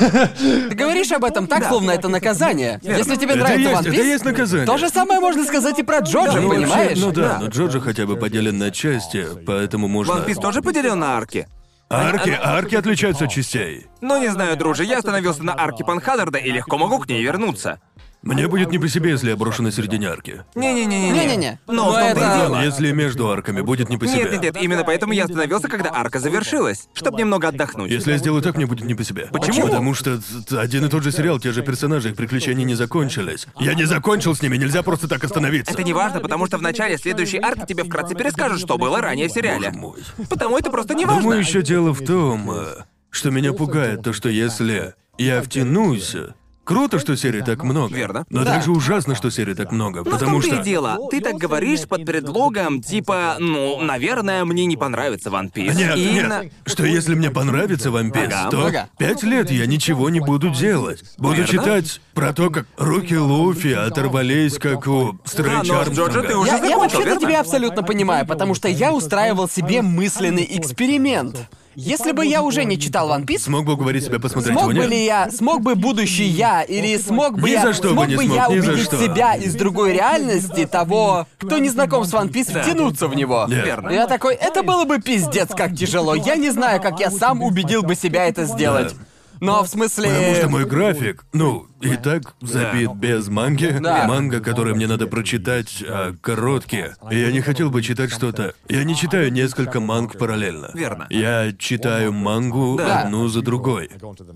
Ты говоришь об этом так, словно это наказание. Если тебе Это нравится есть, One это Piece, есть наказание. то же самое можно сказать и про Джоджо, Ну, вообще, понимаешь? ну да, но Джоджо хотя бы поделен на части, поэтому можно... One Piece тоже поделен на арки? Арки, арки отличаются от частей. Ну, не знаю, друже, я остановился на арке Панхазарда и легко могу к ней вернуться. Мне будет не по себе, если я брошу на середине арки. Не-не-не-не. Не-не-не. Но, Но в том-то и это- дело. Если между арками будет не по себе. Нет, нет, нет, именно поэтому я остановился, когда арка завершилась, чтобы немного отдохнуть. Если я сделаю так, мне будет не по себе. Почему? Потому что т- один и тот же сериал, те же персонажи, их приключения не закончились. Я не закончил с ними, нельзя просто так остановиться. Это не важно, потому что в начале следующей арки тебе вкратце перескажут, что было ранее в сериале. Боже мой. Потому это просто не важно. Думаю, еще дело в том, э, что меня пугает то, что если я втянусь. Круто, что серий так много. Верно. Но Да. также ужасно, что серий так много, Ну, потому в том-то что... и дело. Ты так говоришь под предлогом, типа, ну, наверное, мне не понравится One Piece. Нет, И нет, именно- что если мне понравится One Piece, Ага. то Ага. пять лет я ничего не буду делать. Буду Верно. читать про то, как руки Луфи оторвались, как у Стрэй Да, но с Джоджо ты уже Я, я закончил, вообще-то верно? тебя абсолютно понимаю, потому что я устраивал себе мысленный эксперимент. Если бы я уже не читал One Piece, Смог бы уговорить себя посмотреть смог его, бы нет? ли я, смог бы будущий я, или смог бы Ни я, за что бы смог не бы смог, я ни за убедить что. себя из другой реальности того, кто не знаком с One Piece, втянуться в него? Нет. Верно. Я такой, это было бы пиздец как тяжело. Я не знаю, как я сам убедил бы себя это сделать. Но в смысле... Потому что мой график, ну, и так забит без манги. Да. Манга, которую мне надо прочитать, а, короткие. И я не хотел бы читать что-то. Я не читаю несколько манг параллельно. Верно. Я читаю мангу Да. одну за другой.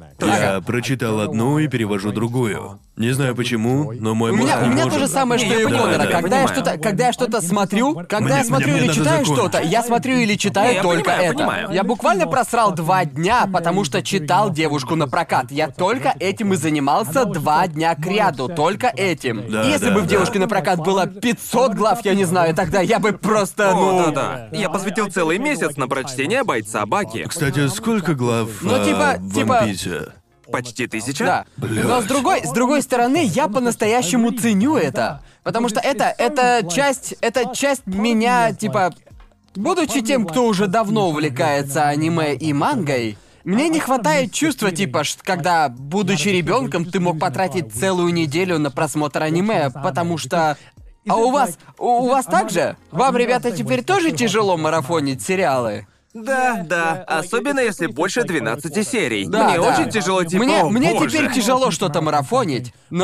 Я прочитал одну и перевожу другую. Не знаю почему, но мой У мозг меня, у не меня может. то же самое, Не, что я и у понимаю, Конора. да, я Когда я понимаю. что-то, когда я что-то смотрю, когда Мне- я смотрю мне- или мне надо читаю закончить. что-то, я смотрю или читаю Не, я только понимаю, это. понимаю. Я буквально просрал два дня, потому что читал девушку на прокат. Я только этим и занимался два дня кряду, только этим. Да, Если да, бы в да. девушке на прокат было пятьсот глав, я не знаю, тогда я бы просто, О, ну... да-да. Я посвятил целый месяц на прочтение бойца Баки. Кстати, сколько глав Ну, а, типа- в типа- One Piece? Почти тысяча? Да. Но с другой, с другой стороны, я по-настоящему ценю это. Потому что это, это часть, это часть меня, типа... Будучи тем, кто уже давно увлекается аниме и мангой, мне не хватает чувства, типа, ш- когда, будучи ребенком, ты мог потратить целую неделю на просмотр аниме, потому что... А у вас, у у вас так же? Вам, ребята, теперь тоже тяжело марафонить сериалы? Да, да. Особенно если больше двенадцати серий. Да, Мне да. очень тяжело, типа, Мне, о, мне боже. теперь тяжело что-то марафонить, но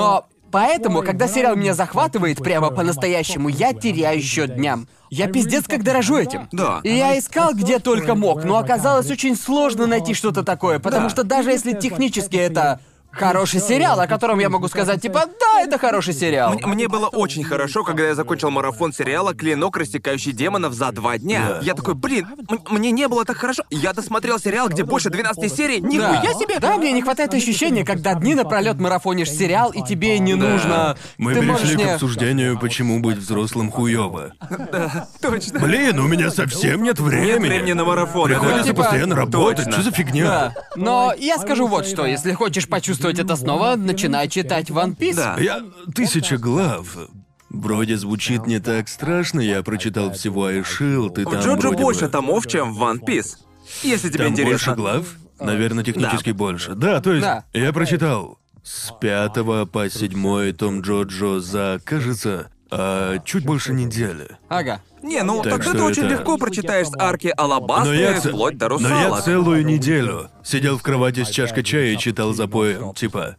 Поэтому, когда сериал меня захватывает прямо по-настоящему, я теряю счет дням. Я пиздец как дорожу этим. Да. И я искал где только мог, но оказалось очень сложно найти что-то такое, потому Да. что даже если технически это хороший сериал, о котором я могу сказать, типа, да, это хороший сериал. М- Мне было очень хорошо, когда я закончил марафон сериала «Клинок, рассекающий демонов» за два дня. Да. Я такой, блин, м- мне не было так хорошо. Я досмотрел сериал, где больше двенадцати серий. Да. Нихуя себе! Да, мне не хватает ощущения, когда дни напролёт марафонишь сериал, и тебе не Да. нужно... Мы Ты можешь перешли не... к обсуждению, почему быть взрослым хуёво. Точно. Блин, у меня совсем нет времени. Нет времени на марафон. Приходится Ну, типа, постоянно работать. точно. Что за фигня? Да. Но я скажу вот что, если хочешь почувствовать это снова, начинай читать One Piece. Да. Я... Тысяча глав. Вроде звучит не так страшно, я прочитал всего Айшил, ты В там Джоджо вроде больше бы... томов, чем в One Piece. Если тебе Там интересно. больше глав? Наверное, технически больше. Да, то есть Да. я прочитал с пятого по седьмой том Джоджо за, кажется, а, чуть больше недели. Ага. Не, ну Так тогда что ты очень это- легко прочитаешь с арки Алабасты, Но я, ц- вплоть до но я русалок. целую неделю сидел в кровати с чашкой чая и читал запои, типа...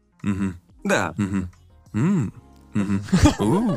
Да. «М, мгм, у,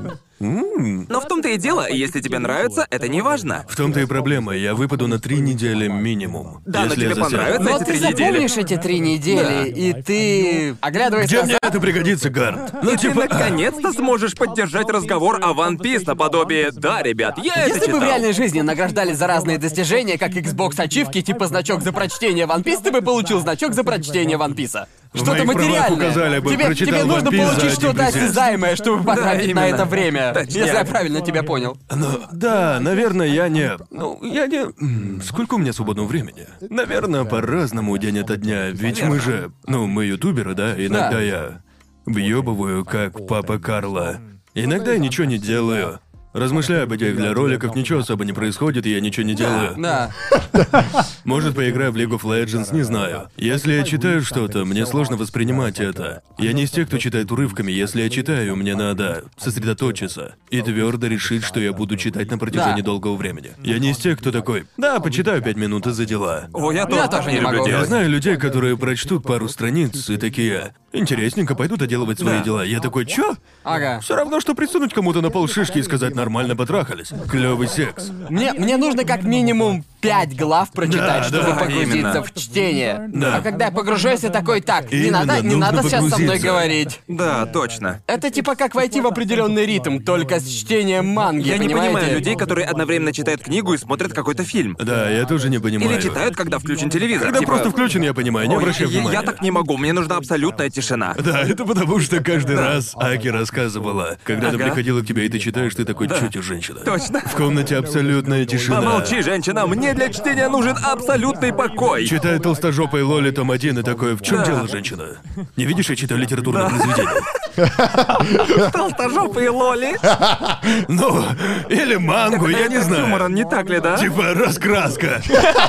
м». Но в том-то и дело, если тебе нравится, это не важно. В том-то и проблема, я выпаду на три недели минимум. Да, но если тебе я засяду. понравится? Но эти ты три недели. запомнишь эти три недели, и ты, оглядываясь Где мне назад... это пригодится, Гард? Ну, И ты типа... наконец-то сможешь поддержать разговор о One Piece наподобие «Да, ребят, я это Если бы читал». в реальной жизни награждали за разные достижения, как Xbox ачивки, типа значок за прочтение One Piece, ты бы получил значок за прочтение One Piece. Что-то моих правах материальное. указали бы, тебе, прочитал тебе нужно One Piece за получить один что-то присест. осязаемое, чтобы потратить на именно. это время. Точняк. Если я правильно тебя понял. Ну, да, наверное, я не... Ну, я не... М, Сколько у меня свободного времени? Наверное, по-разному день ото дня. Ведь мы же... Ну, мы ютуберы, да? Иногда Да. я въебываю, как папа Карла. Иногда я ничего не делаю. Размышляю об идеях для роликов, ничего особо не происходит, и я ничего не делаю. Да. Может, поиграю в League of Legends, не знаю. Если я читаю что-то, мне сложно воспринимать это. Я не из тех, кто читает урывками. Если я читаю, мне надо сосредоточиться и твердо решить, что я буду читать на протяжении Да. долгого времени. Я не из тех, кто такой, да, почитаю пять минут из-за дела. О, я тоже, тоже так не люблю могу. Я делать. знаю людей, которые прочтут пару страниц и такие, интересненько, пойду доделывать свои Да. дела. Я такой, чё? Ага. Все равно, что присунуть кому-то на пол шишки и сказать нормально потрахались. Клевый секс. Мне, мне нужно как минимум пять глав прочитать, Да, чтобы да, погрузиться именно. в чтение. Да. А когда я погружаюсь, я такой, так, не Именно, надо, не нужно надо сейчас со мной погрузиться. говорить. Да, точно. Это типа как войти в определенный ритм, только с чтением манги, Я не понимаете? понимаю людей, которые одновременно читают книгу и смотрят какой-то фильм. Да, я тоже не понимаю. Или читают, когда включен телевизор. Когда типа, просто включен, я понимаю, не «Ой, обращай я, внимания. я так не могу, мне нужна абсолютная тишина. Да, это потому что каждый раз Аки рассказывала, когда она Ага. приходила к тебе, и ты читаешь, ты такой, чё тебе, женщина? Точно. В комнате абсолютная тишина. Помолчи, женщина, мне для чтения нужен абсолютный покой. Читает толстожопый Лоли том один и такой, в чем Да. дело, женщина? Не видишь, я читаю литературное произведение. Толстожопые лоли. Ну, или мангу, я не Это знаю. Юморон, не так ли, да? Типа раскраска.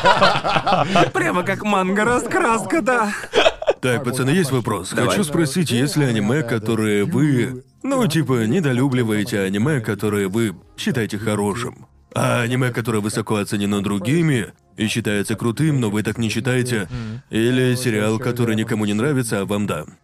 Прямо как манго-раскраска, да. Так, пацаны, есть вопрос. Давай. Хочу спросить, есть ли аниме, которые вы... Ну, типа, недолюбливаете, а аниме, которые вы считаете хорошим? А аниме, которое высоко оценено другими и считается крутым, но вы так не считаете? Или сериал, который никому не нравится, а вам да?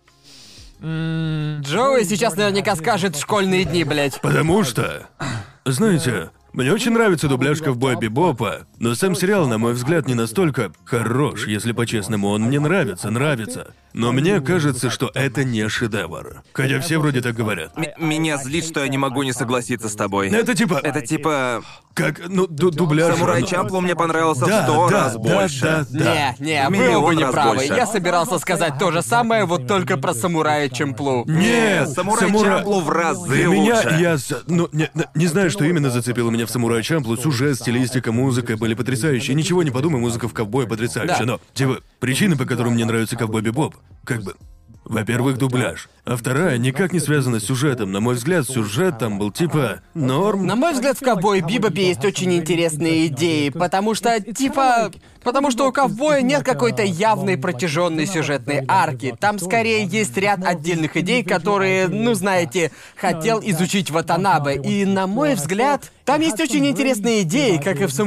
Джоуи сейчас наверняка скажет «школьные дни», блядь. Потому что... Знаете, мне очень нравится дубляж ковбоя Бибопа, но сам сериал, на мой взгляд, не настолько хорош, если по-честному, он мне нравится, нравится. Но мне кажется, что это не шедевр. Хотя все вроде так говорят. М- меня злит, что я не могу не согласиться с тобой. Это типа... Это типа... Как, ну, ду- дубляж... Самурай ну, Чамплу мне понравился Да, в сто да, раз да, больше. да, да. Не, не, В вы миллион оба не раз правы. больше. Я собирался сказать то же самое, вот только про самурая Чемплу. Нет, Самурай Чамплу в разы Для меня, лучше. я... с- Ну, не, не знаю, что именно зацепило меня в Самурай Чамплу. Сюжет, стилистика, музыка были потрясающие. Ничего не подумай, музыка в Ковбое потрясающая. Да. Но, типа, причины, по которым мне нравится Ковбой Бибоп, как бы... Во-первых, дубляж. А вторая никак не связана с сюжетом. На мой взгляд, сюжет там был типа норм. На мой взгляд, в Ковбое Бибопе есть очень интересные идеи, потому что, типа... Потому что у Ковбоя нет какой-то явной протяженной сюжетной арки. Там скорее есть ряд отдельных идей, которые, ну знаете, хотел изучить Ватанабе. И, на мой взгляд, там есть очень интересные идеи, как и в «Самурае Чемплу», но... Не знаю, почему-то мне кажется, что в «Самурае Чемплу»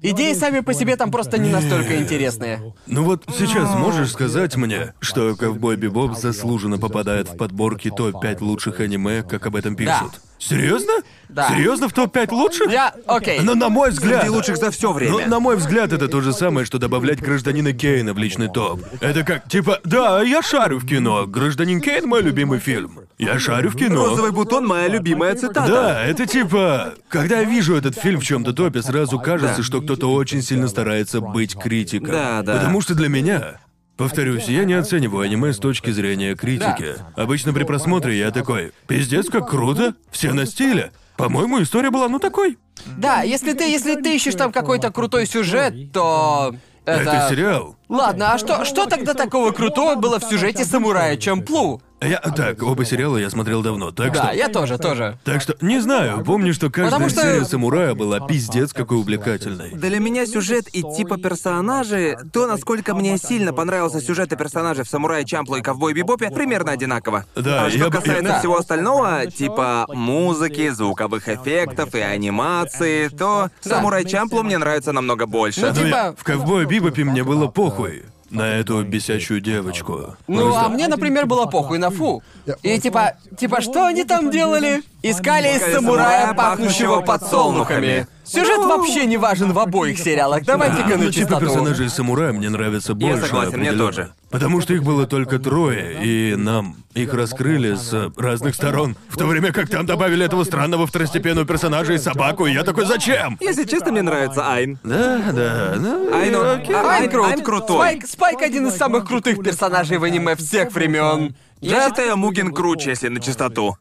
идеи сами по себе там просто не настолько интересные. Ну вот сейчас можешь сказать мне, что «Ковбой Бибоп» заслуженно попадает в подборки топ пять лучших аниме, как об этом пишут? Серьезно? Да. Серьезно в топ пять лучших? Я... Окей. Но на мой взгляд... Среди лучших за все время. Ну, на мой взгляд, это то же самое, что добавлять гражданина Кейна в личный топ. Это как, типа, да, я шарю в кино. Гражданин Кейн — мой любимый фильм. Я шарю в кино. «Розовый бутон» — моя любимая цитата. Да, это типа... Когда я вижу этот фильм в чем-то топе, сразу кажется, Да. что кто-то очень сильно старается быть критиком. Да, да. Потому что для меня... Повторюсь, я не оцениваю аниме с точки зрения критики. Обычно при просмотре я такой: пиздец, как круто, все на стиле. По-моему, история была ну такой. Да, если ты, если ты ищешь там какой-то крутой сюжет, то... Это... Это сериал. Ладно, а что, что тогда такого крутого было в сюжете «Самурая Чамплу»? Я... Так, оба сериала я смотрел давно, так Да, что... я тоже, тоже. Так что, не знаю, помню, что каждая Потому что- серия «Самурая» была пиздец какой увлекательной. Для меня сюжет и типа персонажи, то, насколько мне сильно понравился сюжет и персонажи в «Самурае Чамплу» и «Ковбое Бибопе», примерно одинаково. Да, а я что бы- касается да. всего остального, типа музыки, звуковых эффектов и анимации, то «Самурай Чамплу» мне нравится намного больше. Ну, Ну, типа- я- в «Ковбое Бибопе» мне было похуй на эту бесячую девочку. Ну, Просто- а мне, например, было похуй на Фу. И типа, типа, что они там делали? Искали из самурая, пахнущего подсолнухами. Сюжет вообще не важен в обоих сериалах, давайте-ка Ну, на типа чистоту. персонажей самурая мне нравятся больше. согласен, мне определенно. тоже. Потому что их было только трое, и нам их раскрыли с разных сторон. В то время как там добавили этого странного второстепенного персонажа и собаку, и я такой: зачем? Если честно, мне нравится Айн. Да, да, ну, Айну- окей. А, Айн Айн- крут. Айн крутой. Спайк, Спайк один из самых крутых персонажей в аниме всех времен. Я считаю Муген круче, если на чистоту.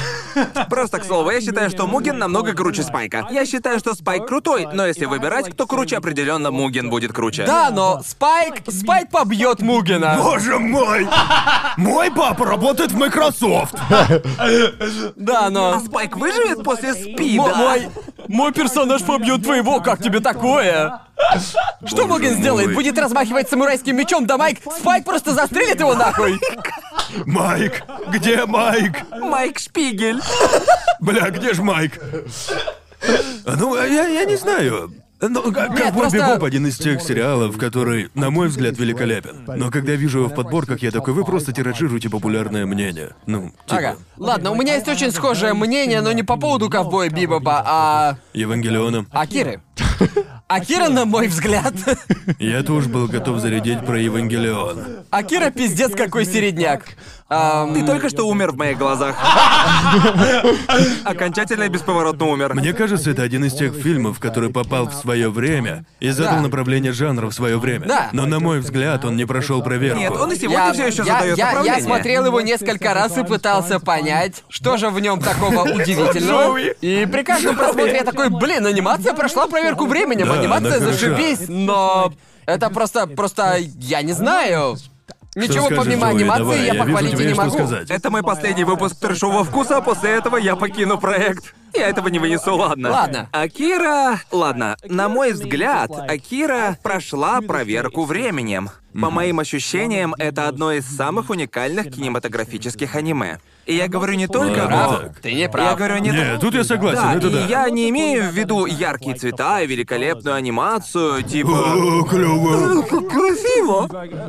Просто к слову, я считаю, что Муген намного круче Спайка. Я считаю, что Спайк крутой, но если выбирать, кто круче, определенно Муген будет круче. Да, но Спайк, Спайк побьет Мугена. Боже мой! Мой папа работает в Microsoft! Да, но... А Спайк выживет после спида? Мо- мой, мой персонаж побьет твоего, как тебе такое? Что Муген сделает? мой. Будет размахивать самурайским мечом, да Майк? Спайк просто застрелит его нахуй! Майк! Где Майк? Майк Шпигель. Бля, где же Майк? А, Ну, я, я не знаю. Ну, как Нет, «Ковбой просто- Бибоп» — один из тех сериалов, который, на мой взгляд, великолепен. Но когда вижу его в подборках, я такой: вы просто тиражируете популярное мнение. Ну, типа, Ага. Ладно, у меня есть очень схожее мнение, но не по поводу Ковбоя Бибопа, а... Евангелиона. Акиры. Акира, на мой взгляд... Я тоже был готов зарядить про Евангелион. Акира пиздец какой середняк. Ам, Ты только что умер в моих глазах. Окончательно и бесповоротно умер. Мне кажется, это один из тех фильмов, который попал в свое время и задал Да. направление жанра в свое время. Да. Но, на мой взгляд, он не прошел проверку. Нет, он и сегодня все еще я, задает я, направление. я смотрел его несколько раз и пытался понять, что же в нем такого удивительного. И при каждом просмотре я такой: блин, анимация прошла проверку временем, Да, анимация она хороша. зашибись, но это просто, просто, я не знаю. Ничего скажешь, помимо Джоуи? анимации Давай, я я вижу, похвалить и тебе не есть что могу. сказать. Это мой последний выпуск трэшового вкуса, а после этого я покину проект. Я этого не вынесу, ладно. Ладно. Акира... Ладно, на мой взгляд, Акира прошла проверку временем. По моим ощущениям, это одно из самых уникальных кинематографических аниме. И я говорю не только Ладно, о... так. Ты не Я прав. говорю не Не, тут я согласен, Да, это и да. я не имею в виду яркие цвета и великолепную анимацию, типа... О, клёво. Как красиво!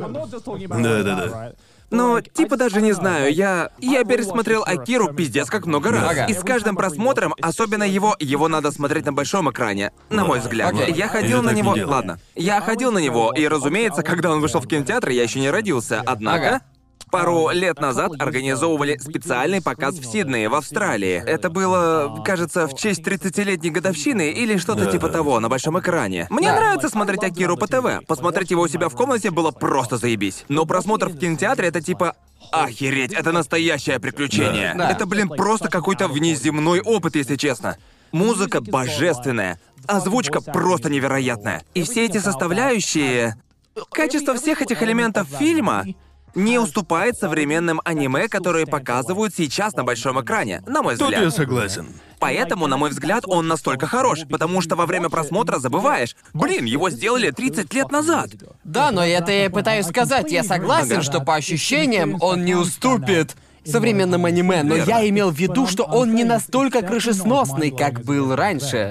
Да-да-да. Ну, типа даже не знаю, я... Я пересмотрел Акиру пиздец как много раз. Ага. И с каждым просмотром, особенно его, его надо смотреть на большом экране, на мой взгляд. Окей. Я ходил Я на так не него... делаю. Ладно. Я ходил на него, и, разумеется, когда он вышел в кинотеатр, я еще не родился. Однако... Ага. Пару лет назад организовывали специальный показ в Сиднее, в Австралии. Это было, кажется, в честь тридцатилетней годовщины или что-то Да. типа того, на большом экране. Мне Да. нравится смотреть Акиру по ТВ. Посмотреть его у себя в комнате было просто заебись. Но просмотр в кинотеатре — это типа... Охереть, это настоящее приключение. Да. Это, блин, просто какой-то внеземной опыт, если честно. Музыка божественная, озвучка просто невероятная. И все эти составляющие... Качество всех этих элементов фильма не уступает современным аниме, которые показывают сейчас на большом экране, на мой Тут я взгляд. согласен. Поэтому, на мой взгляд, он настолько хорош, потому что во время просмотра забываешь, блин, его сделали тридцать лет назад. Да, но это я и пытаюсь сказать. Я согласен, Ага. что по ощущениям он не уступит современным аниме, но Верно. я имел в виду, что он не настолько крышесносный, как был раньше.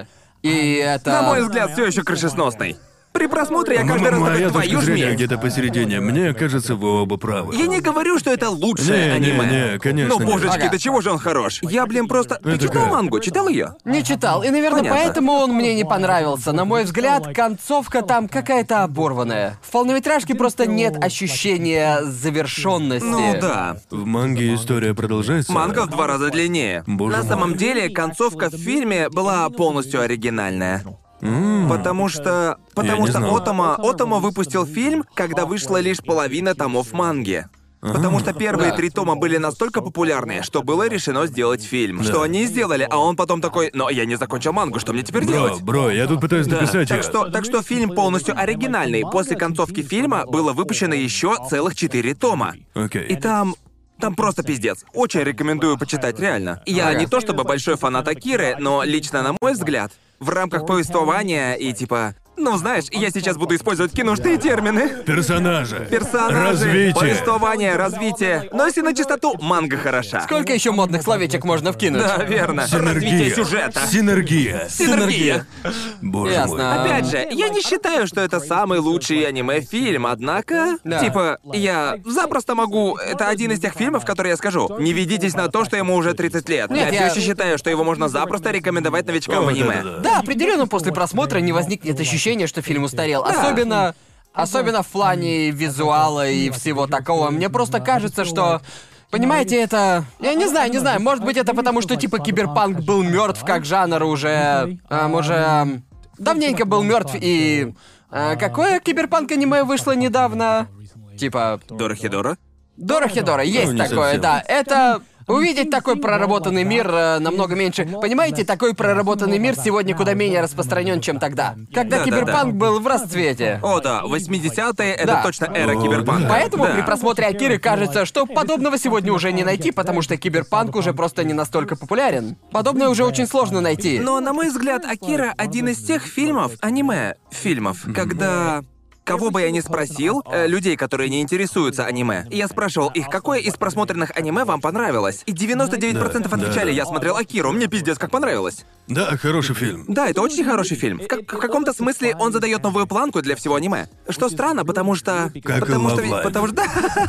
И это... На мой взгляд, все еще крышесносный. При просмотре я каждый раз Моя такой, точка твою зрения жми. где-то посередине. Мне кажется, вы оба правы. Я не говорю, что это лучшее Не, не, аниме. не, конечно, Ну, нет. божечки, Ага. до чего же он хорош? Я, блин, просто... Ты Это читал как? мангу? Читал ее? Не читал, и, наверное, Понятно. поэтому он мне не понравился. На мой взгляд, концовка там какая-то оборванная. В полнометражке просто нет ощущения завершенности. Ну да. В манге история продолжается. Манга в два раза длиннее. Боже На мой. самом деле, концовка в фильме была полностью оригинальная. М, Потому что... Потому не что знал. Отомо... Отомо выпустил фильм, когда вышла лишь половина томов манги. Потому что первые Да. три тома были настолько популярны, что было решено сделать фильм. Что они и сделали, а он потом такой, но я не закончил мангу, что мне теперь Бро, делать? бро, я тут пытаюсь Да, дописать так её. что, так что фильм полностью оригинальный. После концовки фильма было выпущено еще целых четыре тома. Окей. И там... Там просто пиздец. Очень рекомендую почитать, реально. Я Ага. не то чтобы большой фанат Акиры, но лично на мой взгляд, в рамках повествования и типа... Ну, знаешь, я сейчас буду использовать киношные термины. Персонажи. Персонажи, Развитие. повествование, развитие. Но если на чистоту, манга хороша. Сколько еще модных словечек можно вкинуть? Да, верно. Развитие Синергия. сюжета. Синергия. Синергия. Боже Ясно. мой. Опять же, я не считаю, что это самый лучший аниме-фильм, однако... Да. Типа, я запросто могу... Это один из тех фильмов, которые я скажу. Не ведитесь на то, что ему уже тридцать лет. Нет, я я- все еще считаю, что его можно запросто рекомендовать новичкам О, в аниме. да-да-да. Да, определенно после просмотра не возникнет ощущения, что фильм устарел. Особенно... Особенно в плане визуала и всего такого. Мне просто кажется, что... Понимаете, это... Я не знаю, не знаю, может быть, это потому, что типа киберпанк был мертв как жанр уже... эм, уже... эм, давненько был мертв и... э, какое киберпанк-аниме вышло недавно? Типа... Дорохидора? Дорохидора, есть не такое, совсем. да. Это... Увидеть такой проработанный мир э, намного меньше. Понимаете, такой проработанный мир сегодня куда менее распространен, чем тогда. Когда Да-да-да. киберпанк был в расцвете. О, да, восьмидесятые — это Да. точно эра О, киберпанка. да. Поэтому Да. при просмотре Акиры кажется, что подобного сегодня уже не найти, потому что киберпанк уже просто не настолько популярен. Подобное уже очень сложно найти. Но, на мой взгляд, Акира — один из тех фильмов, аниме-фильмов, когда... Кого бы я ни спросил, э, людей, которые не интересуются аниме, я спрашивал их, какое из просмотренных аниме вам понравилось? И девяносто девять процентов Да, отвечали, да. я смотрел Акиру, мне пиздец как понравилось. Да, хороший фильм. Да, это очень хороший фильм. В, как- в каком-то смысле он задает новую планку для всего аниме. Что странно, потому что... Как и потому что... Love ведь- Live. Потому что...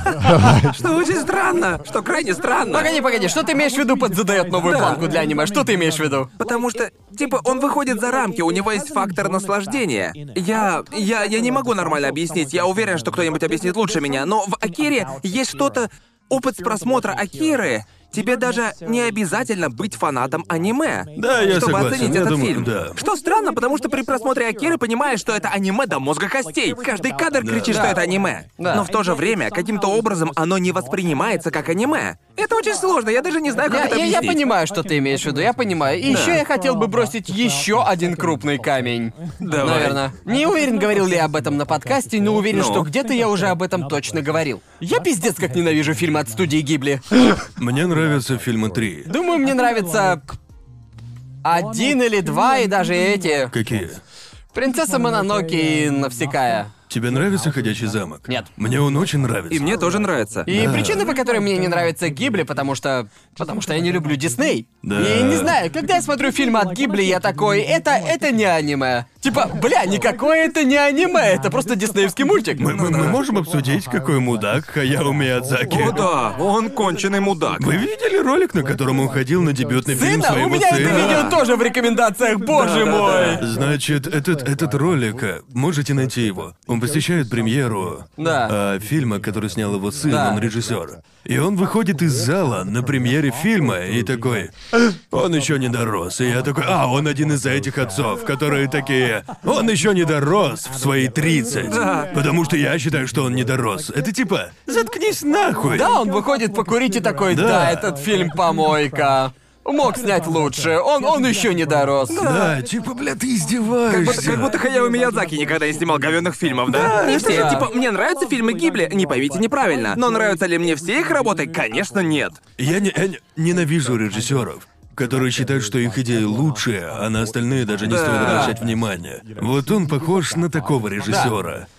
да. Что очень странно. Что крайне странно. Погоди, погоди, что ты имеешь в виду под задает новую Да. планку для аниме? Что ты имеешь в виду? Потому что, типа, он выходит за рамки, у него есть фактор наслаждения. Я, я, я не могу нормально объяснить, я уверен, что кто-нибудь объяснит лучше меня, но в Акире есть что-то... Опыт с просмотра Акиры... Тебе даже не обязательно быть фанатом аниме, Да, я чтобы согласен, оценить я этот думаю, фильм. да. Что странно, потому что при просмотре Акиры понимаешь, что это аниме до мозга костей. Каждый кадр кричит, Да. что это аниме. Да. Но в то же время каким-то образом оно не воспринимается как аниме. Это очень сложно, я даже не знаю, как Я, это я- я объяснить. понимаю, что ты имеешь в виду, я понимаю. И еще я хотел бы бросить еще один крупный камень. Давай. Наверное. Не уверен, говорил ли я об этом на подкасте, но уверен, Ну? что где-то я уже об этом точно говорил. Я пиздец как ненавижу фильмы от студии Гибли. Мне нравятся фильмы три. Думаю, мне нравится один или два, и даже эти. Какие? Принцесса Мононоке и Навсекая. Тебе нравится «Ходячий замок»? Нет. Мне он очень нравится. И мне тоже нравится. И Да. причина, по которой мне не нравится Гибли, потому что... Потому что я не люблю Дисней. Да. И не знаю, когда я смотрю фильм от Гибли, я такой, это, это не аниме. Типа, бля, никакое это не аниме, это просто диснеевский мультик. Мы, мы- мы можем обсудить, какой мудак Хаяо Миядзаки? О да, он конченый мудак. Вы видели ролик, на котором он ходил на дебютный фильм Сына, своего у меня сына? это видео тоже в рекомендациях, боже мой. Значит, этот, этот ролик, э, можете найти его. Он посещает премьеру Да. а, фильма, который снял его сын, Да. он режиссер. И он выходит из зала на премьере фильма и такой, он еще не дорос. И я такой, а, он один из этих отцов, которые такие, он еще не дорос в свои тридцать. Да. Потому что я считаю, что он не дорос. Это типа, заткнись нахуй. Да, он выходит покурить и такой, да, Да. этот фильм помойка. Мог снять лучше, он, он еще не дорос. Да, типа, бля, ты Как издеваешься. будто, как будто Хаяо Миядзаки никогда не снимал говёных фильмов, да? И все же, да. типа, мне нравятся фильмы Гибли, не поймите неправильно. Но нравятся ли мне все их работы? Конечно, нет. Я, не, я не- ненавижу режиссеров, которые считают, что их идеи лучшие, а на остальные даже не Да. стоит обращать внимания. Вот он похож на такого режиссера.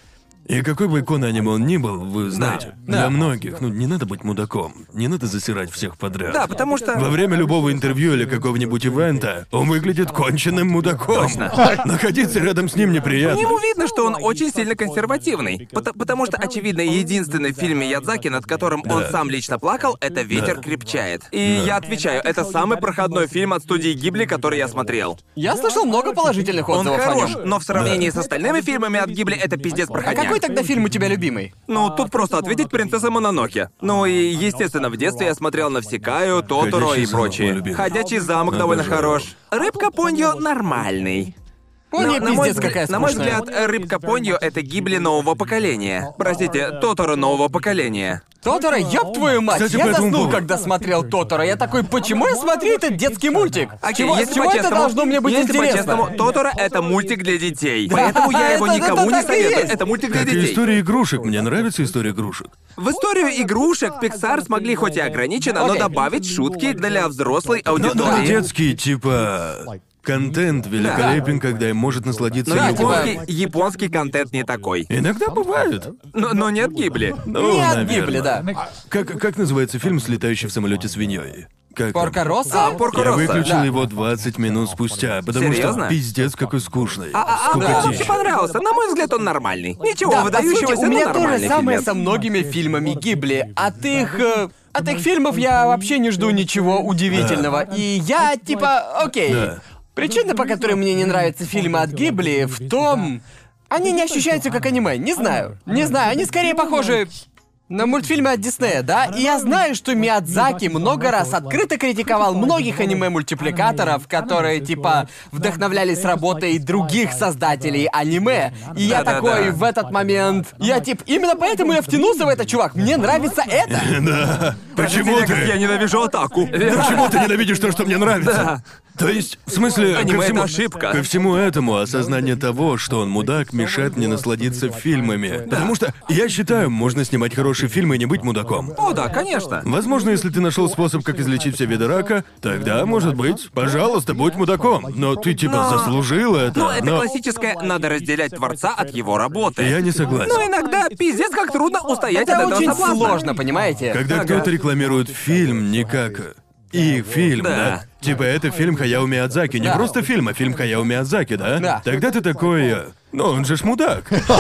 И какой бы иконой аниме он ни был, вы знаете, Да. для многих, ну не надо быть мудаком, не надо засирать всех подряд. Да, потому что... Во время любого интервью или какого-нибудь ивента он выглядит конченным мудаком. Точно. Находиться рядом с ним По неприятно. нему видно, что он очень сильно консервативный. Пото- потому что, очевидно, единственный фильм Миядзаки, над которым он Да. сам лично плакал, это «Ветер Да. крепчает». И я отвечаю, это самый проходной фильм от студии Гибли, который я смотрел. Я слышал много положительных Он отзывов о хорош, нем. но в сравнении с остальными фильмами от Гибли это пиздец А проходняк. какой тогда фильм у тебя любимый? Ну, тут просто ответить «Принцесса Мононоке». Ну и, естественно, в детстве я смотрел «Навсекаю», «Тоторо» «Ходячий и замок» мой прочие. любимый. «Ходячий замок» довольно Обожаю. хорош. «Рыбка Поньо» нормальный. Пони, на, на мой пиздец, взгляд, какая на мой скучная. взгляд, «Рыбка Поньо» — это Гибли нового поколения. Простите, «Тоторо» нового поколения. Тоторо, ёб твою мать! Кстати, по я этому заснул, поводу. когда смотрел Тоторо. Я такой, почему я смотрю этот детский мультик? С Окей, чего, с если чего это по-честному- должно мне быть если интересно? по-честному, «Тоторо» — это мультик для детей. Поэтому я его это- никому это не так и советую. есть. Это мультик для Как и детей. история игрушек. Мне нравится история игрушек. В историю игрушек Pixar смогли хоть и ограниченно, но Окей. добавить шутки для взрослой Но, но аудитории. детский, типа... Контент великолепен, когда им может насладиться Но Да, любой. японский, японский контент не такой. Иногда бывает. Но, но нет Гибли. Ну, Не от наверное. Гибли, да. Как, как называется фильм с летающей в самолете свиньей? Как он? Порко Росса? А, Порко Я Росса. выключил Да. его двадцать минут спустя, потому Серьезно? что пиздец какой скучный. А, а, а мне Скукотища. вообще понравился. На мой взгляд, он нормальный. Ничего Да, по сути, выдающегося, у но меня то же нормальный самое фильмец. со многими фильмами Гибли. От их... э, От их фильмов я вообще не жду ничего удивительного. И я, типа, окей. Да. Причина, по которой мне не нравятся фильмы от Гибли, в том... Они не ощущаются как аниме, не знаю. Не знаю, они скорее похожи на мультфильмы от Диснея, да? И я знаю, что Миядзаки много раз открыто критиковал многих аниме-мультипликаторов, которые, типа, вдохновлялись работой других создателей аниме. И я Да-да-да. такой в этот момент... Я, типа, именно поэтому я втянулся в это, чувак. Мне нравится это. Да. Почему Как ты? я ненавижу атаку. Почему ты ненавидишь то, что мне нравится? То есть, в смысле, Аниме ко — это всему, ошибка. ко всему этому осознание того, что он мудак, мешает мне насладиться фильмами. Потому что я считаю, можно снимать хорошие фильмы и не быть мудаком. О, да, конечно. Возможно, если ты нашел способ, как излечить все виды рака, тогда, может быть, пожалуйста, будь мудаком. Но ты типа Но- заслужил это. Ну, это но классическое «надо разделять творца от его работы». я не согласен. Но иногда пиздец как трудно устоять Это от этого очень соблазна. сложно, понимаете? Когда Ага. кто-то рекламирует фильм не как их фильм, да. Да. Типа это фильм Хаяо Миядзаки, не Да. просто фильм, а фильм Хаяо Миядзаки, да? Да. Тогда ты такой, э, ну он же ж мудак.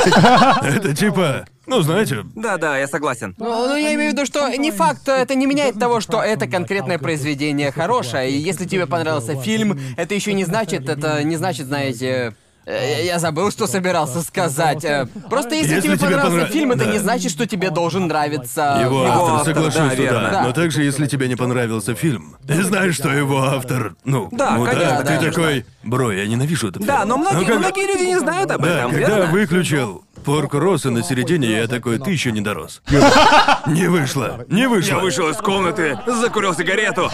Это типа, ну знаете, Да-да, я согласен. Ну, ну, я имею в виду, что не факт, это не меняет того, что это конкретное произведение хорошее. И если тебе понравился фильм, это еще не значит, это не значит, знаете... э, Я забыл, что собирался сказать. Э, Просто если, Если тебе тебе понравился понрав- фильм, это да. не значит, что тебе должен нравиться его Его автор, автор, соглашусь, да, что верно. да. Да. Но также, если тебе не понравился фильм, ты знаешь, что его автор, ну, Да, мудак, конечно, ты конечно. такой, бро, я ненавижу этот Да, фильм. но многие, Ну, как- многие люди не знают об Да, этом, когда верно? выключил Порко Росса на середине, я такой, ты еще не дорос. Не вышло, не вышло. Я вышел из комнаты, закурил сигарету.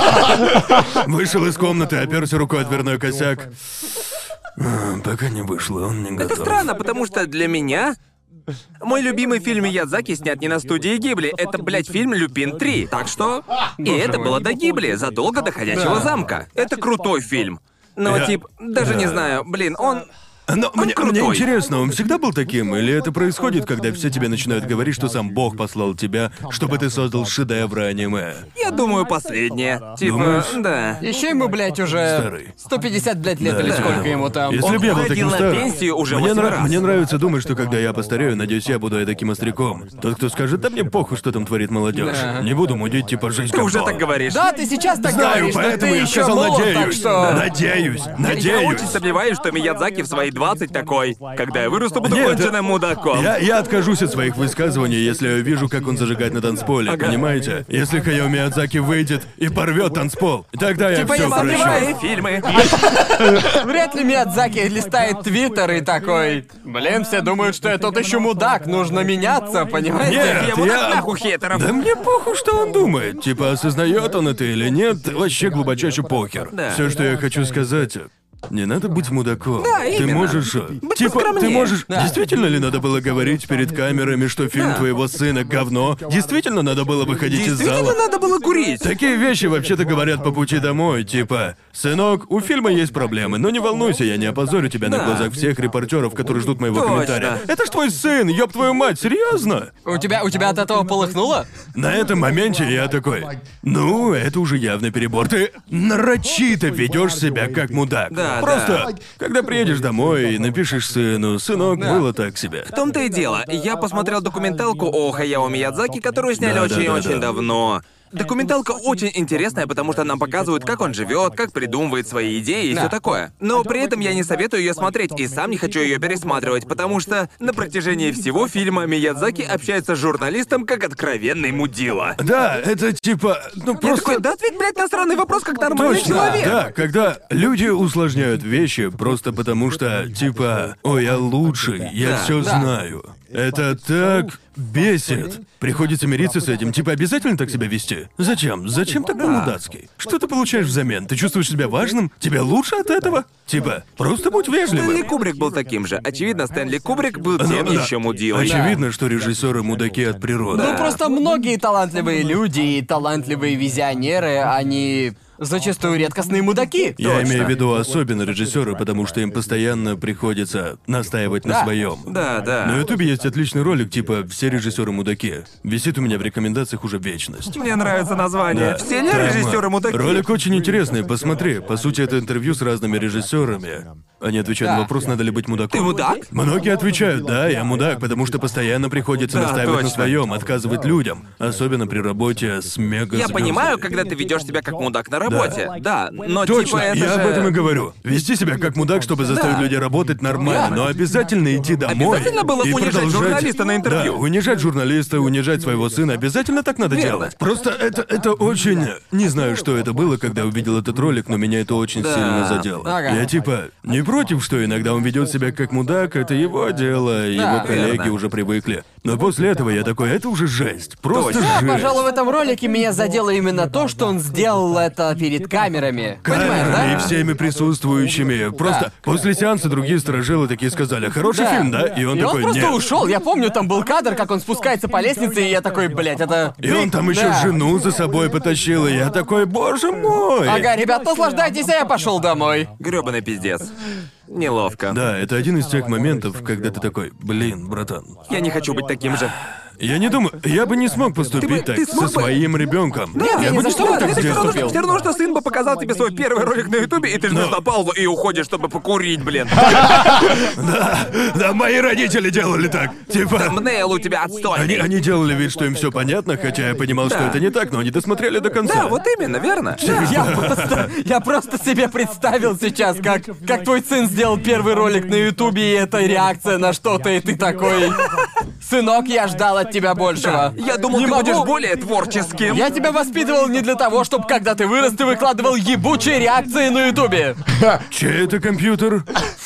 Вышел из комнаты, оперся рукой о дверной косяк. А, Пока не вышло, он не готов. Это странно, потому что для меня мой любимый фильм Миядзаки снят не на студии Гибли. Это, блядь, фильм «Люпин три». Так что... И это было до Гибли, задолго до «Ходячего замка». Это крутой фильм. Но, Я- тип, даже не знаю, блин, он... Но Он мне, крутой. мне интересно, он всегда был таким? Или это происходит, когда все тебе начинают говорить, что сам Бог послал тебя, чтобы ты создал шедевры аниме? Я думаю, последнее. Типа, Думаешь? да. Еще ему, блядь, уже Старый. сто пятьдесят, блядь, лет Да. или сколько ему там. Если Он бы я был уходил таким на старым... пенсию уже мне, восемь раз. мне нравится думать, что когда я постарею, надеюсь, я буду таким остряком. Тот, кто скажет, да мне похуй, что там творит молодежь. Да. Не буду мудить, типа, жизнь Ты уже говно». так говоришь. Да, ты сейчас так Знаю, говоришь, но поэтому ты я еще сказал молод, надеюсь. так что... Надеюсь, Я надеюсь. очень сомневаюсь, что Миядзаки в свои двадцать такой. Когда я вырасту, буду Нет, конченым мудаком. Я, я откажусь от своих высказываний, если я вижу, как он зажигает на танцполе, понимаете? Если Хаяо Миядзаки выйдет и порвет танцпол, тогда я Типа все я прощу. сомневаюсь. Свои фильмы. Вряд ли Миядзаки листает твиттер и такой... Блин, все думают, что я тот еще мудак, нужно меняться, понимаете? Нет, Я вот я- так нахуй хейтеров. Да мне похуй, что он думает. Типа, осознает он это или нет, вообще глубочайший похер. Да. Все, что я хочу сказать, Не надо быть мудаком. Да, Ты именно. можешь... э, Быть типа, ты поскромнее. можешь... Да. Действительно ли надо было говорить перед камерами, что фильм Да. твоего сына говно? Действительно надо было выходить из Действительно зала? надо было курить. Такие вещи вообще-то говорят по пути домой, типа, сынок, у фильма есть проблемы, но не волнуйся, я не опозорю тебя на Да. глазах всех репортеров, которые ждут моего Точно. комментария. Это ж твой сын, ёб твою мать, серьезно? У тебя, у тебя от этого полыхнуло? На этом моменте я такой, ну, это уже явный перебор. Ты нарочито ведешь себя как мудак. Да, Просто, да. когда приедешь домой и напишешь сыну, сынок, было так себе. В том-то и дело. Я посмотрел документалку о Хаяо Миядзаки, которую сняли Да, да, очень-очень да, да. давно. Документалка очень интересная, потому что нам показывают, как он живет, как придумывает свои идеи и Да. все такое. Но при этом я не советую ее смотреть, и сам не хочу ее пересматривать, потому что на протяжении всего фильма Миядзаки общается с журналистом как откровенный мудила. Да, это типа, ну Я просто... такой, да ответь, блядь, на странный вопрос, как нормальный Точно, человек. да, когда люди усложняют вещи просто потому что, типа, ой, я лучший, я Да, все да. знаю. Это так бесит. Приходится мириться с этим. Типа, обязательно так себя вести? Зачем? Зачем так по-мудацки? Что ты получаешь взамен? Ты чувствуешь себя важным? Тебе лучше от этого? Типа, просто будь Стэнли вежливым. Кубрик был таким же. Очевидно, Стэнли Кубрик был Ну, тем да. еще мудилой. Очевидно, что режиссеры мудаки от природы. Ну просто многие талантливые люди и талантливые визионеры, они зачастую редкостные мудаки. Я Точно. имею в виду особенно режиссеры, потому что им постоянно приходится настаивать на Да. своем. Да, да. На Ютубе есть отличный ролик, типа «Все режиссеры мудаки». Висит у меня в рекомендациях уже вечность. Мне нравится название. Да. Все ли Там, режиссеры мудаки? Ролик очень интересный, посмотри. По сути, это интервью с разными режиссерами. Они отвечают Да. на вопрос, надо ли быть мудаком. Ты мудак? Многие отвечают, да, я мудак, потому что постоянно приходится Да, настаивать точно. на своем, отказывать людям. Особенно при работе с мега Я понимаю, когда ты ведешь себя как мудак на работе. Да, но Точно, типа это я же... об этом и говорю. Вести себя как мудак, чтобы заставить Да. людей работать нормально, Да. но обязательно идти домой. Обязательно было и унижать продолжать- журналиста на интервью? Да, унижать журналиста, унижать своего сына. Обязательно так надо Верно. делать. Просто это, это очень... Не знаю, что это было, когда увидел этот ролик, но меня это очень Да. сильно задело. Ага. Я типа не против, что иногда он ведет себя как мудак, это его дело, и Да, его коллеги верно. уже привыкли. Но после этого я такой, это уже жесть. Просто Точно. жесть. Пожалуй, в этом ролике меня задело именно то, что он сделал это перед камерами. Понимаешь, Камерами да? и всеми присутствующими. Просто Да. после сеанса другие сторожилы такие сказали, хороший Да. фильм, да? И он И такой, он просто нет. ушел. Я помню, там был кадр, как он спускается по лестнице, и я такой, блядь, это. И он там еще Да. жену за собой потащил, и я такой, боже мой. Ага, ребят, наслаждайтесь, а я пошел домой. Грёбаный пиздец. Неловко. Да, это один из тех моментов, когда ты такой, блин, братан. Я не хочу быть таким же. Я не думаю, я бы не смог поступить Ты бы- так ты со смог бы- своим ребенком. Нет, я ни бы за не что смог бы так так не сделать. поступил. Все равно, что сын бы показал тебе свой первый ролик на Ютубе, и ты жмешь Но- на паузу и уходишь, чтобы покурить, блин. Да, мои родители делали так. Типа, Thumbnail у тебя отстойный. они, они делали вид, что им все понятно, хотя я понимал, что Да. это не так, но они досмотрели до конца. Да, вот именно, верно? Я просто, я просто себе представил сейчас, как, как твой сын сделал первый ролик на Ютубе, и это реакция на что-то, и ты такой... Сынок, я ждал от тебя большего. Я думал, Не ты могу- будешь более творческим. Я тебя воспитывал не для того, чтобы когда ты вырос, ты выкладывал ебучие реакции на Ютубе. Чей это компьютер?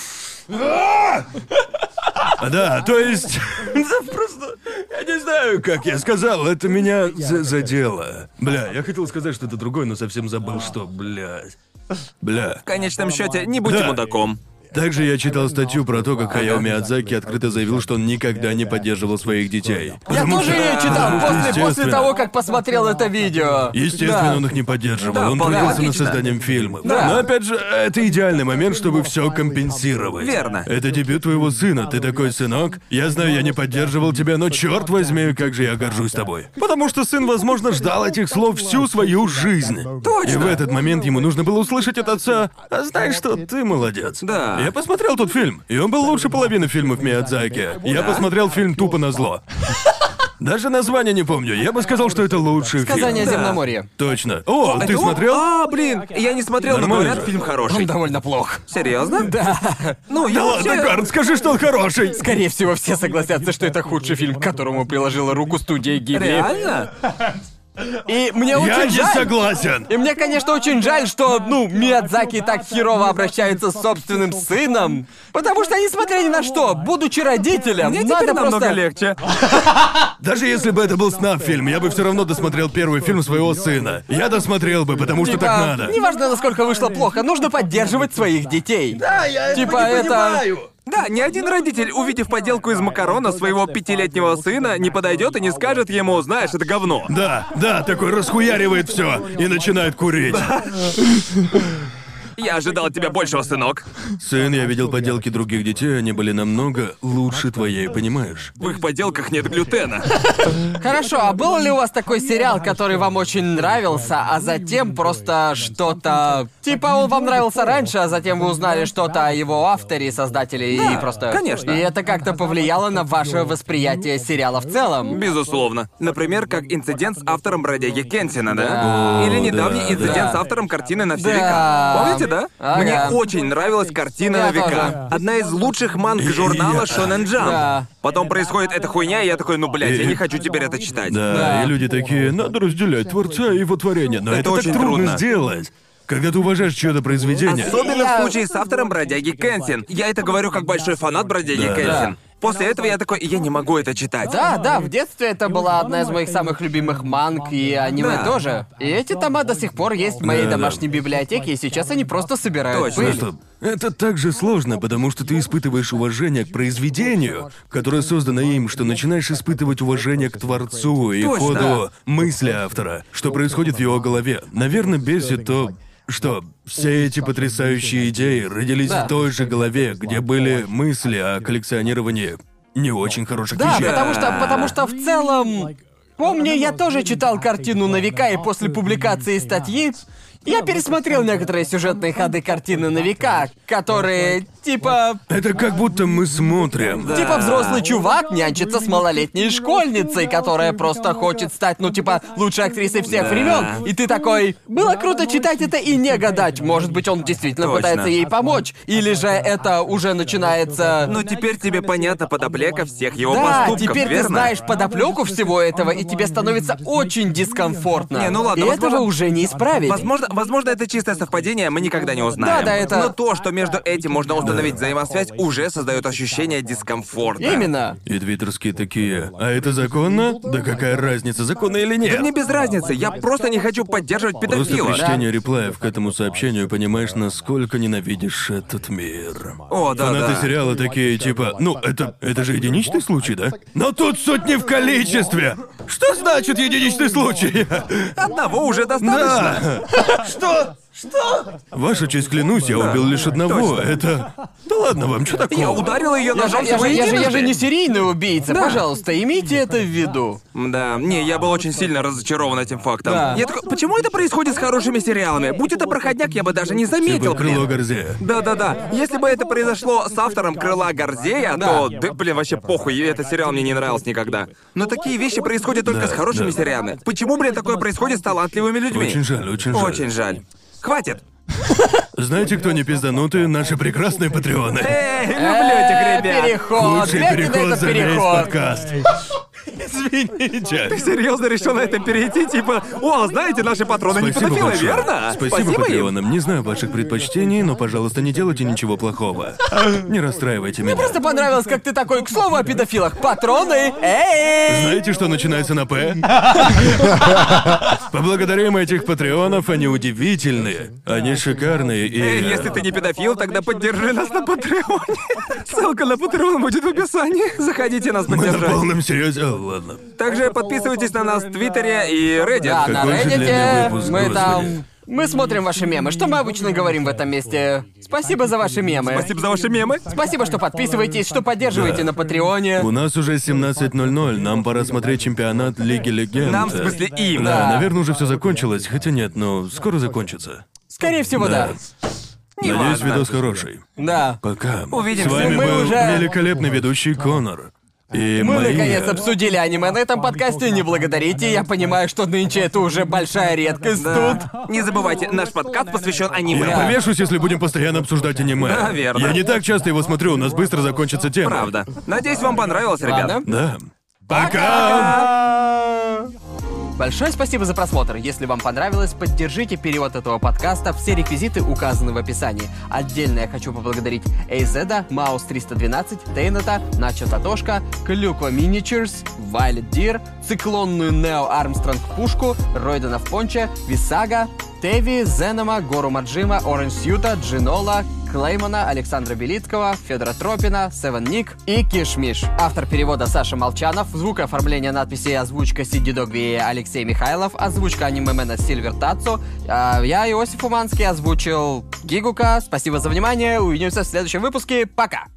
Да, то есть... это просто... Я не знаю, как я сказал, это меня за- задело. Бля, я хотел сказать что-то другое, но совсем забыл, что, блядь. Бля. В конечном счете, не будьте Да. мудаком. Также я читал статью про то, как Хаяо Миядзаки открыто заявил, что он никогда не поддерживал своих детей. Я Потому тоже что- ее читал потому что, после, после естественно, того, как посмотрел это видео. Естественно, Да. он их не поддерживал. Да, он вполне трудился над логично. созданием фильмов. Да. Но опять же, это идеальный момент, чтобы все компенсировать. Верно. Это дебют твоего сына. Ты такой, сынок, я знаю, я не поддерживал тебя, но черт возьми, как же я горжусь тобой. Потому что сын, возможно, ждал этих слов всю свою жизнь. Точно. И в этот момент ему нужно было услышать от отца: а знаешь что, ты молодец. Да. Я посмотрел тот фильм, и он был лучше половины фильмов Миядзаки. Я посмотрел фильм тупо назло. Даже название не помню. Я бы сказал, что это лучший Сказание фильм. земноморья. Точно. О, ты Это он? смотрел? А, блин, я не смотрел, но Нормально говорят, же. фильм Он хороший. довольно плох. Серьезно? Да. Ну, я Да ладно, вообще... Карн, скажи, что он хороший. Скорее всего, все согласятся, что это худший фильм, к которому приложила руку студия Гибли. Реально? И мне очень Я не жаль. согласен. И мне, конечно, очень жаль, что, ну, Миядзаки так херово обращается с собственным сыном. Потому что, несмотря ни на что, будучи родителем, Мне надо теперь намного просто... легче. Даже если бы это был снаф-фильм, я бы все равно досмотрел первый фильм своего сына. Я досмотрел бы, потому что Типа, так надо. неважно, насколько вышло плохо, нужно поддерживать своих детей. Да, я Типа, это... Да, ни один родитель, увидев поделку из макарона своего пятилетнего сына, не подойдет и не скажет ему, знаешь, это говно. Да, да, такой расхуяривает все и начинает курить. Я ожидал от тебя большего, сынок. Сын, я видел поделки других детей, они были намного лучше твоей, понимаешь? В их поделках нет глютена. Хорошо, а был ли у вас такой сериал, который вам очень нравился, а затем просто что-то... Типа он вам нравился раньше, а затем вы узнали что-то о его авторе, создателе, и Да, просто... конечно. И это как-то повлияло на ваше восприятие сериала в целом? Безусловно. Например, как инцидент с автором «Бродяги Кенсина», да? Да. Или О, недавний да, инцидент да. с автором картины «На все Да. века». Помните, да? Ага. Мне очень нравилась картина Я «На века». тоже. Одна из лучших манг журнала Shonen Jump. Да. Потом происходит эта хуйня, и я такой, ну, блядь, я не хочу теперь это читать. Да, Да. и люди такие, надо разделять творца и его творение, но Это это, очень так трудно трудно. сделать. Когда ты уважаешь чьё-то произведение. Особенно Я- в случае с автором «Бродяги Кэнсин». Я это говорю как большой фанат «Бродяги Да. Кэнсин». После этого я такой, я не могу это читать. Да, да, в детстве это была одна из моих самых любимых манг и аниме Да. тоже. И эти тома до сих пор есть в моей Да, да. домашней библиотеке, и сейчас они просто собирают Точно. пыль. Что? Это так же сложно, потому что ты испытываешь уважение к произведению, которое создано им, что начинаешь испытывать уважение к творцу и Точно. ходу мысли автора, что происходит в его голове. Наверное, бесит то, что все эти потрясающие идеи родились Да. в той же голове, где были мысли о коллекционировании не очень хороших Да, вещей. потому что, потому что в целом... Помню, я тоже читал картину «На века», и после публикации статьи я пересмотрел некоторые сюжетные ходы картины «На века», которые, типа... Это как будто мы смотрим. Типа взрослый чувак нянчится с малолетней школьницей, которая просто хочет стать, ну типа, лучшей актрисой всех Да. времен. И ты такой, было круто читать это и не гадать. Может быть, он действительно Точно. пытается ей помочь. Или же это уже начинается... Но теперь тебе понятна подоплека всех его Да, поступков, теперь верно? ты знаешь подоплеку всего этого, и тебе становится очень дискомфортно. Не, ну ладно, и возможно- этого уже не исправить. Возможно, возможно, это чистое совпадение, мы никогда не узнаем. Да, да, это- Но то, что между этим можно установить взаимосвязь, уже создает ощущение дискомфорта. Именно. И твиттерские такие, а это законно? Да какая разница, законно или нет? Да мне без разницы, я просто не хочу поддерживать Просто педофила. при чтении реплаев к этому сообщению понимаешь, насколько ненавидишь этот мир. О, да, Фанаты да. сериала такие, типа, ну, это, это же единичный случай, да? Но тут сотни в количестве! Что значит единичный случай? Одного уже достаточно. Да! Что? Что? Ваша честь, клянусь, я убил лишь одного. Это... Да ладно вам, что такого? Я ударил ее Я же, ножом я, всего же, я, же, я же единожды. не серийный убийца, пожалуйста, имейте это в виду. Да, не, я был очень сильно разочарован этим фактом. Да. Я такой, почему это происходит с хорошими сериалами? Будь это проходняк, я бы даже не заметил, Типа крыло блин. Горзея. Да-да-да. Если бы это произошло с автором «Крыла Горзея», Да. то, да, блин, вообще похуй, и этот сериал мне не нравился никогда. Но такие вещи происходят только Да, с хорошими да. сериалами. Почему, блин, такое происходит с талантливыми людьми? Очень жаль, очень жаль. Очень жаль. Хватит. Знаете, кто не пизданутые? Наши прекрасные патреоны. Эй, люблю Э, этих ребят. Переход, Лучший гляньте на переход этот за весь переход. подкаст. Извините. Ты серьезно решил на этом перейти? Типа, о, знаете, наши патроны не Спасибо педофилы, большое. верно? Спасибо, им. патреонам. Не знаю ваших предпочтений, но, пожалуйста, не делайте ничего плохого. Не расстраивайте меня. Просто понравилось, как ты такой, к слову о педофилах. Патроны! Эй! Знаете, что начинается на «П»? Поблагодарим этих патреонов, они удивительные. Они шикарные и... Эй, если ты не педофил, тогда поддержи нас на Патреоне. Ссылка на Патреон будет в описании. Заходите нас Мы на поддержать. полном серьезе. О, ладно. Также подписывайтесь на нас в Твиттере и Reddit. Да, на Какой же длинный Reddit выпуск, мы господи. там... Мы смотрим ваши мемы. Что мы обычно говорим в этом месте? Спасибо за ваши мемы. Спасибо за ваши мемы. Спасибо, что подписываетесь, что поддерживаете Да. на Патреоне. У нас уже семнадцать ноль ноль, нам пора смотреть чемпионат Лиги Легенд. Нам, в смысле, им. Да, Да. наверное, уже все закончилось, хотя нет, но скоро закончится. Скорее всего, да. Надеюсь, Неважно. видос хороший. Да. Пока. Увидимся. С вами Мы был уже- великолепный ведущий Конор. И Мы мои... наконец обсудили аниме на этом подкасте, не благодарите, я понимаю, что нынче это уже большая редкость тут. Не забывайте, наш подкаст посвящен аниме. Я повешусь, если будем постоянно обсуждать аниме. Да, верно. Я не так часто его смотрю, у нас быстро закончится тема. Правда. Надеюсь, вам понравилось, ребят. Ладно. Да. Пока! А. Большое спасибо за просмотр. Если вам понравилось, поддержите перевод этого подкаста. Все реквизиты указаны в описании. Отдельно я хочу поблагодарить Эйзеда, Маус триста двенадцать, Тейната, Начо Сатошка, Клюква Миничерс, Вайлет Дир, циклонную Нео Армстронг пушку, Ройдена в Понче, Висага, Теви, Зенома, Гору Маджима, Оранж Сьюта, Джинола, Клеймона, Александра Белицкого, Федора Тропина, Севен Ник и Кишмиш. Автор перевода Саша Молчанов, звук оформления надписи и озвучка Сиди Догви и Алексей Михайлов, озвучка анимемена Сильвер Тацу. А я, Иосиф Уманский, озвучил Гигука. Спасибо за внимание, увидимся в следующем выпуске. Пока!